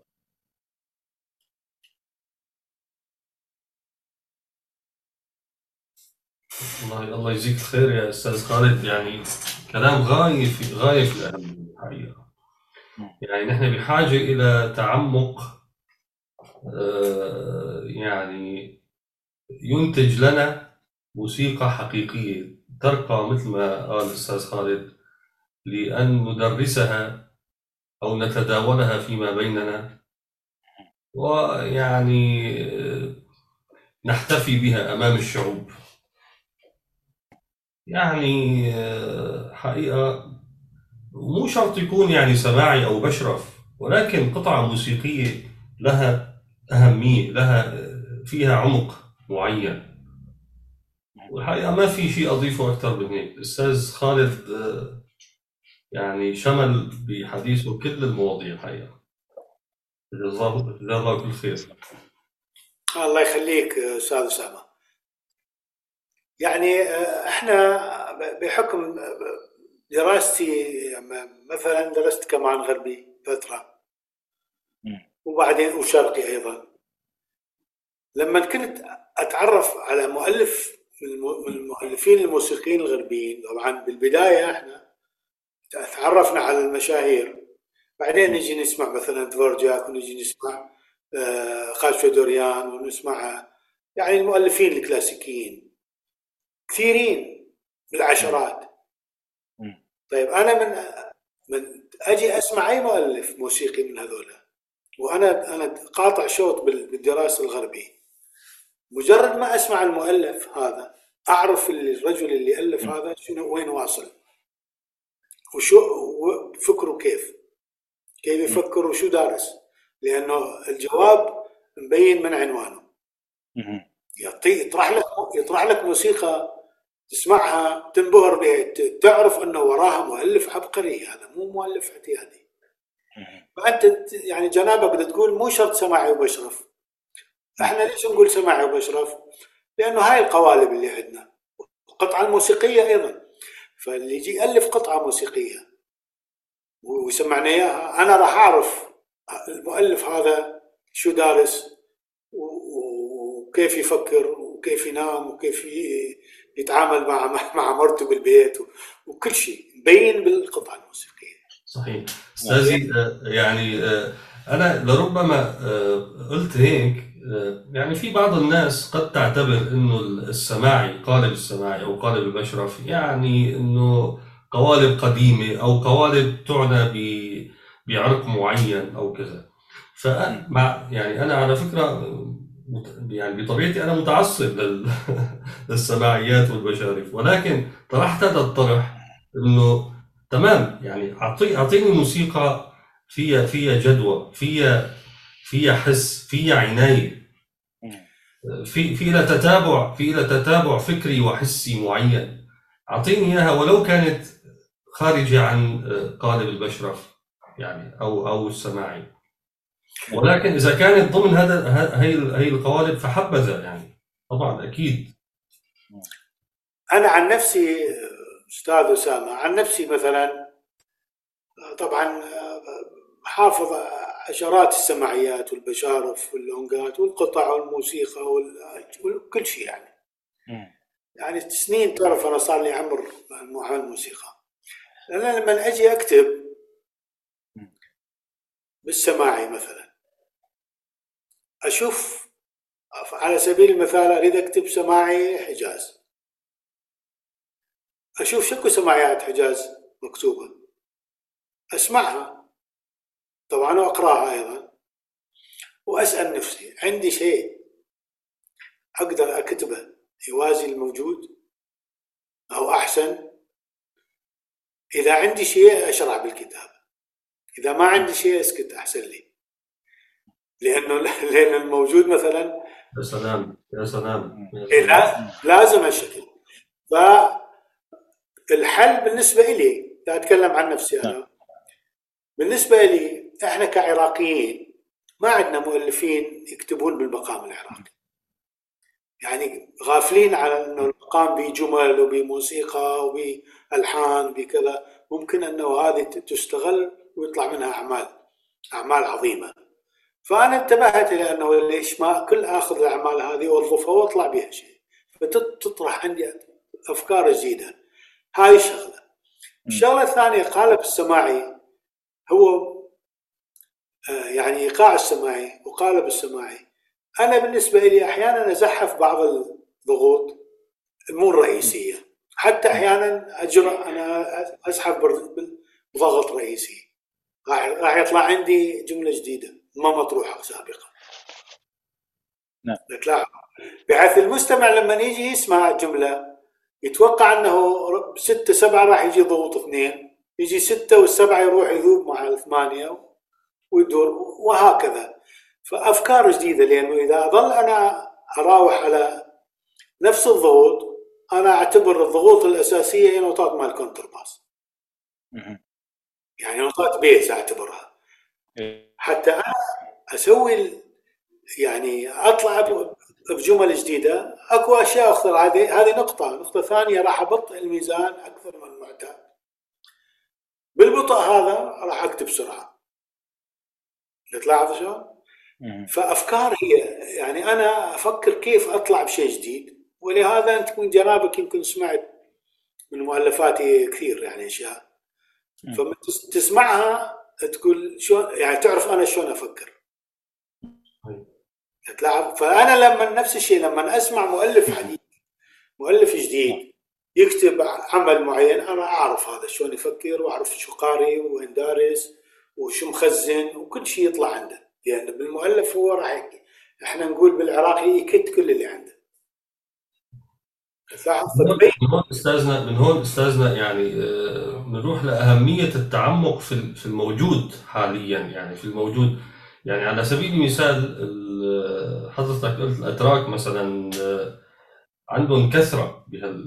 الله يجزيك الخير يا أستاذ خالد، يعني كلام غاية في الأهمية الحقيقة. يعني نحن بحاجة إلى تعمق يعني ينتج لنا موسيقى حقيقية ترقى مثل ما قال الأستاذ خالد، لأن ندرسها أو نتداولها فيما بيننا، ويعني نحتفي بها أمام الشعوب. يعني حقيقة مو شرط يكون يعني سماعي أو بشرف، ولكن قطعة موسيقية لها أهمية، لها فيها عمق معين. والحقيقة ما في شيء أضيفه أكثر من هيك. الأستاذ خالد يعني شمل بحديثه كل المواضيع الحقيقة. جزاه الله كل خير. الله يخليك أستاذ أسامة. يعني احنا بحكم دراستي مثلا درست كمان غربي فترة، وبعدين وشرقي أيضا. لما كنت أتعرف على مؤلف من المؤلفين الموسيقيين الغربيين، طبعا بالبداية احنا تعرفنا على المشاهير، بعدين نجي نسمع مثلا دفورجاك، ونجي نسمع خاشودوريان، ونسمع يعني المؤلفين الكلاسيكيين كثيرين بالعشرات. طيب أنا من أجي أسمع أي مؤلف موسيقي من هذولا، وأنا قاطع شوط بالدراسة الغربية، مجرد ما أسمع المؤلف هذا أعرف الرجل اللي ألف هذا شنو، وين واصل، وشو فكره، كيف يفكر، وشو دارس، لأنه الجواب مبين من عنوانه. يطرح لك موسيقى تسمعها تنبهر بها، تعرف أنه وراها مؤلف عبقري، هذا مو مؤلف اعتيادي. فأنت يعني جنابك بدك تقول مو شرط سماعي وبشرف. احنا ليش نقول سماعي وبشرف؟ لأنه هاي القوالب اللي عندنا، القطعة الموسيقية أيضا. فاللي يجي يألف قطعة موسيقية ويسمعنا إياها، أنا راح أعرف المؤلف هذا شو دارس، وكيف يفكر، وكيف ينام، وكيف يتعامل مع مرته بالبيت وكل شيء مبين بالقطعة الموسيقية. صحيح أستاذي. يعني أنا لربما قلت هيك، يعني في بعض الناس قد تعتبر إنه السماعي، قالب السماعي أو قالب البشرف، يعني إنه قوالب قديمة أو قوالب تعنى بعرق معين أو كذا. فمع يعني أنا على فكرة يعني بطبيعتي أنا متعصب للسماعيات والبشارف، ولكن طرحت هذا الطرح إنه تمام، يعني أعطيني موسيقى فيها جدوى، فيها حس، فيها عناية، في لها تتابع فكري وحسي معين. أعطيني إياها ولو كانت خارجة عن قالب البشرف يعني أو السماعي، ولكن إذا كانت ضمن هي القوالب فحبذا يعني، طبعا أكيد. أنا عن نفسي أستاذ أسامة، عن نفسي مثلا طبعا حافظ عشرات السماعيات والبشارف واللونجات والقطع والموسيقى وكل شيء يعني سنين. تعرف أنا صار لي عمر مع الموسيقى. أنا لما أجي أكتب بالسماعي مثلا، أشوف على سبيل المثال أريد أكتب سماعي حجاز، أشوف شكو سماعيات حجاز مكتوبة، أسمعها طبعا وأقرأها أيضا، وأسأل نفسي عندي شيء أقدر أكتبه يوازي الموجود أو أحسن؟ إذا عندي شيء أشرع بالكتابة، إذا ما عندي شيء أسكت أحسن لي، لأن الموجود مثلا يا سلام يا سلام، لازم هالشكل. فالحل بالنسبة إلي، أتكلم عن نفسي أنا، بالنسبة لي إحنا كعراقيين ما عندنا مؤلفين يكتبون بالمقام العراقي، يعني غافلين على أنه المقام بجمل وبموسيقى وبألحان وبكذا، ممكن أنه هذه تستغل ويطلع منها أعمال عظيمة. فأنا انتبهت إلى أنه ليش ما كل أخذ الأعمال هذه وأوظفها وأطلع بها شيء، فتطرح عندي أفكار جديدة. هاي الشغلة الثانية، قالب السماعي هو يعني إيقاع السماعي وقالب السماعي. أنا بالنسبة لي أحيانا أزحف بعض الضغوط مو الرئيسية، حتى أحيانا أجرأ أنا أزحف بضغط رئيسي، راح يطلع عندي جملة جديدة ما مطروحة سابقا. نعم. بحيث المستمع لما يجي يسمع الجملة يتوقع أنه 6 7 راح يجي ضغوط 2، يجي 6 وال7 يروح يذوب مع 8 ويدور وهكذا. فأفكار جديدة، لأنه إذا أظل أنا أراوح على نفس الضغوط، أنا أعتبر الضغوط الأساسية هي نوتات مال كونترباس، يعني نوتات بيز أعتبرها، حتى أنا أسوي يعني أطلع بجمل جديدة. أكو أشياء أخرى، هذه نقطة ثانية، راح أبطئ الميزان أكثر من المعتاد. بالبطء هذا راح أكتب بسرعة، تلاحظ شلون؟ فأفكار هي يعني أنا أفكر كيف أطلع بشيء جديد، ولهذا أنت من جنابك يمكن سمعت من مؤلفاتي كثير يعني أشياء، فمن تسمعها تقول شلون، يعني تعرف أنا شلون أفكر. تلاحظ؟ فأنا لما نفس الشيء لما أسمع مؤلف حديث، مؤلف جديد يكتب عمل معين، أنا أعرف هذا شلون يفكر، وأعرف شو قاري وين دارس وشو مخزن وكل شيء يطلع عنده، لأن يعني بالمؤلف هو راح إحنا نقول بالعراقي يكت كل اللي عنده. من هون استاذنا يعني نروح لأهمية التعمق في الموجود حاليا، يعني في الموجود. يعني على سبيل المثال حضرتك قلت الأتراك مثلا عندهم كثرة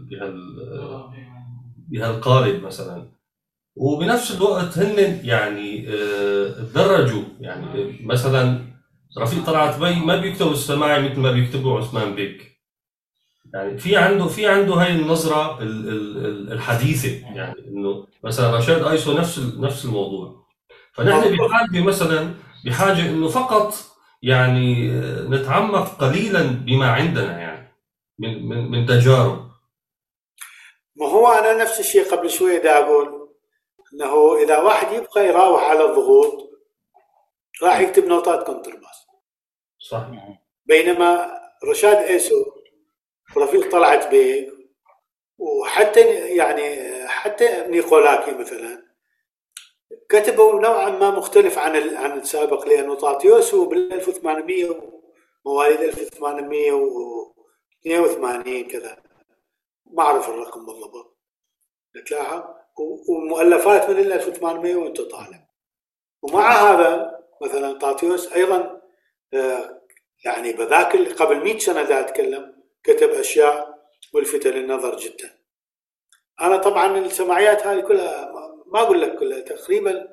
بهالقالب مثلا، وبنفس الوقت هن يعني تدرجوا. يعني مثلا رفيق طلعت بي ما بيكتب السماعي مثل ما بيكتبوا عثمان بيك، يعني في عنده هاي النظرة الحديثة، يعني انه مثلا رشاد ايسو نفس الموضوع. فنحن بحاجة انه فقط يعني نتعمق قليلا بما عندنا، يعني من تجارب. ما هو أنا نفس الشيء قبل شوية دا أقول أنه إذا واحد يبقى يراوح على الضغوط راح يكتب نوتات كونترباس. صح. بينما رشاد ايسو رفيق طلعت بيك وحتى يعني حتى نيقولاكي مثلا كتبوا نوعا ما مختلف عن السابق، لأنه طاطيوسو بال 1800 مواليد 1882 كذا، ما أعرف الرقم بالضبط تلاحظ، ومؤلفات من 1800 وانت طالع. ومع هذا مثلا طاطيوس أيضا يعني بذاك قبل 100 سنة دا أتكلم كتب أشياء ملفتة للنظر جدا. أنا طبعا السماعيات هذه كلها ما أقول لك كلها، تقريبا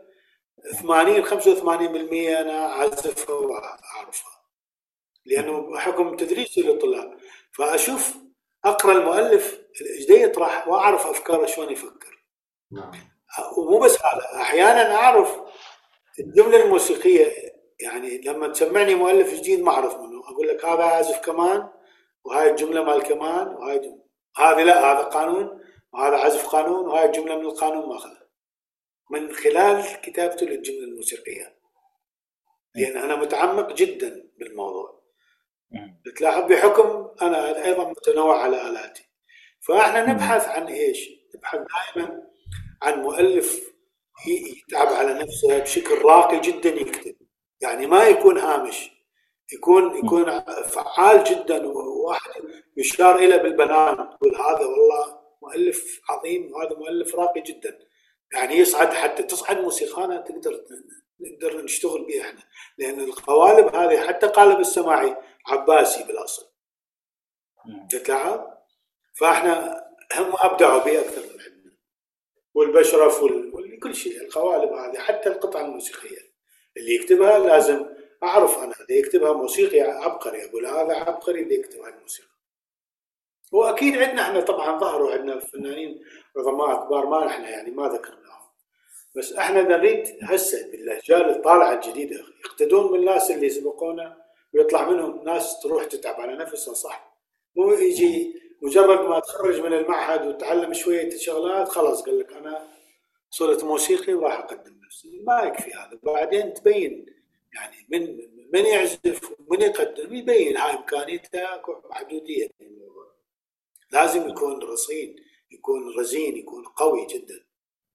85% أنا أعزفها وأعرفها لأنه بحكم تدريسي للطلاب، فأشوف أقرأ المؤلف إيش يطرح وأعرف أفكاره شلون يفكر. ومو بس هذا، أحيانا أعرف الجملة الموسيقية، يعني لما تسمعني مؤلف جديد ما أعرف منه أقول لك هذا عازف كمان وهاي الجملة مال كمان وهاي جملة. هذه لا، هذا قانون وهذا عزف قانون وهاي الجملة من القانون ماخذها من خلال كتابته للجملة الموسيقية، لأن أنا متعمق جدا بالموضوع. تلاحظ بحكم أنا أيضا متنوع على آلاتي، فإحنا نبحث عن إيش؟ نبحث دائما عن مؤلف يتعب على نفسه بشكل راقي جدا يكتب، يعني ما يكون هامش، يكون فعال جدا، وواحد يشار إليه بالبنان تقول هذا والله مؤلف عظيم وهذا مؤلف راقي جدا، يعني يصعد حتى تصعد موسيقانا نقدر نشتغل بها احنا، لأن القوالب هذه حتى قالب السماعي عباسي بالأصل تتلاحظ، فاحنا هم أبدعوا به أكثر من عندنا، والبشرف وكل شيء. القوالب هذه حتى القطعة الموسيقية اللي يكتبها لازم أعرف أنا اللي يكتبها موسيقي عبقري، أقول هذا عبقري اللي يكتبها الموسيقى. وأكيد عندنا احنا طبعا ظهروا عندنا فنانين عظماء كبار ما احنا يعني ما ذكرناهم، بس احنا نريد هسه بالأجيال الطالعة الجديدة يقتدون من الناس اللي سبقونا ويطلع منهم ناس تروح تتعب على نفسها، صح؟ مو يجي مجرد ما تخرج من المعهد وتعلم شوية شغلات خلاص قال لك أنا صرت موسيقي وراح أقدم نفسي. ما يكفي هذا، بعدين تبين يعني من يعزف ومن يقدم يبين هاي إمكانيته محدودية. لازم يكون رصين، يكون رزين، يكون قوي جدا.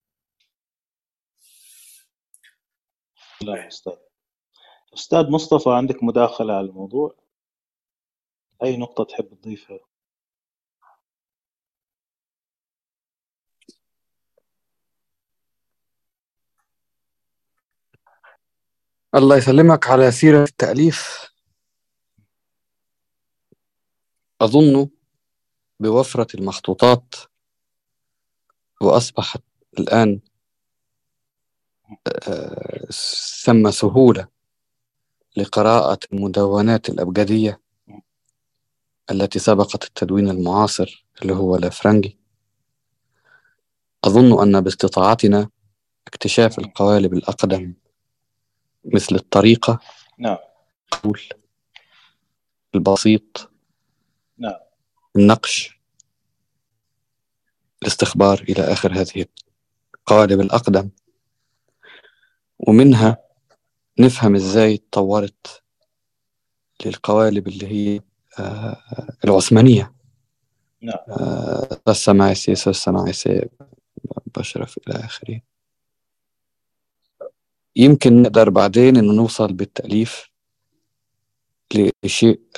لا أستاذ مصطفى، عندك مداخلة على الموضوع؟ أي نقطة تحب تضيفها؟ الله يسلمك. على سيرة التأليف، أظن بوفرة المخطوطات وأصبحت الآن ثم سهولة لقراءة المدونات الأبجدية التي سبقت التدوين المعاصر اللي هو الفرنجي. أظن أن باستطاعتنا اكتشاف القوالب الأقدم مثل الطريقة، البسيط، النقش، الاستخبار إلى آخر هذه القوالب الأقدم، ومنها نفهم إزاي تطورت للقوالب اللي هي العثمانية، السماعسي بشرف إلى آخره. يمكن نقدر بعدين إنه نوصل بالتأليف لشيء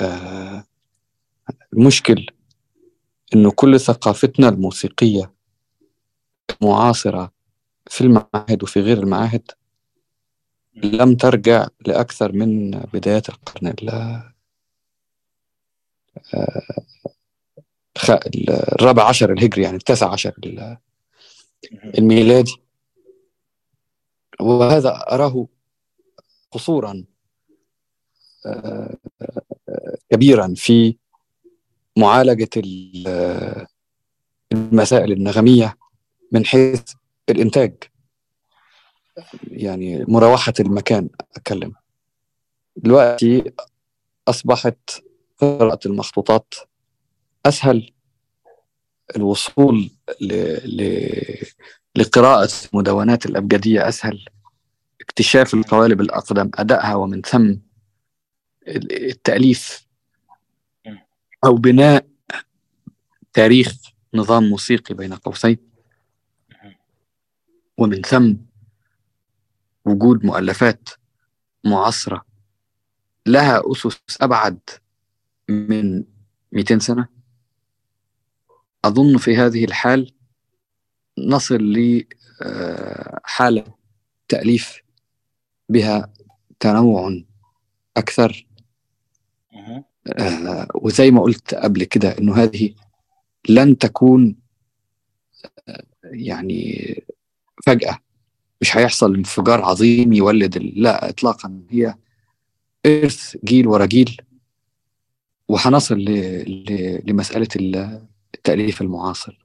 المشكل إنه كل ثقافتنا الموسيقية معاصرة في المعاهد وفي غير المعاهد لم ترجع لأكثر من بدايات القرن الرابع عشر الهجري، يعني 19 الميلادي، وهذا أراه قصورا كبيرا في معالجة المسائل النغمية من حيث الإنتاج، يعني مروحة المكان. أتكلم دلوقتي أصبحت قراءة المخطوطات أسهل الوصول لقراءة مدونات الأبجدية أسهل، اكتشاف القوالب الأقدم، أدائها، ومن ثم التأليف أو بناء تاريخ نظام موسيقي بين قوسين، ومن ثم وجود مؤلفات معاصرة لها أسس أبعد من 200 سنة. أظن في هذه الحال نصل لحالة تأليف بها تنوع أكثر. وزي ما قلت قبل كده إنه هذه لن تكون يعني فجأة، مش هيحصل انفجار عظيم يولد لا إطلاقا، هي إرث جيل ورا جيل، وهنصل لمسألة التأليف المعاصر.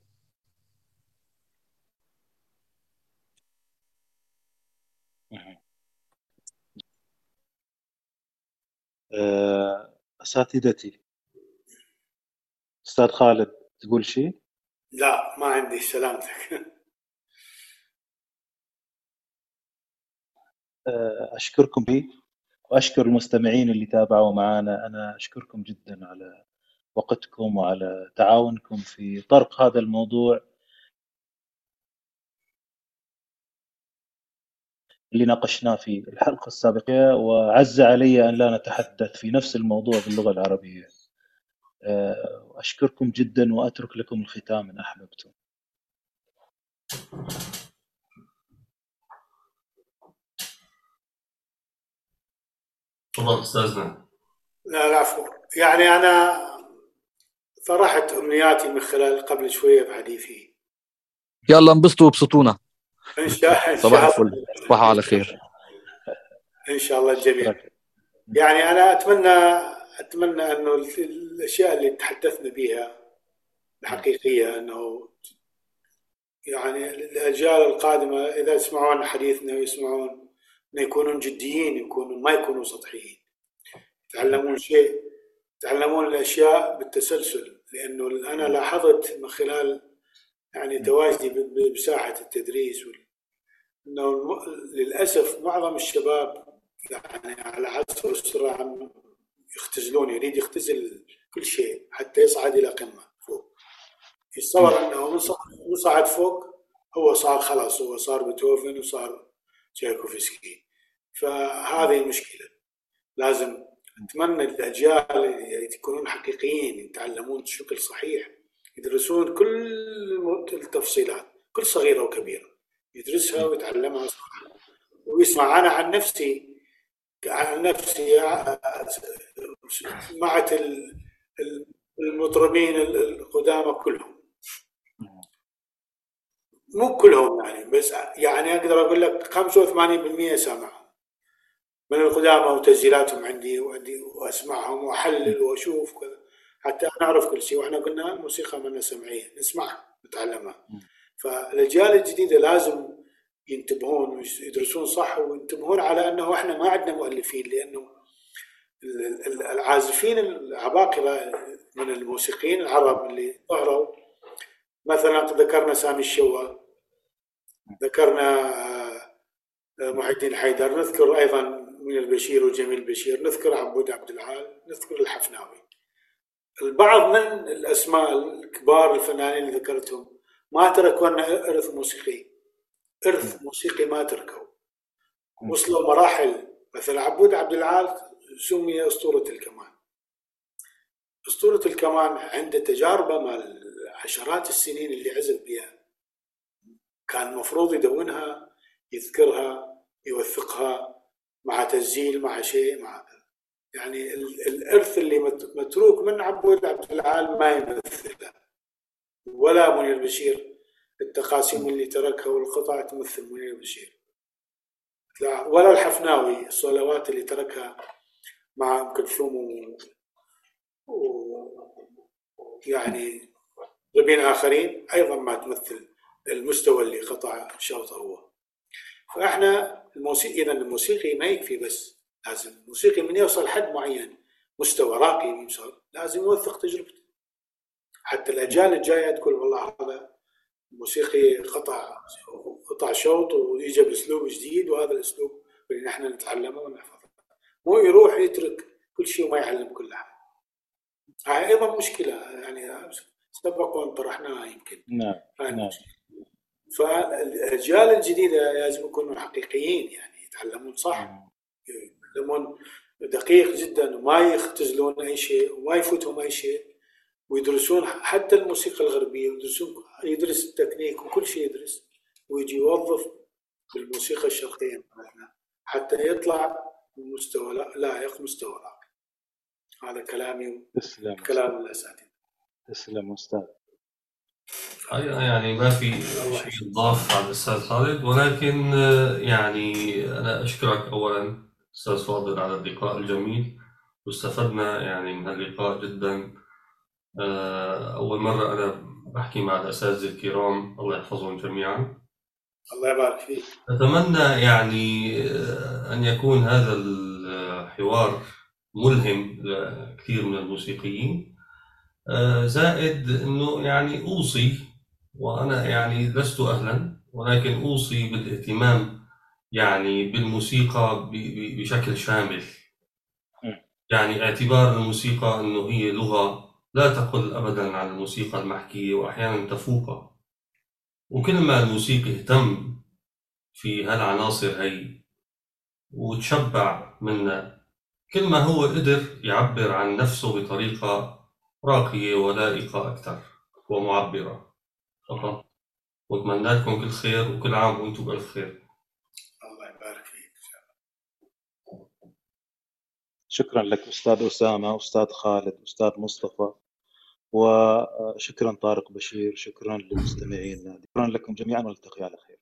أساتذتي، أستاذ خالد تقول شيء؟ لا، ما عندي، سلامتك. أشكركم بي، وأشكر المستمعين اللي تابعوا معنا. أنا أشكركم جدا على وقتكم وعلى تعاونكم في طرق هذا الموضوع اللي ناقشناه في الحلقة السابقة، وعز علي أن لا نتحدث في نفس الموضوع باللغة العربية. أشكركم جدا، وأترك لكم الختام إن أحببتم. تفضل أستاذنا. لا العفو، يعني أنا طرحت أمنياتي من خلال قبل شوية بحديثي. يلا انبسطوا وابسطونا. إن شاء صباح الله. الفل، تصبحوا على خير. إن شاء الله الجميع. يعني أنا أتمنى أنه الأشياء اللي تحدثنا بها الحقيقية، أنه يعني الأجيال القادمة إذا يسمعون حديثنا ويسمعون أن يكونون جديين، ما يكونوا سطحيين، يتعلمون شيء، يتعلمون الأشياء بالتسلسل. لأنه أنا لاحظت من خلال يعني تواجدي بساحة التدريس أنه للأسف معظم الشباب يعني على عصر السرعة يختزلون، يريد يختزل كل شيء حتى يصعد إلى قمة فوق. يتصور أنه من صعد فوق هو صار خلاص، هو صار بيتهوفن وصار تشايكوفسكي. فهذه المشكلة. لازم أتمنى الأجيال يكونون حقيقيين، يتعلمون بشكل صحيح، يدرسون كل التفصيلات، كل صغيرة وكبيرة يدرسها ويتعلمها صح ويسمع. أنا عن نفسي مع المطربين القدامى كلهم، مو كلهم يعني، بس يعني أقدر أقول لك 85% سامعهم من القدامى وتسجيلاتهم عندي وأسمعهم وأحلل وأشوف كذا حتى نعرف كل شيء. وإحنا قلنا الموسيقى منا سمعية، نسمعها نتعلمها. فالأجيال الجديدة لازم ينتبهون ويدرسون صح، وينتبهون على أنه إحنا ما عندنا مؤلفين، لأنه العازفين العباقرة من الموسيقيين العرب اللي ظهروا، مثلا ذكرنا سامي الشوا، ذكرنا محي الدين حيدر، نذكر أيضا منير البشير وجميل البشير، نذكر عبود عبد العال، نذكر الحفناوي. البعض من الأسماء الكبار الفنانين اللي ذكرتهم ما تركوا لنا إرث موسيقي، إرث موسيقي ما تركوا، وصلوا مراحل. مثلا عبود عبد العال سمي أسطورة الكمان. أسطورة الكمان عنده تجاربه مع عشرات السنين اللي عزف بها، كان المفروض يدونها، يذكرها، يوثقها مع تسجيل، مع شيء، مع يعني الإرث اللي متروك من عبود عبد العال ما يمثله، ولا منير البشير التقاسيم اللي تركها والقطع تمثل منير البشير، ولا الحفناوي الصلوات اللي تركها مع أم كلثوم يعني مطربين آخرين أيضا ما تمثل المستوى اللي قطع شوطه هو. فإحنا إذا الموسيقي ما يكفي بس، لازم الموسيقي من يوصل حد معين مستوى راقي يوصل لازم يوثق تجربته. حتى الأجيال الجاية تقول والله هذا موسيقي قطع شوط ويجي بأسلوب جديد، وهذا الأسلوب اللي نحن نتعلمه ونحفظه، مو يروح يترك كل شيء وما يعلم كل حاجة. هاي أيضا مشكلة يعني سبق وأن طرحناها يمكن. نعم. فالأجيال الجديدة لازم يكونوا حقيقيين، يعني يتعلمون صح، يتعلمون دقيق جدا وما يختزلون أي شيء وما يفوتهم أي شيء، ويدرسون حتى الموسيقى الغربية، يدرس التكنيك وكل شيء يدرس، ويجي يوظف بالموسيقى الشرقية مثلا حتى يطلع من مستوى لائق، مستوى راقي. هذا كلامي كلام الأساتذة. تسلم أستاذ. يعني ما في شيء يضاف على الأستاذ خالد، ولكن يعني أنا أشكرك أولا أستاذ فاضل على اللقاء الجميل، واستفدنا يعني من اللقاء جدا. أول مرة أنا بحكي مع الأساتذة الكرام، الله يحفظهم جميعا. الله يبارك فيك. أتمنى يعني أن يكون هذا الحوار ملهم لكثير من الموسيقيين، زائد أنه يعني أوصي، وأنا يعني لست أهلا، ولكن أوصي بالاهتمام يعني بالموسيقى بشكل شامل، يعني اعتبار الموسيقى أنه هي لغة لا تقل أبدا عن الموسيقى المحكية، وأحيانا تفوقها. وكل ما الموسيقى اهتم في هالعناصر هي وتشبع منها، كل ما هو قدر يعبر عن نفسه بطريقة راقية ولائقة أكثر ومعبرة فقط. وأتمنى لكم كل خير، وكل عام وأنتم بألف خير. الله يبارك فيك. شكرا لك أستاذ أسامة، أستاذ خالد، أستاذ مصطفى، وشكرا طارق بشير، شكرا للمستمعين، شكرا لكم جميعا، ونلتقي على خير.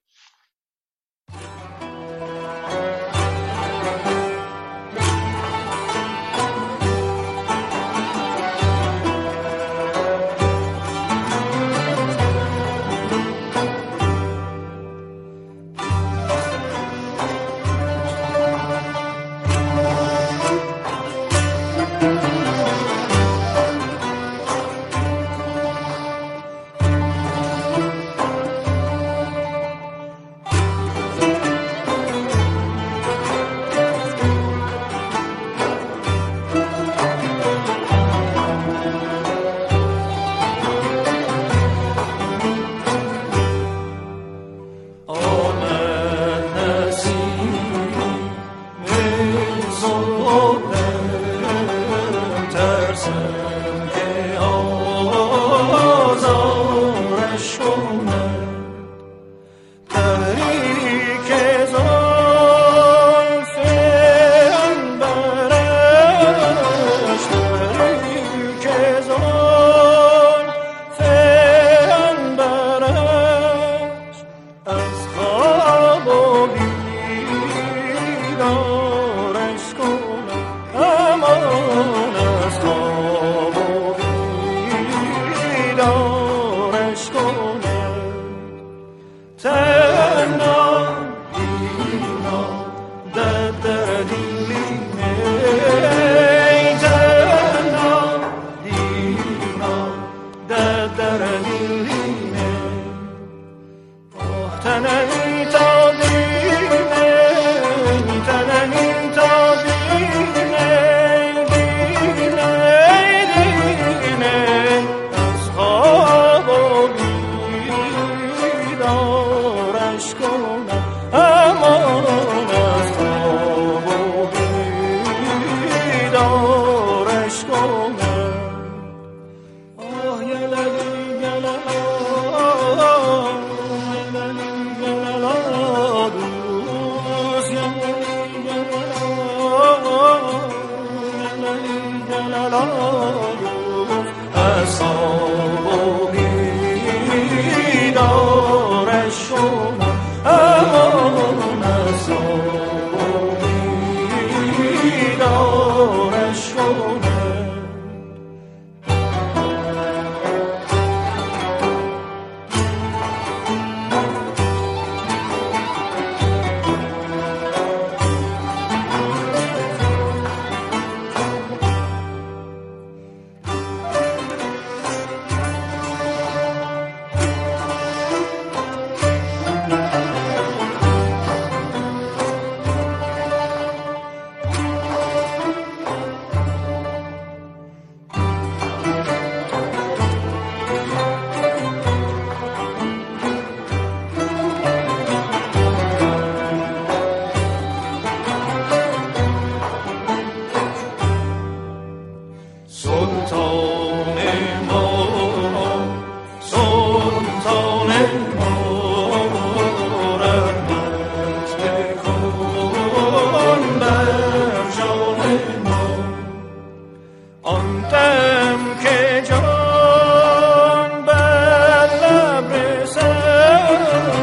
Oh الأرض